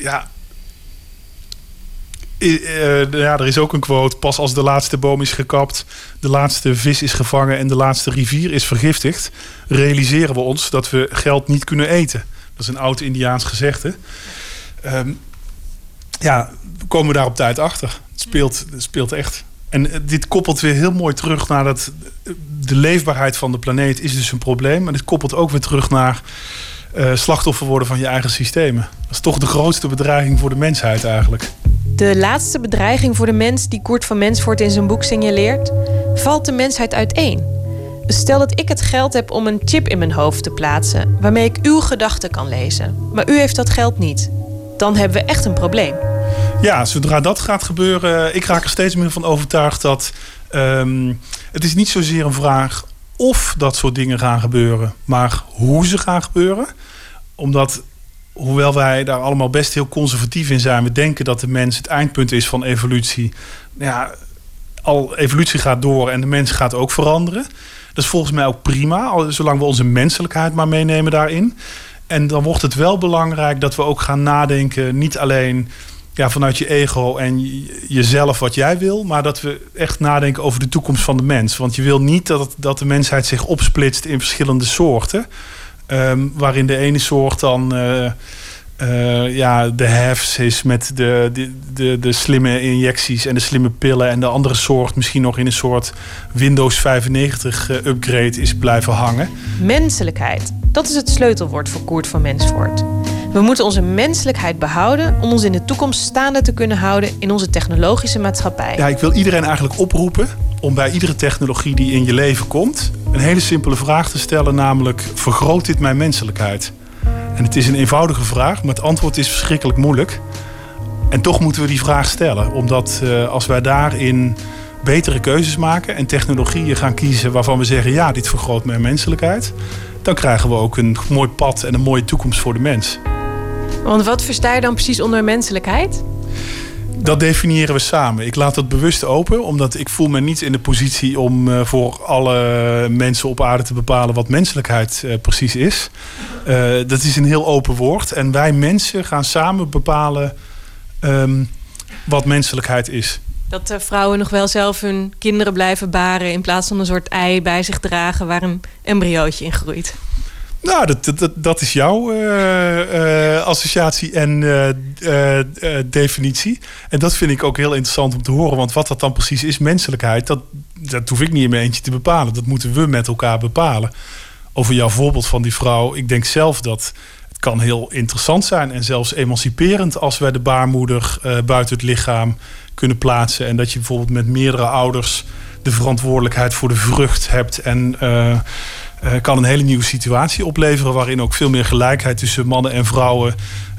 er is ook een quote: pas als de laatste boom is gekapt, de laatste vis is gevangen en de laatste rivier is vergiftigd, realiseren we ons dat we geld niet kunnen eten. Dat is een oud Indiaans gezegde. We komen daar op tijd achter. Het speelt echt. En dit koppelt weer heel mooi terug naar dat de leefbaarheid van de planeet is dus een probleem. En dit koppelt ook weer terug naar slachtoffer worden van je eigen systemen. Dat is toch de grootste bedreiging voor de mensheid eigenlijk. De laatste bedreiging voor de mens die Koert van Mensvoort in zijn boek signaleert, valt de mensheid uiteen. Stel dat ik het geld heb om een chip in mijn hoofd te plaatsen, waarmee ik uw gedachten kan lezen, maar u heeft dat geld niet. Dan hebben we echt een probleem. Ja, zodra dat gaat gebeuren, ik raak er steeds meer van overtuigd dat het is niet zozeer een vraag of dat soort dingen gaan gebeuren, maar hoe ze gaan gebeuren. Omdat, hoewel wij daar allemaal best heel conservatief in zijn, we denken dat de mens het eindpunt is van evolutie. Evolutie gaat door en de mens gaat ook veranderen. Dat is volgens mij ook prima, zolang we onze menselijkheid maar meenemen daarin. En dan wordt het wel belangrijk dat we ook gaan nadenken, niet alleen vanuit je ego en jezelf wat jij wil, maar dat we echt nadenken over de toekomst van de mens. Want je wil niet dat de mensheid zich opsplitst in verschillende soorten. Waarin de ene soort dan de haves is met de slimme injecties en de slimme pillen. En de andere soort misschien nog in een soort Windows 95 upgrade is blijven hangen. Menselijkheid, dat is het sleutelwoord voor Koert van Mensvoort. We moeten onze menselijkheid behouden om ons in de toekomst staande te kunnen houden in onze technologische maatschappij. Ja, ik wil iedereen eigenlijk oproepen om bij iedere technologie die in je leven komt een hele simpele vraag te stellen, namelijk: vergroot dit mijn menselijkheid? En het is een eenvoudige vraag, maar het antwoord is verschrikkelijk moeilijk. En toch moeten we die vraag stellen, omdat als wij daarin betere keuzes maken en technologieën gaan kiezen waarvan we zeggen: ja, dit vergroot mijn menselijkheid, dan krijgen we ook een mooi pad en een mooie toekomst voor de mens. Want wat versta je dan precies onder menselijkheid? Dat definiëren we samen. Ik laat dat bewust open, omdat ik voel me niet in de positie om voor alle mensen op aarde te bepalen wat menselijkheid precies is. Dat is een heel open woord. En wij mensen gaan samen bepalen wat menselijkheid is. Dat vrouwen nog wel zelf hun kinderen blijven baren in plaats van een soort ei bij zich dragen waar een embryootje in groeit. Nou, dat is jouw associatie en definitie. En dat vind ik ook heel interessant om te horen. Want wat dat dan precies is, menselijkheid, dat hoef ik niet in mijn eentje te bepalen. Dat moeten we met elkaar bepalen. Over jouw voorbeeld van die vrouw. Ik denk zelf dat het kan heel interessant zijn en zelfs emanciperend als wij de baarmoeder buiten het lichaam kunnen plaatsen. En dat je bijvoorbeeld met meerdere ouders de verantwoordelijkheid voor de vrucht hebt en kan een hele nieuwe situatie opleveren waarin ook veel meer gelijkheid tussen mannen en vrouwen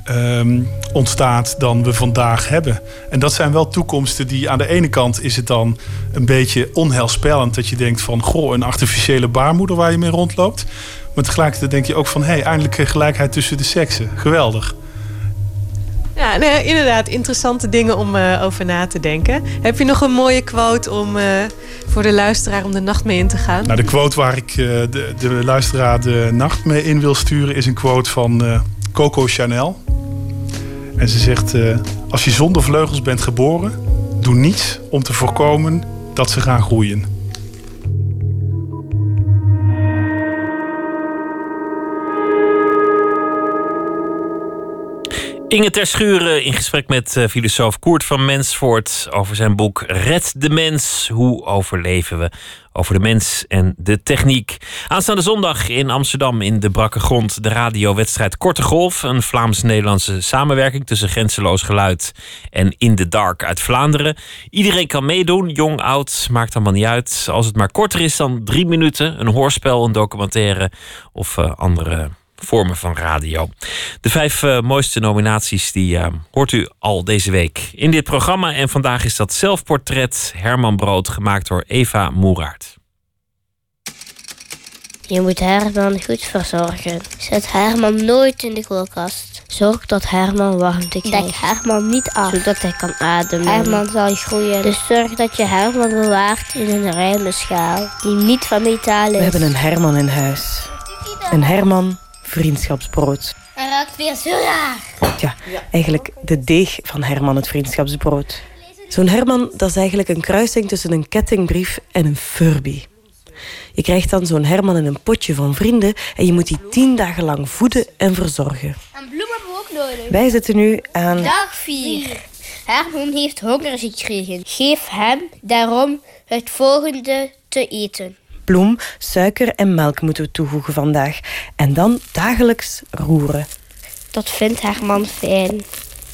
ontstaat dan we vandaag hebben. En dat zijn wel toekomsten die aan de ene kant is het dan een beetje onheilspellend dat je denkt van een artificiële baarmoeder waar je mee rondloopt. Maar tegelijkertijd denk je ook van eindelijk gelijkheid tussen de seksen. Geweldig. Ja, nee, inderdaad, interessante dingen om over na te denken. Heb je nog een mooie quote om voor de luisteraar om de nacht mee in te gaan? Nou, de quote waar ik de luisteraar de nacht mee in wil sturen is een quote van Coco Chanel. En ze zegt: als je zonder vleugels bent geboren, doe niets om te voorkomen dat ze gaan groeien. Inge Terschuren in gesprek met filosoof Koert van Mensvoort over zijn boek Red de Mens. Hoe overleven we? Over de mens en de techniek. Aanstaande zondag in Amsterdam in de Brakke Grond de radiowedstrijd Korte Golf. Een Vlaams-Nederlandse samenwerking tussen Grenzeloos Geluid en In the Dark uit Vlaanderen. Iedereen kan meedoen, jong, oud, maakt allemaal niet uit. Als het maar korter is dan 3 minuten, een hoorspel, een documentaire of andere vormen van radio. De 5 mooiste nominaties die hoort u al deze week in dit programma. En vandaag is dat zelfportret Herman Brood, gemaakt door Eva Moeraert. Je moet Herman goed verzorgen. Zet Herman nooit in de koelkast. Zorg dat Herman warmte krijgt. Dek Herman niet af, zodat hij kan ademen. Herman zal groeien, dus zorg dat je Herman bewaart in een ruime schaal die niet van metaal is. We hebben een Herman in huis. Een Herman vriendschapsbrood. Hij ruikt weer zo raar. Ja, eigenlijk de deeg van Herman het vriendschapsbrood. Zo'n Herman, dat is eigenlijk een kruising tussen een kettingbrief en een Furby. Je krijgt dan zo'n Herman in een potje van vrienden en je moet die 10 dagen lang voeden en verzorgen. En bloemen hebben we ook nodig. Wij zitten nu aan... Dag 4. Herman heeft honger gekregen. Geef hem daarom het volgende te eten. Bloem, suiker en melk moeten we toevoegen vandaag. En dan dagelijks roeren. Dat vindt Herman fijn.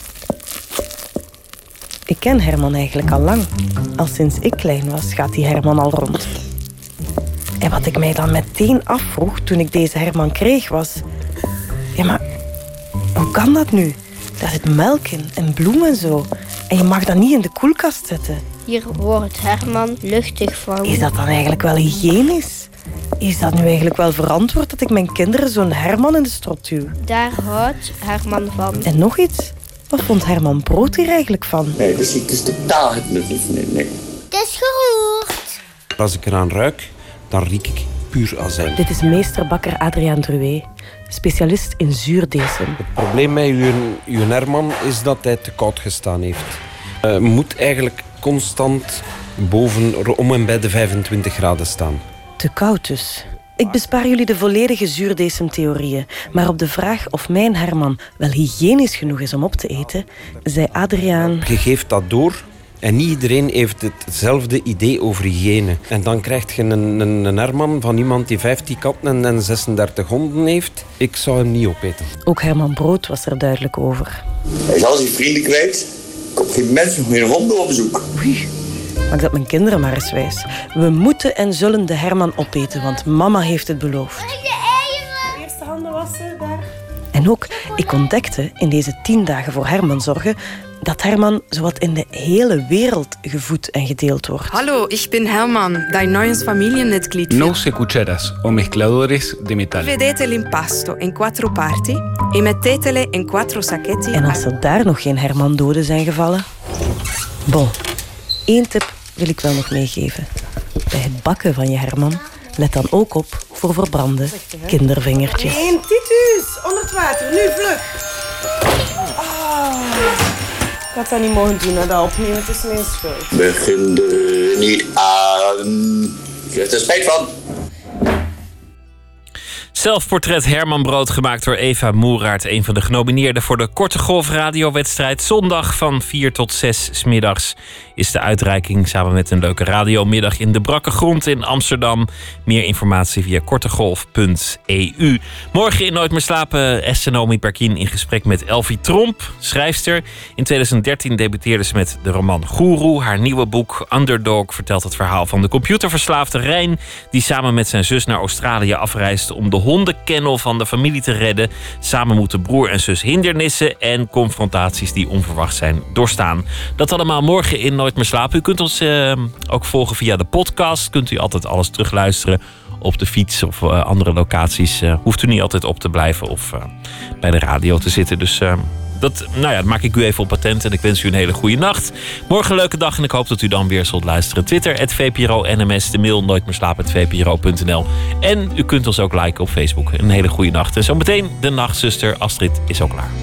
Ik ken Herman eigenlijk al lang. Al sinds ik klein was, gaat die Herman al rond. En wat ik mij dan meteen afvroeg toen ik deze Herman kreeg was... Ja, maar hoe kan dat nu? Daar zit melk in en bloem en zo. En je mag dat niet in de koelkast zetten. Hier wordt Herman luchtig van. Is dat dan eigenlijk wel hygiënisch? Is dat nu eigenlijk wel verantwoord dat ik mijn kinderen zo'n Herman in de strot duw? Daar houdt Herman van. En nog iets? Wat vond Herman Brood hier eigenlijk van? Nee, dus ik is totaal het niet. Nee. Het is geroerd. Als ik eraan ruik, dan riek ik puur azijn. Dit is meesterbakker Adriaan Drouet, specialist in zuurdesem. Het probleem met uw Herman is dat hij te koud gestaan heeft. Moet eigenlijk constant om en bij de 25 graden staan. Te koud dus. Ik bespaar jullie de volledige zuurdesemtheorieën. Maar op de vraag of mijn Herman wel hygiënisch genoeg is om op te eten, zei Adriaan... Je geeft dat door en niet iedereen heeft hetzelfde idee over hygiëne. En dan krijg je een Herman van iemand die 15 katten en 36 honden heeft. Ik zou hem niet opeten. Ook Herman Brood was er duidelijk over. Hij is al zijn vrienden kwijt. Komt geen mens nog meer honden op bezoek. Oei. Maak dat mijn kinderen maar eens wijs. We moeten en zullen de Herman opeten, want mama heeft het beloofd. Eerst de handen wassen, daar. En ook, ik ontdekte in deze 10 dagen voor Herman zorgen dat Herman zowat in de hele wereld gevoed en gedeeld wordt. Hallo, ik ben Herman, dein neues Familienmitglied. No se cucharas o mezcladores de metal. Vedete l'impasto in 4 parti e mettetele in 4 sacchetti. En als er daar nog geen Herman doden zijn gevallen? Bon, 1 tip wil ik wel nog meegeven. Bij het bakken van je Herman, let dan ook op voor verbrande kindervingertjes. 1 Titus, onder het water, nu vlug. Ik had dat niet mogen doen, dat opnemen, het is mijn schuld. Begin er niet aan. Ik heb er spijt van. Zelfportret Herman Brood gemaakt door Eva Moeraert. Een van de genomineerden voor de Korte Golf radiowedstrijd. Zondag van 4 tot 6 's middags is de uitreiking samen met een leuke radiomiddag in de Brakke Grond in Amsterdam. Meer informatie via kortegolf.eu. Morgen in Nooit meer slapen Esther Nomi Perquin in gesprek met Elfie Tromp, schrijfster. In 2013 debuteerde ze met de roman Goeroe. Haar nieuwe boek Underdog vertelt het verhaal van de computerverslaafde Rijn, die samen met zijn zus naar Australië afreist om de hondenkennel van de familie te redden. Samen moeten broer en zus hindernissen en confrontaties die onverwacht zijn doorstaan. Dat allemaal morgen in Nooit meer slapen. U kunt ons ook volgen via de podcast. Kunt u altijd alles terugluisteren op de fiets of andere locaties. Hoeft u niet altijd op te blijven of bij de radio te zitten. Dus dat maak ik u even op patent en ik wens u een hele goede nacht. Morgen een leuke dag en ik hoop dat u dan weer zult luisteren. Twitter, @VPRO-NMS, de mail nooitmeerslapen@vpro.nl. En u kunt ons ook liken op Facebook. Een hele goede nacht. En zometeen de nachtzuster Astrid is ook klaar.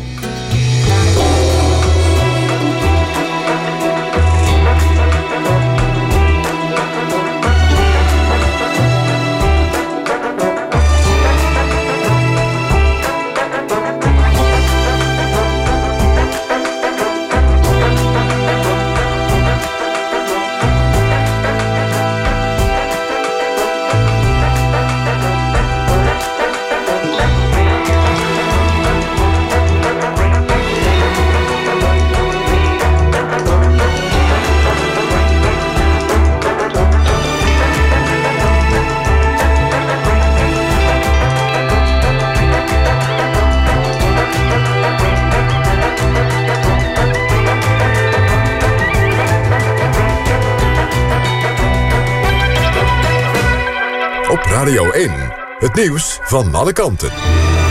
Radio 1, het nieuws van alle kanten.